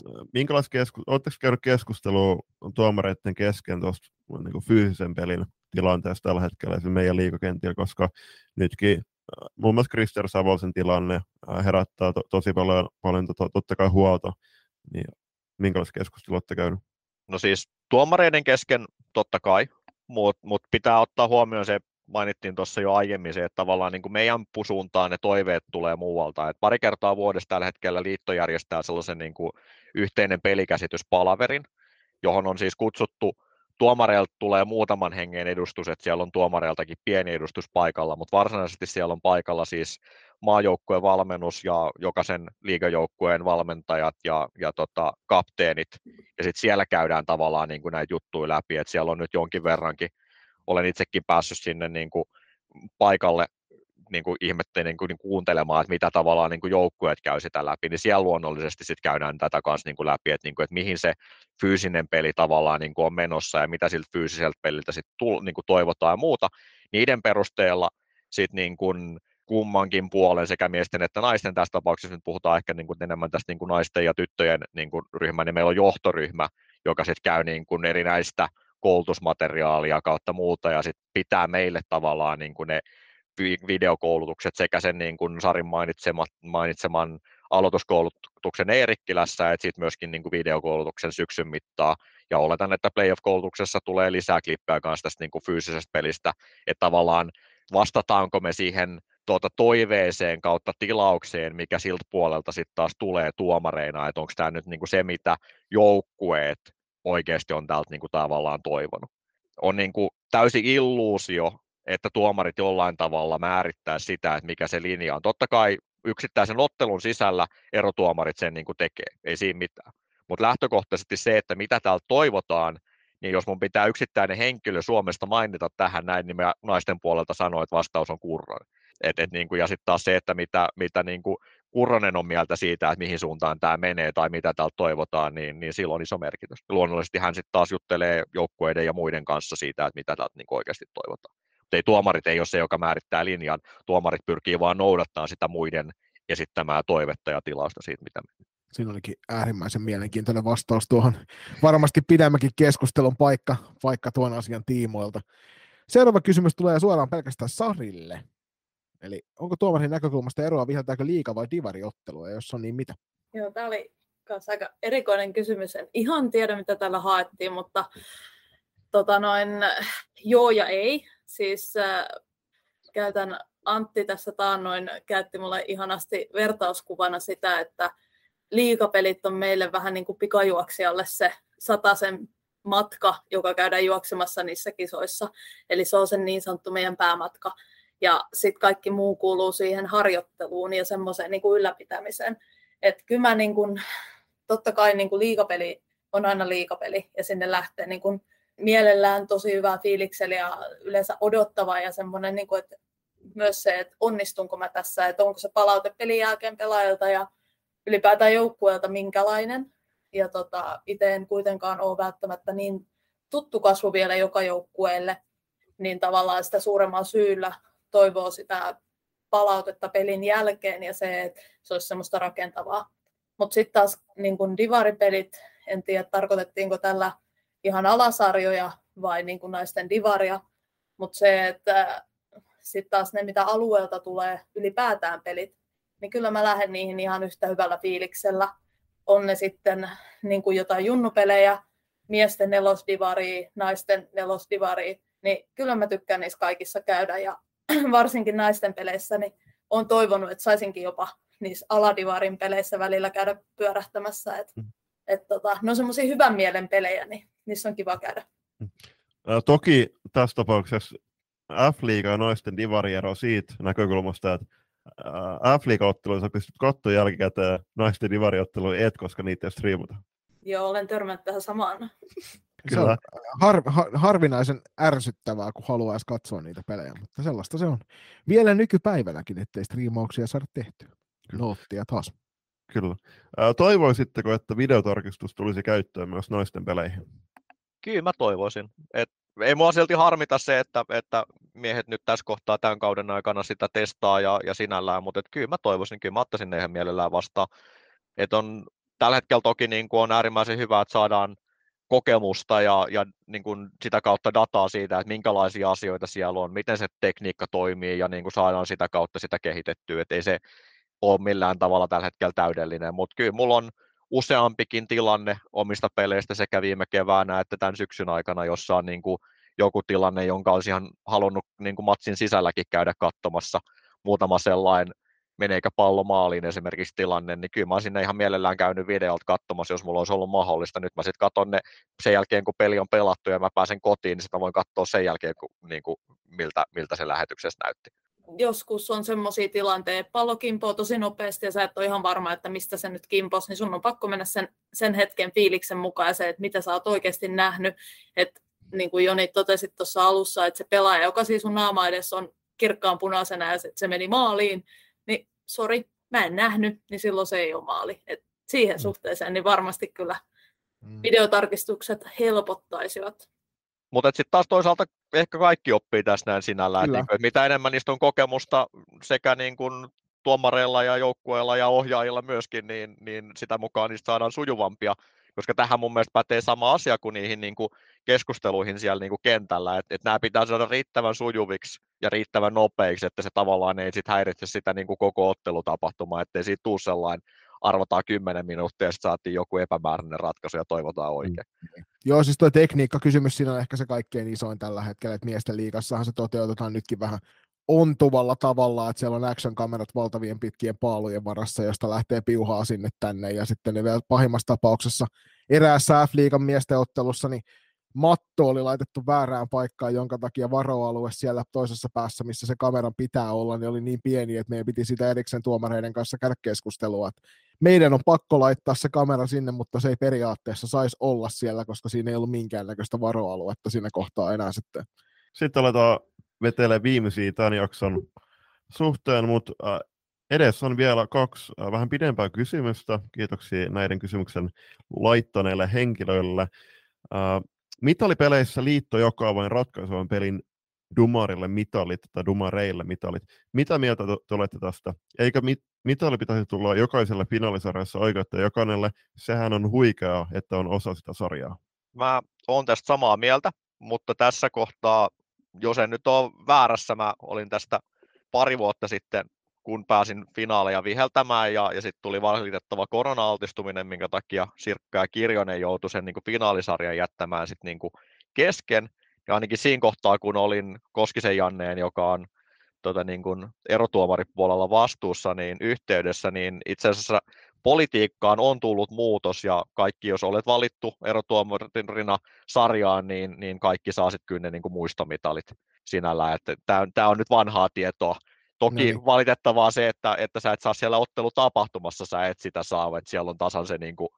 oletteko käynyt keskustelua tuomareiden kesken tuosta niin fyysisen pelin tilanteesta tällä hetkellä esimerkiksi meidän liigakentillä, koska nytkin muun muassa Krister Savolsen tilanne herättää tosi paljon totta kai huolta, niin minkälaista keskustelua olette käynyt? No siis tuomareiden kesken totta kai, mutta pitää ottaa huomioon se, mainittiin tuossa jo aiemmin se, että tavallaan niin kuin meidän suuntaan ne toiveet tulee muualta. Et pari kertaa vuodessa tällä hetkellä liitto järjestää sellaisen niin kuin yhteinen pelikäsityspalaverin, johon on siis kutsuttu, tuomareilta tulee muutaman hengen edustus, että siellä on tuomareiltakin pieni edustus paikalla, mutta varsinaisesti siellä on paikalla siis maajoukkueen valmennus ja jokaisen liigajoukkueen valmentajat ja kapteenit, ja sitten siellä käydään tavallaan niin kuin näitä juttuja läpi, että siellä on nyt jonkin verrankin, olen itsekin päässyt sinne niin kuin paikalle niin kuin ihmettelin niin kuin kuuntelemaan, että mitä tavallaan niin kuin joukkueet käy sitä läpi, niin siellä luonnollisesti sitten käydään tätä kanssa niin kuin läpi, että mihin se fyysinen peli tavallaan niin kuin on menossa ja mitä siltä fyysiseltä peliltä sitten niin kuin toivotaan ja muuta. Niiden perusteella sitten niin kuin kummankin puolen sekä miesten että naisten tässä tapauksessa, nyt puhutaan ehkä niin kuin enemmän tästä niin kuin naisten ja tyttöjen niin kuin ryhmä, niin meillä on johtoryhmä, joka sitten käy niin kuin erinäistä koulutusmateriaalia kautta muuta ja sitten pitää meille tavallaan niin kuin ne videokoulutukset sekä sen niin kuin Sarin mainitseman aloituskoulutuksen Eerikkilässä, että sitten myöskin niin kuin videokoulutuksen syksyn mittaa. Ja oletan, että playoff-koulutuksessa tulee lisää klippejä kanssa tästä niin kuin fyysisestä pelistä, että tavallaan vastataanko me siihen toiveeseen kautta tilaukseen, mikä siltä puolelta sitten taas tulee tuomareina, että onko tämä nyt niin kuin se, mitä joukkueet oikeasti on täältä niin kuin tavallaan toivonut. On niin kuin täysi illuusio, että tuomarit jollain tavalla määrittää sitä, että mikä se linja on. Totta kai yksittäisen ottelun sisällä erotuomarit sen niin kuin tekee, ei siinä mitään. Mutta lähtökohtaisesti se, että mitä täältä toivotaan, niin jos mun pitää yksittäinen henkilö Suomesta mainita tähän näin, niin mä naisten puolelta sanon, että vastaus on Kurronen. Niin kuin, ja sitten taas se, että mitä niin kuin Kurronen on mieltä siitä, että mihin suuntaan tämä menee tai mitä täältä toivotaan, niin sillä on iso merkitys. Luonnollisesti hän sitten taas juttelee joukkueiden ja muiden kanssa siitä, että mitä täältä niin kuin oikeasti toivotaan. Tuomarit ei ole se, joka määrittää linjan. Tuomarit pyrkii vaan noudattamaan sitä muiden esittämää toivetta ja tilausta siitä, mitä me. Siinä olikin äärimmäisen mielenkiintoinen vastaus tuohon. Varmasti pidemmäkin keskustelun paikka tuon asian tiimoilta. Seuraava kysymys tulee suoraan pelkästään Sarille. Eli onko tuomarin näkökulmasta eroa, viheltääkö liiga vai divariottelu, ja jos on, niin mitä? Joo, tämä oli aika erikoinen kysymys. En ihan tiedä, mitä tällä haettiin, mutta joo ja ei. Siis käytän Antti tässä taannoin käytti mulle ihanasti vertauskuvana sitä, että liigapelit on meille vähän niin kuin pikajuoksijalle se 100 matka, joka käydään juoksemassa niissä kisoissa. Eli se on se niin sanottu meidän päämatka. Ja sitten kaikki muu kuuluu siihen harjoitteluun ja semmoiseen niin kuin ylläpitämiseen. Että kyllä mä niin kuin, totta kai niin kuin liigapeli on aina liigapeli ja sinne lähtee niin kuin mielellään tosi hyvää fiiliksellä ja yleensä odottava ja semmoinen, niin kuin, että myös se, että onnistunko mä tässä, että onko se palaute pelin jälkeen pelaajilta ja ylipäätään joukkueelta minkälainen. Ja itse en kuitenkaan ole välttämättä niin tuttu kasvu vielä joka joukkueelle, niin tavallaan sitä suuremmalla syyllä toivoo sitä palautetta pelin jälkeen ja se, että se olisi semmoista rakentavaa. Mutta sitten taas niin kun divaripelit, en tiedä tarkoitettiinko tällä ihan alasarjoja vai niin kun naisten divaria, mutta se, että sitten taas ne, mitä alueelta tulee ylipäätään pelit, niin kyllä mä lähden niihin ihan yhtä hyvällä fiiliksellä. On ne sitten niin kuin jotain junnupelejä, miesten nelosdivaria, naisten nelosdivaria, niin kyllä mä tykkään niissä kaikissa käydä. Ja varsinkin naisten peleissä niin olen toivonut, että saisinkin jopa niissä aladivarin peleissä välillä käydä pyörähtämässä. Ne on semmoisia hyvän mielen pelejä, niin niissä on kiva käydä. Toki tässä tapauksessa F-liiga ja naisten divariero siitä näkökulmasta, että F-liiga-otteluja pystyt katsoa jälkikäteen, naisten divariotteluja et, koska niitä ei striimata. Joo, olen törmännyt tähän samaan. Se on harvinaisen ärsyttävää, kun haluaisi katsoa niitä pelejä, mutta sellaista se on. Vielä nykypäivänäkin, ettei striimauksia saada tehtyä. Noottia taas. Kyllä. Toivoisitteko, että videotarkistus tulisi käyttöön myös naisten peleihin? Kyllä mä toivoisin. Ei mua silti harmita se, että miehet nyt tässä kohtaa tämän kauden aikana sitä testaa ja sinällään, mutta kyllä mä toivoisin, kyllä mä ottaisin ne ihan mielellään vastaan. On tällä hetkellä toki niin kuin on äärimmäisen hyvä, että saadaan kokemusta ja niin kuin sitä kautta dataa siitä, että minkälaisia asioita siellä on, miten se tekniikka toimii ja niin kuin saadaan sitä kautta sitä kehitettyä, että ei se ole millään tavalla tällä hetkellä täydellinen, mutta kyllä mulla on useampikin tilanne omista peleistä sekä viime keväänä että tämän syksyn aikana, jossa on niin kuin joku tilanne, jonka olisi ihan halunnut niin kuin matsin sisälläkin käydä katsomassa. Muutama sellainen, meneekö pallo maaliin esimerkiksi tilanne, niin kyllä mä olisin ihan mielellään käynyt videolta katsomassa, jos mulla olisi ollut mahdollista. Nyt mä sitten katson ne sen jälkeen, kun peli on pelattu ja mä pääsen kotiin, niin sitten mä voin katsoa sen jälkeen, miltä se lähetyksessä näytti. Joskus on semmoisia tilanteita, että pallo kimpoo tosi nopeasti ja sä et ole ihan varma, että mistä se nyt kimpos, niin sun on pakko mennä sen hetken fiiliksen mukaan ja se, että mitä sä oot oikeasti nähnyt. Että niin kuin Joni totesit tuossa alussa, että se pelaaja, joka siis sun naama edessä on kirkkaan punaisena ja se meni maaliin, niin sori, mä en nähnyt, niin silloin se ei ole maali. Et siihen suhteeseen niin varmasti kyllä videotarkistukset helpottaisivat. Mutta sitten taas toisaalta ehkä kaikki oppii tässä näin sinällään, että mitä enemmän niistä on kokemusta sekä niin kuin tuomareilla ja joukkueilla ja ohjaajilla myöskin, niin sitä mukaan niistä saadaan sujuvampia, koska tähän mun mielestä pätee sama asia kuin niihin niin kuin keskusteluihin siellä niin kuin kentällä, että nämä pitää saada riittävän sujuviksi ja riittävän nopeiksi, että se tavallaan ei sit häiritse sitä niin kuin koko ottelutapahtumaa, ettei siitä tule sellainen arvotaan 10 minuuttia ja sitten saatiin joku epämääräinen ratkaisu ja toivotaan oikein. Joo, siis tuo tekniikkakysymys siinä on ehkä se kaikkein isoin tällä hetkellä, että miesten liigassahan se toteutetaan nytkin vähän ontuvalla tavalla, että siellä on action-kamerat valtavien pitkien paalujen varassa, josta lähtee piuhaa sinne tänne, ja sitten ne vielä pahimmassa tapauksessa eräässä F-liigan miesten ottelussa, niin matto oli laitettu väärään paikkaan, jonka takia varoalue siellä toisessa päässä, missä se kameran pitää olla, niin oli niin pieni, että meidän piti sitä erikseen tuomareiden kanssa käydä keskustelua. Meidän on pakko laittaa se kamera sinne, mutta se ei periaatteessa saisi olla siellä, koska siinä ei ollut minkäännäköistä varoaluetta siinä kohtaa enää sitten. Sitten aletaan vetelee viimeisiä tämän jakson suhteen, mutta edessä on vielä 2 vähän pidempää kysymystä. Kiitoksia näiden kysymyksen laittaneille henkilöille. Mitalipeleissä liitto jakaa vain ratkaisevan pelin dumarille mitalit tai dumareille mitalit. Mitä mieltä te olette tästä? Eikö mitali pitäisi tulla jokaiselle finaalisarjassa oikeutta jokaiselle? Sehän on huikeaa, että on osa sitä sarjaa. Mä oon tästä samaa mieltä, mutta tässä kohtaa, jos en nyt ole väärässä, mä olin tästä pari vuotta sitten, kun pääsin finaaleja viheltämään ja sitten tuli valitettava korona-altistuminen, minkä takia Sirkka ja Kirjonen joutui sen niin kuin finaalisarjan jättämään sit niin kuin kesken. Ja ainakin siinä kohtaa, kun olin Koskisen Janneen, joka on niin kuin erotuomaripuolella vastuussa, niin yhteydessä, niin itse asiassa politiikkaan on tullut muutos ja kaikki, jos olet valittu erotuomarina sarjaan, niin kaikki saa sitten kyllä ne niin kuin muistomitalit sinällään. Tämä on nyt vanhaa tietoa. Toki valitettavaa se, että sä et saa siellä ottelutapahtumassa, sä et sitä saa, että siellä on tasan se niin kuin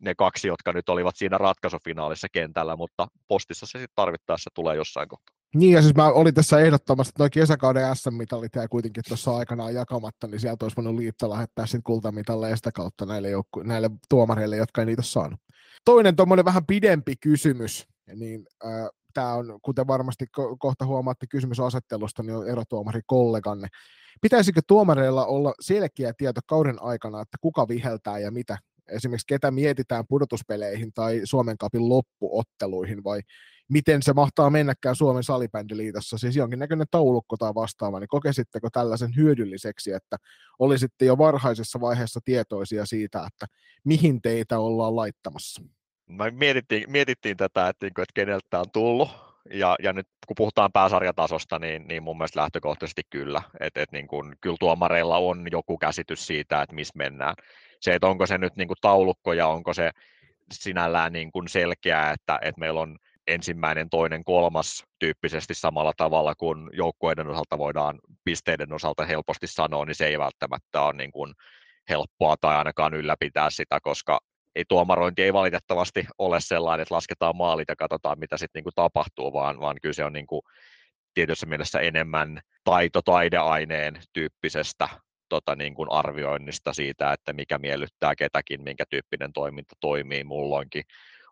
ne kaksi, jotka nyt olivat siinä ratkaisufinaalissa kentällä, mutta postissa se sitten tarvittaessa tulee jossain kohtaa. Niin, ja siis mä olin tässä ehdottomasti, että nuo kesäkauden SM-mitalit jäi kuitenkin tuossa aikanaan jakamatta, niin sieltä olisi voinut Liitto lähettää sitten kultamitalle sitä kautta näille tuomareille, jotka ei niitä ole saanut. Toinen tuommoinen vähän pidempi kysymys, niin tämä on, kuten varmasti kohta huomaatte kysymysasettelusta, niin on erotuomarikolleganne. Pitäisikö tuomareilla olla selkeä tieto kauden aikana, että kuka viheltää ja mitä? Esimerkiksi ketä mietitään pudotuspeleihin tai Suomen Cupin loppuotteluihin, vai miten se mahtaa mennäkään Suomen salibändiliitossa, siis jonkinnäköinen taulukko tai vastaava, niin kokesitteko tällaisen hyödylliseksi, että olisitte jo varhaisessa vaiheessa tietoisia siitä, että mihin teitä ollaan laittamassa? Mietittiin tätä, että keneltä tämä on tullut, ja nyt kun puhutaan pääsarjatasosta, niin mun mielestä lähtökohtaisesti kyllä, että niin kuin, kyllä tuomareilla on joku käsitys siitä, että missä mennään. Se, että onko se nyt niin kuin taulukko ja onko se sinällään niin kuin selkeää, että meillä on ensimmäinen, toinen, kolmas tyyppisesti samalla tavalla kuin joukkueiden osalta voidaan pisteiden osalta helposti sanoa, niin se ei välttämättä ole niin kuin helppoa tai ainakaan ylläpitää sitä, koska tuomarointi ei valitettavasti ole sellainen, että lasketaan maalit ja katsotaan, mitä sitten niin kuin tapahtuu, vaan kyllä se on niin kuin tietyssä mielessä enemmän taideaineen tyyppisestä niin kuin arvioinnista siitä, että mikä miellyttää ketäkin, minkä tyyppinen toiminta toimii mulloinkin.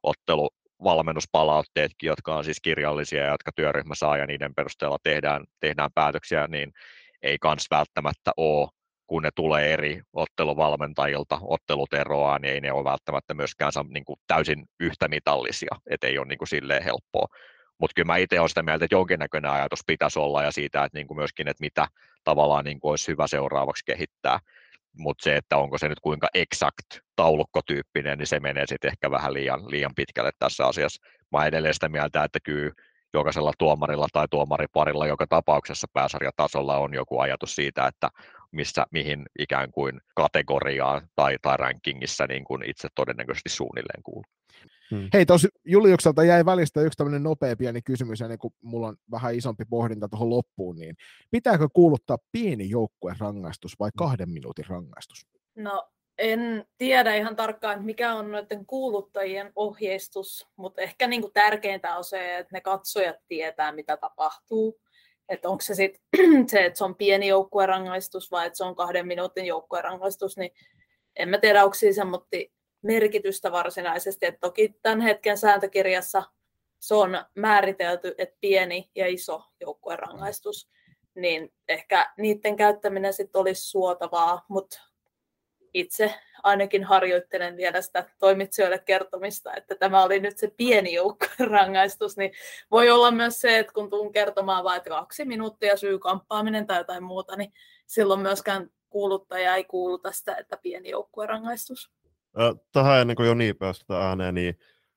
Valmennuspalautteetkin, jotka on siis kirjallisia ja jotka työryhmä saa ja niiden perusteella tehdään päätöksiä, niin ei kans välttämättä ole, kun ne tulee eri otteluvalmentajilta, ottelut eroaa, niin ei ne ole välttämättä myöskään niin kuin täysin yhtämitallisia, että ei ole niin kuin silleen helppoa. Mutta kyllä mä itse olen sitä mieltä, että jonkinnäköinen ajatus pitäisi olla ja siitä, että niin kuin myöskin, että mitä tavallaan niin kuin olisi hyvä seuraavaksi kehittää. Mutta se, että onko se nyt kuinka exakt taulukkotyyppinen, niin se menee sitten ehkä vähän liian pitkälle tässä asiassa. Mä olen edelleen sitä mieltä, että kyllä jokaisella tuomarilla tai tuomariparilla joka tapauksessa pääsarjatasolla on joku ajatus siitä, että mihin ikään kuin kategoriaan tai rankingissa niin kuin itse todennäköisesti suunnilleen kuuluu. Hei, tuossa Juliukselta jäi välistä yksi tämmöinen nopea pieni kysymys, ennen kuin mulla on vähän isompi pohdinta tuohon loppuun, niin pitääkö kuuluttaa pieni joukkueen rangaistus vai 2 minuutin rangaistus? No, en tiedä ihan tarkkaan, että mikä on noiden kuuluttajien ohjeistus, mutta ehkä niin kuin tärkeintä on se, että ne katsojat tietää, mitä tapahtuu. Että onko se sitten se, että se on pieni joukkueen rangaistus vai että se on 2 minuutin joukkueen rangaistus, niin en mä tiedä, onko siinä semmoista merkitystä varsinaisesti. Että toki tämän hetken sääntökirjassa se on määritelty, että pieni ja iso joukkueen rangaistus, niin ehkä niiden käyttäminen sitten olisi suotavaa, mutta itse ainakin harjoittelen vielä sitä toimitsijoille kertomista, että tämä oli nyt se pieni joukkueen rangaistus, niin voi olla myös se, että kun tuun kertomaan vain 2 minuuttia syykamppaaminen tai jotain muuta, niin silloin myöskään kuuluttaja ei kuuluta sitä, että pieni joukkueen rangaistus. Tähän ennen kuin Joni päästä ääneen, niin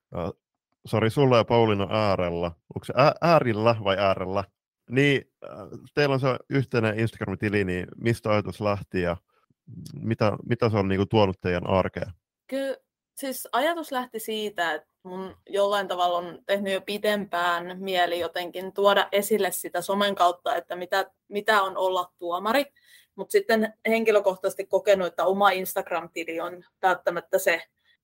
sori sulle ja Pauliina äärellä, onko se äärillä vai äärellä? Niin teillä on se yhteinen Instagram-tili, niin mistä ajatus lähti ja mitä se on niin kuin tuonut teidän arkeen? Kyllä, siis ajatus lähti siitä, että mun jollain tavalla on tehnyt jo pitempään mieli jotenkin tuoda esille sitä somen kautta, että mitä on olla tuomari. Mutta sitten henkilökohtaisesti kokenut, että oma Instagram-tili on välttämättä se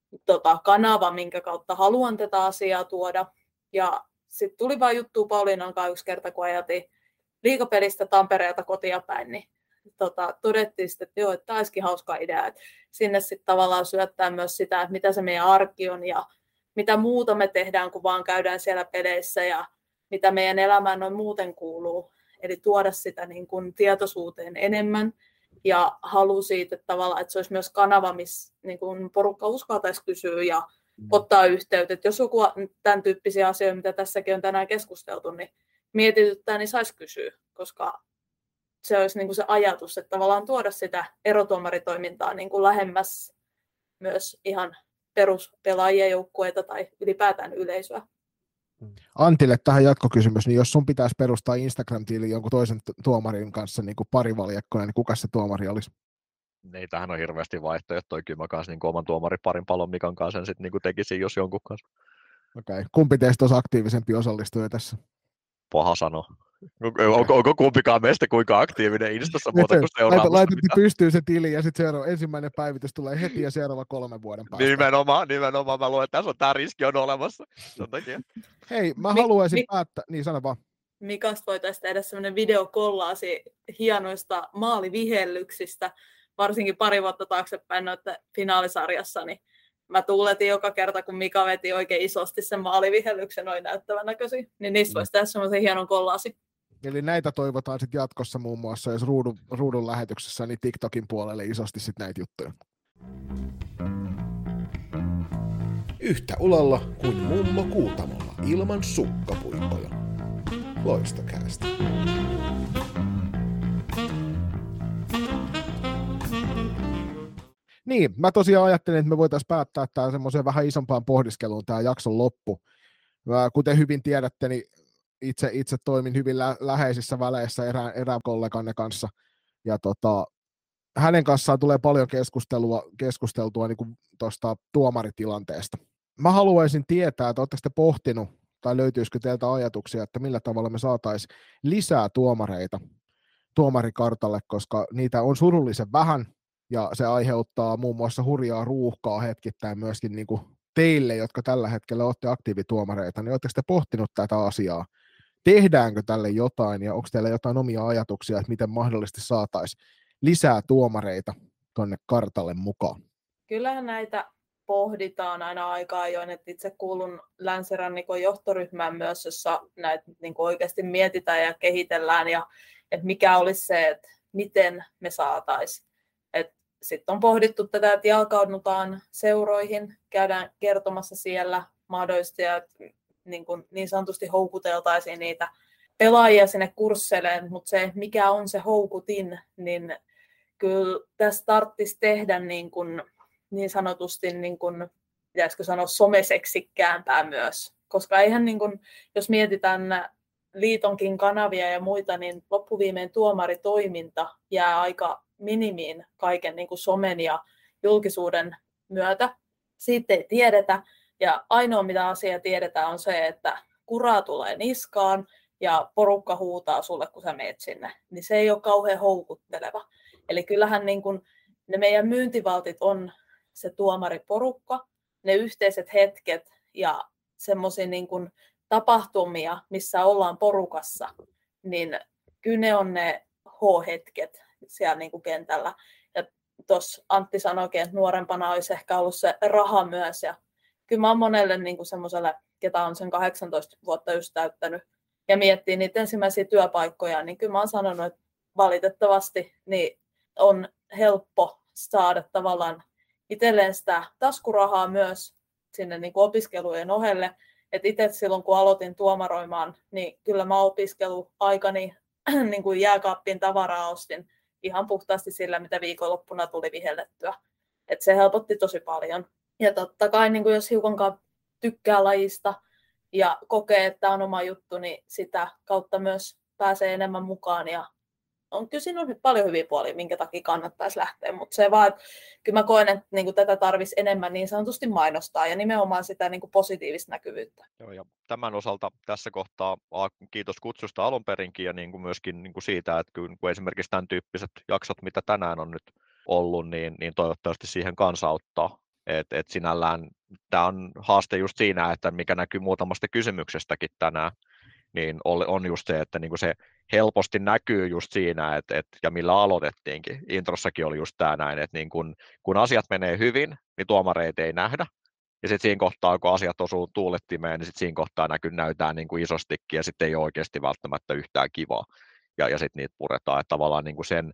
kanava, minkä kautta haluan tätä asiaa tuoda. Ja sitten tuli vaan juttua Pauliinan kanssa yksi kerta, kun ajatiin liigapelistä Tampereelta kotia päin, niin todettiin sitten, että joo, että tämä olisikin hauska idea, että sinne sitten tavallaan syöttää myös sitä, että mitä se meidän arki on ja mitä muuta me tehdään, kun vaan käydään siellä peleissä ja mitä meidän elämään noin muuten kuuluu. Eli tuoda sitä niin kuin tietoisuuteen enemmän ja halu siitä, että tavallaan, että se olisi myös kanava, missä niin kuin porukka uskaltaisi kysyä ja ottaa yhteyttä. Että jos joku tämän tyyppisiä asioita, mitä tässäkin on tänään keskusteltu, niin mietityttää, niin saisi kysyä, koska se olisi niin kuin se ajatus, että tavallaan tuoda sitä erotuomaritoimintaa niin kuin lähemmäs myös ihan peruspelaajia, joukkueita tai ylipäätään yleisöä. Antille tähän jatkokysymys, niin jos sun pitäisi perustaa Instagram-tili jonkun toisen tuomarin kanssa niin kuin parivaljakkona, niin kuka se tuomari olisi? Ei tähän ole hirveästi vaihtoehtoja. Kyllä mä kanssa niin oman tuomariparin Palon Mikan kanssa sen sitten niin tekisin, jos jonkun kanssa. Okei. Kumpi teistä olisi aktiivisempi osallistuja tässä? Paha sanoa. Onko kumpikaan meistä kuinka aktiivinen Instassa muuta kuin seuraamassa? Laitettiin pystyyn se tili ja sitten ensimmäinen päivitys tulee heti ja seuraava 3 vuoden päästä. Nimenomaan. Mä luulen, että tämä riski on olemassa. Hei, mä haluaisin päättää. Niin, sano vaan. Mikasta voitaisiin tehdä sellainen videokollaasi hienoista maalivihellyksistä, varsinkin 2 vuotta taaksepäin noita finaalisarjassa, niin mä tuuletin joka kerta, kun Mika veti oikein isosti sen maalivihellyksen noin näyttävän näköisiä, niin niistä voisi tehdä semmoisen hienon kollaasi. Eli näitä toivotaan sitten jatkossa muun muassa, jos ruudun lähetyksessä, niin TikTokin puolelle isosti sitten näitä juttuja. Yhtä ulalla kuin mummo Kuutamolla ilman sukkapuikkoja. Loistokäästä. Niin, mä tosiaan ajattelin, että me voitaisiin päättää tämä semmoiseen vähän isompaan pohdiskeluun tämä jakson loppu. Kuten hyvin tiedätte, niin itse toimin hyvin läheisissä väleissä erään kolleganne kanssa. Ja hänen kanssaan tulee paljon keskusteltua niin kuin tuosta tuomaritilanteesta. Mä haluaisin tietää, että oletteko te pohtinut, tai löytyisikö teiltä ajatuksia, että millä tavalla me saataisiin lisää tuomareita tuomarikartalle, koska niitä on surullisen vähän, ja se aiheuttaa muun muassa hurjaa ruuhkaa hetkittäin myöskin niin kuin teille, jotka tällä hetkellä olette aktiivituomareita, niin oletteko te pohtinut tätä asiaa? Tehdäänkö tälle jotain, ja onko teillä jotain omia ajatuksia, että miten mahdollisesti saataisiin lisää tuomareita tuonne kartalle mukaan? Kyllähän näitä pohditaan aina aikaa ajoin, että itse kuulun Länsirannikon johtoryhmään myös, jossa näitä niin kuin oikeasti mietitään ja kehitellään, ja että mikä olisi se, että miten me saataisiin. Sitten on pohdittu tätä, että jalkaudutaan seuroihin, käydään kertomassa siellä mahdollisesti, että niin sanotusti houkuteltaisiin niitä pelaajia sinne kursseille, mutta se, mikä on se houkutin, niin kyllä tässä tarvitsisi tehdä niin sanotusti, pitäisikö sanoa someseksikkäämpää myös, koska eihän jos mietitään liitonkin kanavia ja muita, niin loppuviimein tuomaritoiminta jää aika minimiin kaiken somen ja julkisuuden myötä. Siitä ei tiedetä, ja ainoa mitä asia tiedetään on se, että kuraa tulee niskaan ja porukka huutaa sulle, kun sä meet sinne. Niin se ei ole kauhean houkutteleva. Eli kyllähän ne meidän myyntivaltit on se tuomariporukka, ne yhteiset hetket ja semmoisia tapahtumia, missä ollaan porukassa, niin kyllä ne on ne H-hetket siellä kentällä. Ja tuossa Antti sanoikin, että nuorempana olisi ehkä ollut se raha myös. Ja kyllä mä oon monelle semmoiselle, ketä on sen 18 vuotta just täyttänyt ja miettii niitä ensimmäisiä työpaikkoja, niin kyllä mä oon sanonut, että valitettavasti niin on helppo saada tavallaan itselleen sitä taskurahaa myös sinne opiskelujen ohelle. Et itse silloin, kun aloitin tuomaroimaan, niin kyllä mä opiskeluaikani jääkaappiin tavaraa ostin ihan puhtaasti sillä, mitä viikonloppuna tuli vihellettyä. Et se helpotti tosi paljon. Ja totta kai, jos hiukankaan tykkää lajista ja kokee, että on oma juttu, niin sitä kautta myös pääsee enemmän mukaan. Ja kyllä siinä on paljon hyviä puolia, minkä takia kannattaisi lähteä. Mutta se vaan, että kyllä mä koen, että tätä tarvitsisi enemmän niin sanotusti mainostaa ja nimenomaan sitä positiivista näkyvyyttä. Joo, ja tämän osalta tässä kohtaa kiitos kutsusta alun perinkin ja myöskin siitä, että kun esimerkiksi tämän tyyppiset jaksot, mitä tänään on nyt ollut, niin toivottavasti siihen kanssa auttaa. Et sinällään tämä on haaste just siinä, että mikä näkyy muutamasta kysymyksestäkin tänään, niin on just se, että se helposti näkyy just siinä, ja millä aloitettiinkin. Introssakin oli just tämä näin, että kun asiat menee hyvin, niin tuomareita ei nähdä. Ja sitten siinä kohtaa, kun asiat osuu tuulettimeen, niin sitten siinä kohtaa näytään isostikin, ja sitten ei ole oikeasti välttämättä yhtään kivaa. Ja sitten niitä puretaan. Että tavallaan sen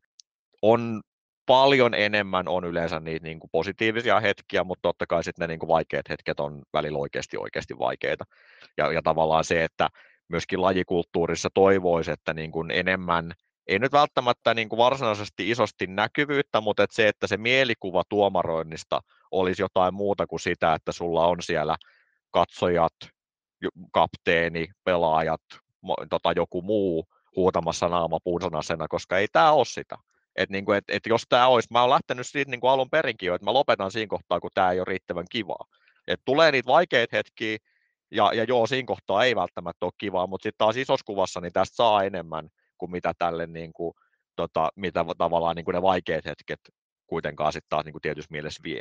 on paljon enemmän on yleensä niitä positiivisia hetkiä, mutta totta kai sitten ne vaikeat hetket on välillä oikeasti vaikeita. Ja tavallaan se, että myöskin lajikulttuurissa toivoisi, että enemmän, ei nyt välttämättä varsinaisesti isosti näkyvyyttä, mutta että se mielikuva tuomaroinnista olisi jotain muuta kuin sitä, että sulla on siellä katsojat, kapteeni, pelaajat, joku muu huutamassa naama punaisena, koska ei tämä ole sitä. Että jos tämä olisi, mä oon lähtenyt siitä alun perinkin jo, että mä lopetan siinä kohtaa, kun tämä ei ole riittävän kivaa. Että tulee niitä vaikeita hetkiä, Ja joo, siinä kohtaa ei välttämättä ole kivaa, mutta sitten taas isossa kuvassa niin tästä saa enemmän kuin mitä tälle niin kuin, mitä tavallaan niin kuin ne vaikeat hetket kuitenkaan sitten taas niin kuin tietyssä mielessä vie.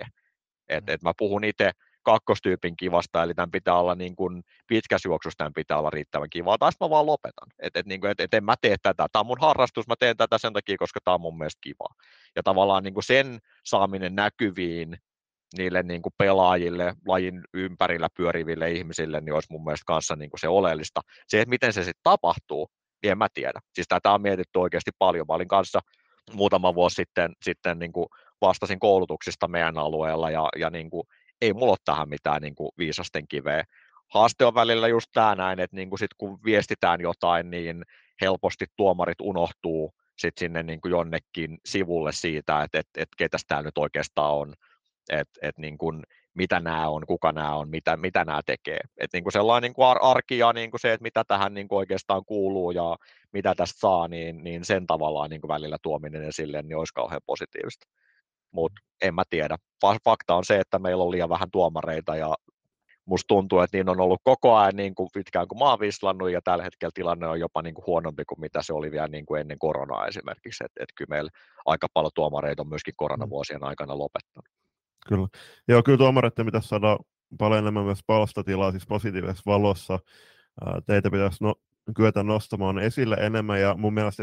Et mä puhun itse kakkostyypin kivasta, eli tämän pitää olla niin kuin pitkässä juoksussa, tämän pitää olla riittävän kivaa, tai mä vaan lopetan. Et en mä tee tätä, tämä on mun harrastus, mä teen tätä sen takia, koska tämä on mun mielestä kivaa. Ja tavallaan niin kuin sen saaminen näkyviin niille niin kuin pelaajille, lajin ympärillä pyöriville ihmisille, niin olisi mun mielestä kanssa niin kuin se oleellista. Se, että miten se sitten tapahtuu, niin en mä tiedä. Siis tätä on mietitty oikeasti paljon. Mä olin kanssa muutama vuosi sitten niin kuin vastasin koulutuksista meidän alueella, ja niin kuin, ei mulla ole tähän mitään niin kuin viisasten kiveä. Haaste on välillä just tämä näin, että niin kuin sit kun viestitään jotain, niin helposti tuomarit unohtuu sit sinne niin kuin jonnekin sivulle siitä, että ketäs täällä nyt oikeastaan on, että niin kuin, mitä nämä on, kuka nämä on, mitä nämä tekee. Että niin kuin sellainen niin kuin arki ja niin kuin se, että mitä tähän niin kuin oikeastaan kuuluu ja mitä tästä saa, niin sen tavallaan niin kuin välillä tuominen esille, niin olisi kauhean positiivista. Mutta en mä tiedä. Fakta on se, että meillä on liian vähän tuomareita ja musta tuntuu, että niin on ollut koko ajan niin kuin pitkään kuin mä oon vislannut ja tällä hetkellä tilanne on jopa niin kuin huonompi kuin mitä se oli vielä niin kuin ennen koronaa esimerkiksi. Et kyllä meillä aika paljon tuomareita on myöskin koronavuosien aikana lopettanut. Kyllä. Joo, kyllä tuomareiden pitäisi saada paljon enemmän myös palstatilaa siis positiivisessa valossa. Teitä pitäisi kyetä nostamaan esille enemmän, ja mun mielestä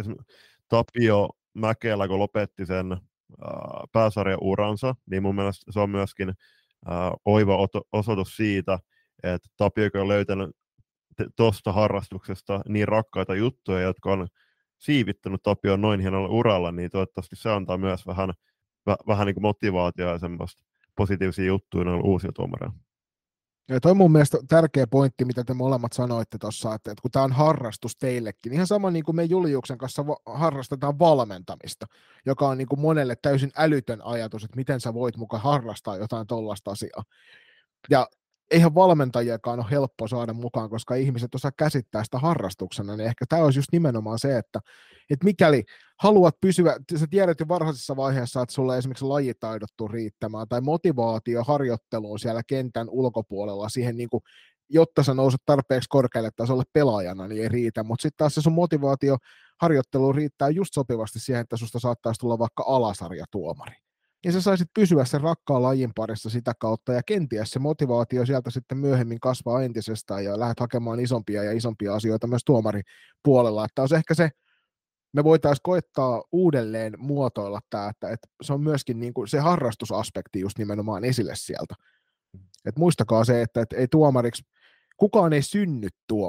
Tapio Mäkelä, kun lopetti sen pääsarjauransa, niin mun mielestä se on myöskin oiva osoitus siitä, että Tapio on löytänyt tuosta harrastuksesta niin rakkaita juttuja, jotka on siivittänyt Tapioon noin hienolla uralla, niin toivottavasti se antaa myös vähän niin kuin motivaatiota ja semmoista positiivisia juttuja noilla uusia tuomareilla. Ja toi on mun mielestä tärkeä pointti, mitä te molemmat sanoitte tuossa, että kun tämä on harrastus teillekin, ihan sama niin kuin me Juliuksen kanssa harrastetaan valmentamista, joka on niin kuin monelle täysin älytön ajatus, että miten sä voit mukaan harrastaa jotain tollaista asiaa. Ja eihän valmentajiakaan ole helppo saada mukaan, koska ihmiset osaa käsittää sitä harrastuksena, niin ehkä tämä olisi just nimenomaan se, että mikäli haluat pysyä, sä tiedät jo varhaisessa vaiheessa, että sulle esimerkiksi lajitaidot tuu riittämään, tai motivaatio harjoitteluun siellä kentän ulkopuolella siihen, niin kuin, jotta sä nouset tarpeeksi korkealle tasolle pelaajana, niin ei riitä, mutta sitten taas se sun motivaatio harjoitteluun riittää just sopivasti siihen, että susta saattaisi tulla vaikka alasarjatuomari. Ja sä saisit pysyä sen rakkaan lajin parissa sitä kautta, ja kenties se motivaatio sieltä sitten myöhemmin kasvaa entisestään, ja lähdet hakemaan isompia ja isompia asioita myös tuomaripuolella, että olisi ehkä se, me voitaisiin koettaa uudelleen muotoilla tämä, että se on myöskin niin kuin se harrastusaspekti just nimenomaan esille sieltä. Et muistakaa se, että ei tuomariksi, kukaan ei synny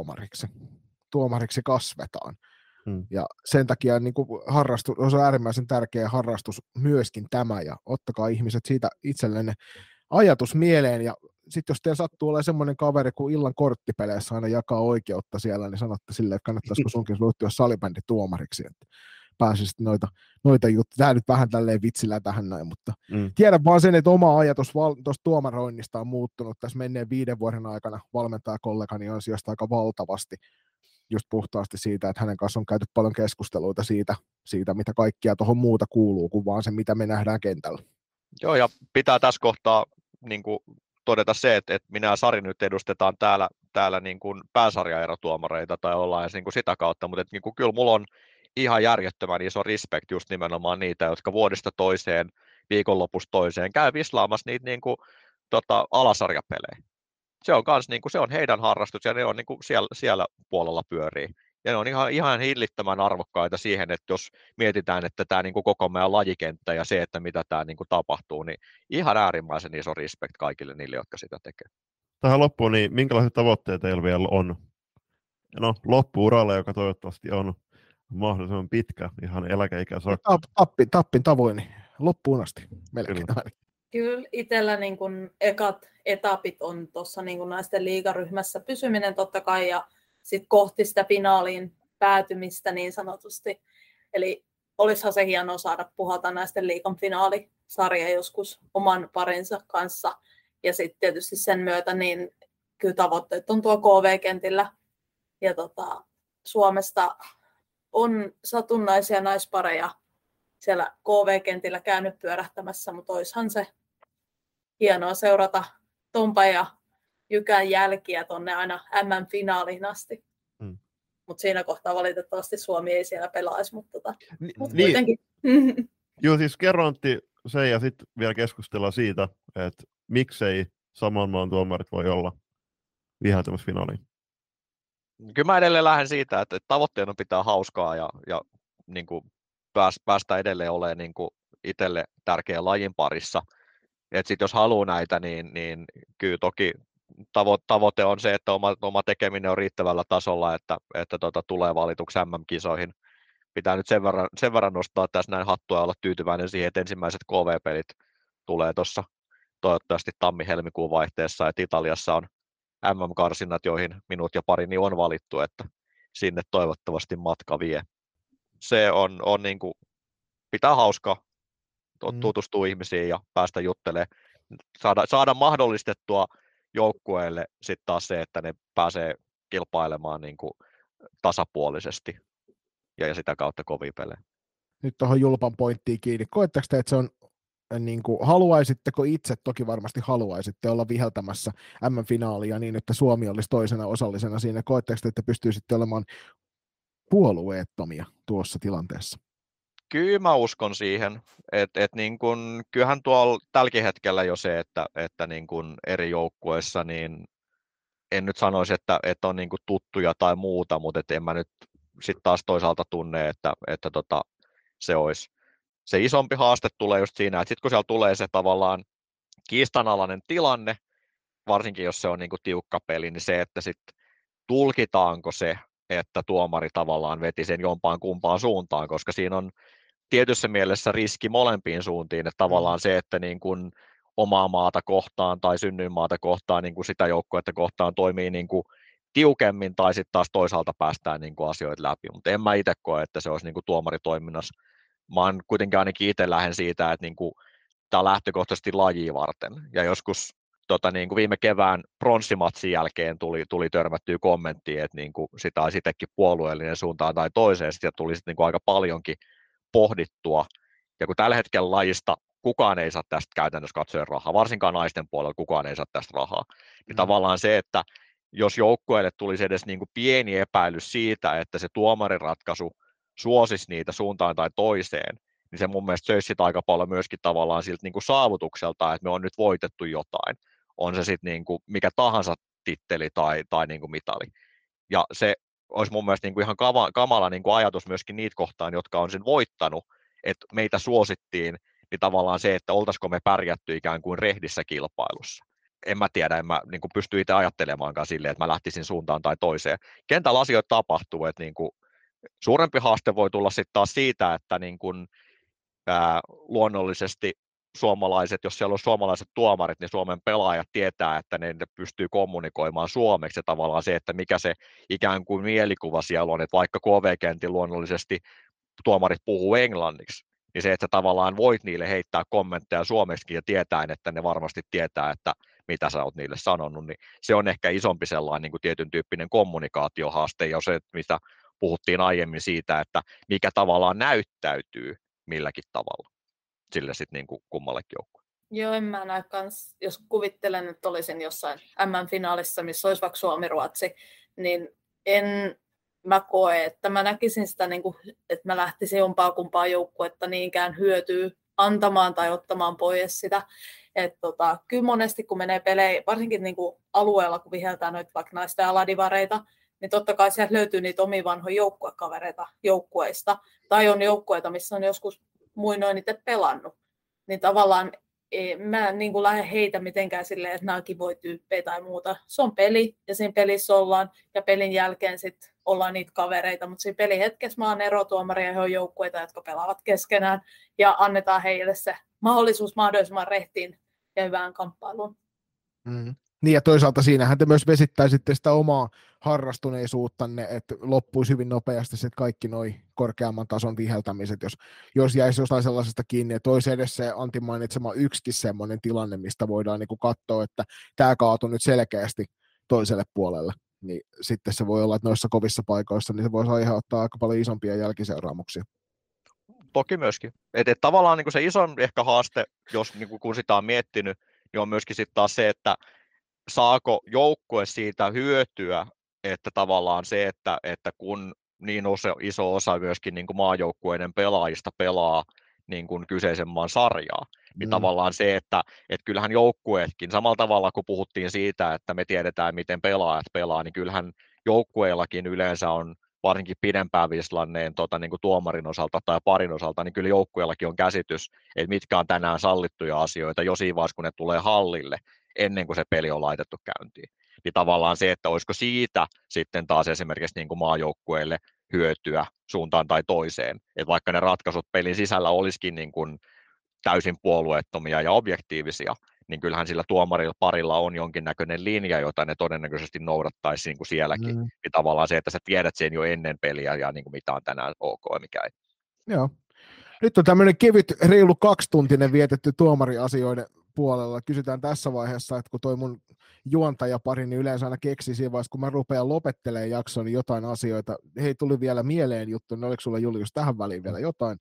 tuomariksi kasvetaan. Ja sen takia niin kuin on äärimmäisen tärkeä harrastus myöskin tämä, ja ottakaa ihmiset siitä itsellenne ajatus mieleen, ja sitten jos teillä sattuu olemaan semmoinen kaveri, kun illan korttipeleissä aina jakaa oikeutta siellä, niin sanotte silleen, että kannattaisiko sunkin ryhtyä salibändituomariksi, että pääsisit noita juttuja. Tämä nyt vähän tälleen vitsillä tähän näin, mutta tiedän vaan sen, että oma ajatus tuosta tuomaroinnista on muuttunut tässä menneen 5 vuoden aikana valmentajakollegani ansiosta aika valtavasti, just puhtaasti siitä, että hänen kanssa on käyty paljon keskusteluita siitä mitä kaikkia tuohon muuta kuuluu, kuin vaan se, mitä me nähdään kentällä. Joo, ja pitää tässä kohtaa niin kuin todeta se, että minä ja Sari nyt edustetaan täällä niin kuin pääsarjaerotuomareita tai ollaan edes niin kuin sitä kautta, mutta niin kuin kyllä mulla on ihan järjettömän iso respect just nimenomaan niitä, jotka vuodesta toiseen, viikonlopusta toiseen käy vislaamassa niitä niin kuin, alasarjapelejä. Se on kans, niin kuin, se on heidän harrastus ja ne on niin kuin siellä puolella pyörii. Ja ne on ihan hillittömän arvokkaita siihen, että jos mietitään, että tämä niin kuin koko meidän lajikenttä ja se, että mitä tämä niin kuin tapahtuu, niin ihan äärimmäisen iso respect kaikille niille, jotka sitä tekee. Tähän loppuun, niin minkälaiset tavoitteet teillä vielä on? No, loppu-uralle, joka toivottavasti on mahdollisimman pitkä, ihan eläkeikä saakka. Tappin tavoin, niin loppuun asti melkein. Kyllä itsellä niin kun ekat etapit on tuossa niin naisten liigaryhmässä pysyminen totta kai, ja sitten kohti sitä finaaliin päätymistä niin sanotusti. Eli olisihan se hienoa saada puhata naisten liigan finaalisarja joskus oman parinsa kanssa. Ja sitten tietysti sen myötä niin kyllä tavoitteet on tuo KV-kentillä. Ja Suomesta on satunnaisia naispareja siellä KV-kentillä käynyt pyörähtämässä, mutta olisihan se hienoa seurata Tompa ja jykän jälkiä tuonne aina MM-finaaliin asti. Mm. Mutta siinä kohtaa valitettavasti Suomi ei siellä pelaisi, mutta Niin, kuitenkin. joo, siis kerro Antti se ja sitten vielä keskustellaan siitä, että miksei saman maan tuomarit voi olla viheltämässä finaaliin. Kyllä mä edelleen lähden siitä, että tavoitteena on pitää hauskaa ja niin kuin päästä edelleen olemaan niin kuin itselle tärkeän lajin parissa. Et sit jos haluaa näitä, niin kyllä toki tavoite on se, että oma tekeminen on riittävällä tasolla, että tulee valituksi MM-kisoihin. Pitää nyt sen verran nostaa tässä näin hattua ja olla tyytyväinen siihen, että ensimmäiset KV-pelit tulee tuossa toivottavasti tammi-helmikuun vaihteessa, että Italiassa on MM-karsinnat, joihin minut ja parini on valittu, että sinne toivottavasti matka vie. Se on niin kuin, pitää hauskaa, tutustua ihmisiin ja päästä juttelemaan, saada mahdollistettua joukkueelle sitten taas se, että ne pääsee kilpailemaan niin kuin tasapuolisesti ja sitä kautta kovia pelejä. Nyt tuohon Julpan pointtiin kiinni. Koetteko te, että se on niin kuin, haluaisitteko itse, toki varmasti haluaisitte olla viheltämässä M-finaalia niin, että Suomi olisi toisena osallisena siinä. Koetteko te, että pystyisitte olemaan puolueettomia tuossa tilanteessa? Kyllä mä uskon siihen, että niin kun, kyllähän tuolla tälläkin hetkellä jo se, että niin kun eri joukkueissa, niin en nyt sanoisi, että on niin kun tuttuja tai muuta, mutta en mä nyt sitten taas toisaalta tunne, että se olisi. Se isompi haaste tulee just siinä, että sitten kun siellä tulee se tavallaan kiistanalainen tilanne, varsinkin jos se on niin kuin tiukka peli, niin se, että sitten tulkitaanko se, että tuomari tavallaan veti sen jompaan kumpaan suuntaan, koska siinä on tietyssä mielessä riski molempiin suuntiin, että tavallaan se, että niin kuin omaa maata kohtaan tai synnyinmaata kohtaan, niin kuin sitä joukkuetta kohtaan toimii niin kuin tiukemmin tai sitten taas toisaalta päästään niin kuin asioita läpi, mutta en mä itse koe, että se olisi niin kuin tuomaritoiminnassa. Mä oon kuitenkin ainakin itse lähden siitä, että niin kuin tämä on lähtökohtaisesti lajia varten, ja joskus niin kuin viime kevään pronssimatsin jälkeen tuli törmättyä kommenttia, että niin kuin sitä olisi itsekin puolueellinen suuntaan tai toiseen, ja tuli sitten niin kuin aika paljonkin pohdittua, ja kun tällä hetkellä lajista kukaan ei saa tästä käytännössä katsoen rahaa, varsinkaan naisten puolella kukaan ei saa tästä rahaa, niin tavallaan se, että jos joukkueelle tulisi edes niin kuin pieni epäilys siitä, että se tuomariratkaisu suosisi niitä suuntaan tai toiseen, niin se mun mielestä söisi sitä aika paljon myöskin tavallaan siltä niin kuin saavutukselta, että me on nyt voitettu jotain. On se sitten niin kuin mikä tahansa titteli tai niin kuin mitali. Ja se olisi mun mielestä niin kuin ihan kamala niin kuin ajatus myöskin niitä kohtaan, jotka on sen voittanut, että meitä suosittiin, niin tavallaan se, että oltaisiko me pärjätty ikään kuin rehdissä kilpailussa. En mä tiedä, en mä niin kuin pysty itse ajattelemaankaan silleen, että mä lähtisin suuntaan tai toiseen. Kentällä asioita tapahtuu, että niin kuin suurempi haaste voi tulla sitten taas siitä, että niin kun, luonnollisesti suomalaiset, jos siellä on suomalaiset tuomarit, niin Suomen pelaajat tietää, että ne pystyy kommunikoimaan suomeksi, ja tavallaan se, että mikä se ikään kuin mielikuva siellä on, että vaikka KV-kentin luonnollisesti tuomarit puhuu englanniksi, niin se, että sä tavallaan voit niille heittää kommentteja suomeksi ja tietäen, että ne varmasti tietää, että mitä sä oot niille sanonut, niin se on ehkä isompi sellainen niin kuin tietyn tyyppinen kommunikaatiohaaste, ja se, mitä puhuttiin aiemmin siitä, että mikä tavallaan näyttäytyy milläkin tavalla sille sitten niin kuin kummallekin joukkueelle. Joo, en mä näe kans, jos kuvittelen, että olisin jossain MM-finaalissa, missä olisi vaikka Suomi-Ruotsi, niin en mä koe, että mä näkisin sitä, niin kuin, että mä lähtisin jompaa kumpaa joukkuetta niinkään hyötyä antamaan tai ottamaan pois sitä. Kyllä monesti, kun menee pelejä, varsinkin niin kuin alueella, kun viheltää noita vaikka naisten aladivareita, niin totta kai sieltä löytyy niitä omia vanhoja joukkuekavereita joukkueista, tai on joukkueita, missä on joskus muinoin itse pelannut. Niin tavallaan mä en niin kuin lähde heitä mitenkään silleen, että nämä on kivoja tyyppejä tai muuta. Se on peli, ja siinä pelissä ollaan, ja pelin jälkeen sitten ollaan niitä kavereita, mutta siinä pelihetkessä mä oon erotuomaria, he on joukkueita, jotka pelaavat keskenään, ja annetaan heille se mahdollisuus mahdollisimman rehtiin ja hyvään kamppailuun. Niin ja toisaalta siinähän te myös vesittäisitte sitä omaa harrastuneisuuttanne, että loppuisi hyvin nopeasti sitten kaikki noi korkeamman tason viheltämiset, jos jäisi jostain sellaisesta kiinni, että olisi edes se Antin mainitsema yksikin semmoinen tilanne, mistä voidaan niinku katsoa, että tämä kaatui nyt selkeästi toiselle puolelle, niin sitten se voi olla, että noissa kovissa paikoissa niin se voisi aiheuttaa aika paljon isompia jälkiseuraamuksia. Toki myöskin. Et tavallaan niin kuin se ison ehkä haaste, jos niin kuin, kun sitä on miettinyt, niin on myöskin sitten taas se, että saako joukkue siitä hyötyä, että tavallaan se, että kun niin iso osa myöskin niin kuin maajoukkueiden pelaajista pelaa niin kuin kyseisen maan sarjaa, niin tavallaan se, että kyllähän joukkueetkin, samalla tavalla kuin puhuttiin siitä, että me tiedetään, miten pelaajat pelaa, niin kyllähän joukkueillakin yleensä on varsinkin pidempään vislanneen niin kuin tuomarin osalta tai parin osalta, niin kyllä joukkueillakin on käsitys, että mitkä on tänään sallittuja asioita jo siinä vaiheessa, kun ne tulee hallille, ennen kuin se peli on laitettu käyntiin. Niin tavallaan se, että olisiko siitä sitten taas esimerkiksi niin kuin maajoukkueille hyötyä suuntaan tai toiseen, että vaikka ne ratkaisut pelin sisällä olisikin niin kuin täysin puolueettomia ja objektiivisia, niin kyllähän sillä tuomarilla parilla on jonkinnäköinen linja, jota ne todennäköisesti noudattaisi niin kuin sielläkin. Niin tavallaan se, että sä tiedät sen jo ennen peliä ja niin kuin mitä on tänään ok ja mikä ei. Joo. Nyt on tämmöinen kevyt, reilu 2-tuntinen vietetty tuomariasioiden puolella. Kysytään tässä vaiheessa, että kun toi mun juontajapari, niin yleensä aina keksii siinä vaiheessa, kun mä rupean lopettelemaan jakson, niin jotain asioita. Hei, tuli vielä mieleen juttu, niin oliko sulla Julius tähän väliin vielä jotain?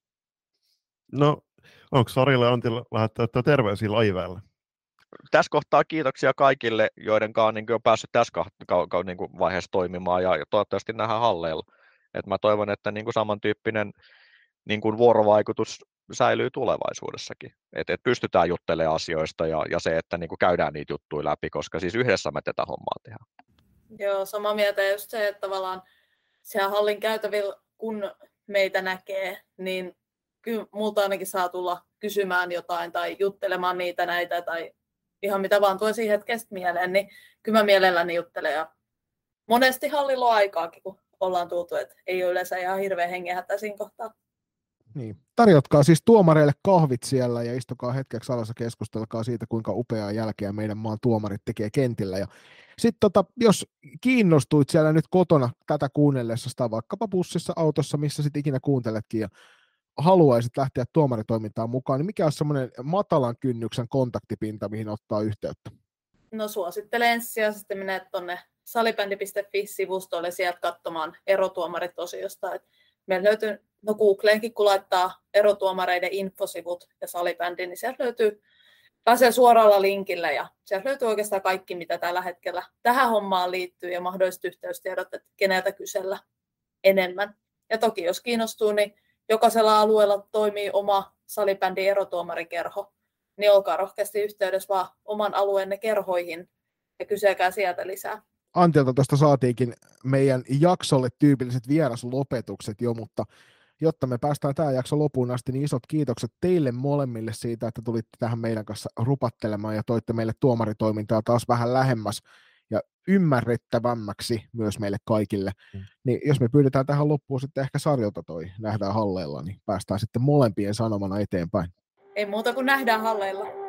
No, onko Sarille Antilla lähettää terveisiä laivällä? Tässä kohtaa kiitoksia kaikille, joiden kanssa niin on päässyt tässä niin vaiheessa toimimaan ja toivottavasti nähdään halleilla. Et mä toivon, että niin samantyyppinen niin vuorovaikutus säilyy tulevaisuudessakin. Että pystytään juttelemaan asioista ja se, että niin käydään niitä juttuja läpi, koska siis yhdessä me tätä hommaa tehdään. Joo, samaa mieltä just se, että tavallaan siellä hallin käytävillä, kun meitä näkee, niin kyllä multa ainakin saa tulla kysymään jotain tai juttelemaan niitä näitä tai ihan mitä vaan tuo siihen hetkestä mieleen, niin kyllä mä mielelläni juttelen. Ja monesti hallilla on aikaakin, kun ollaan tultu, että ei ole yleensä ihan hirveän hengenhätä siinä kohtaa. Niin. Tarjotkaa siis tuomareille kahvit siellä ja istukaa hetkeksi alas ja keskustelkaa siitä, kuinka upeaa jälkeä meidän maan tuomarit tekee kentillä. Ja sitten jos kiinnostuit siellä nyt kotona tätä kuunnellessa tai vaikkapa bussissa, autossa, missä sitten ikinä kuunteletkin ja haluaisit lähteä tuomaritoimintaan mukaan, niin mikä on semmoinen matalan kynnyksen kontaktipinta, mihin ottaa yhteyttä? No suosittelen ensisijaisesti mennä tuonne salibändi.fi-sivustolle sieltä katsomaan erotuomarit-osiosta. Meillä löytyy, no Googleenkin kun laittaa erotuomareiden infosivut ja salibändi, niin sieltä pääsee suoralla linkillä ja sieltä löytyy oikeastaan kaikki, mitä tällä hetkellä tähän hommaan liittyy ja mahdolliset yhteystiedot, että keneltä kysellä enemmän. Ja toki jos kiinnostuu, niin jokaisella alueella toimii oma salibändin erotuomarikerho, niin olkaa rohkeasti yhteydessä vaan oman alueenne kerhoihin ja kyselkää sieltä lisää. Antilta tuosta saatiinkin meidän jaksolle tyypilliset vieraslopetukset jo, mutta jotta me päästään tämä jakso loppuun asti, niin isot kiitokset teille molemmille siitä, että tulitte tähän meidän kanssa rupattelemaan ja toitte meille tuomaritoimintaa taas vähän lähemmäs ja ymmärrettävämmäksi myös meille kaikille. Niin jos me pyydetään tähän loppuun sitten ehkä sarjalta toi nähdään halleilla, niin päästään sitten molempien sanomana eteenpäin. Ei muuta kuin nähdään halleilla.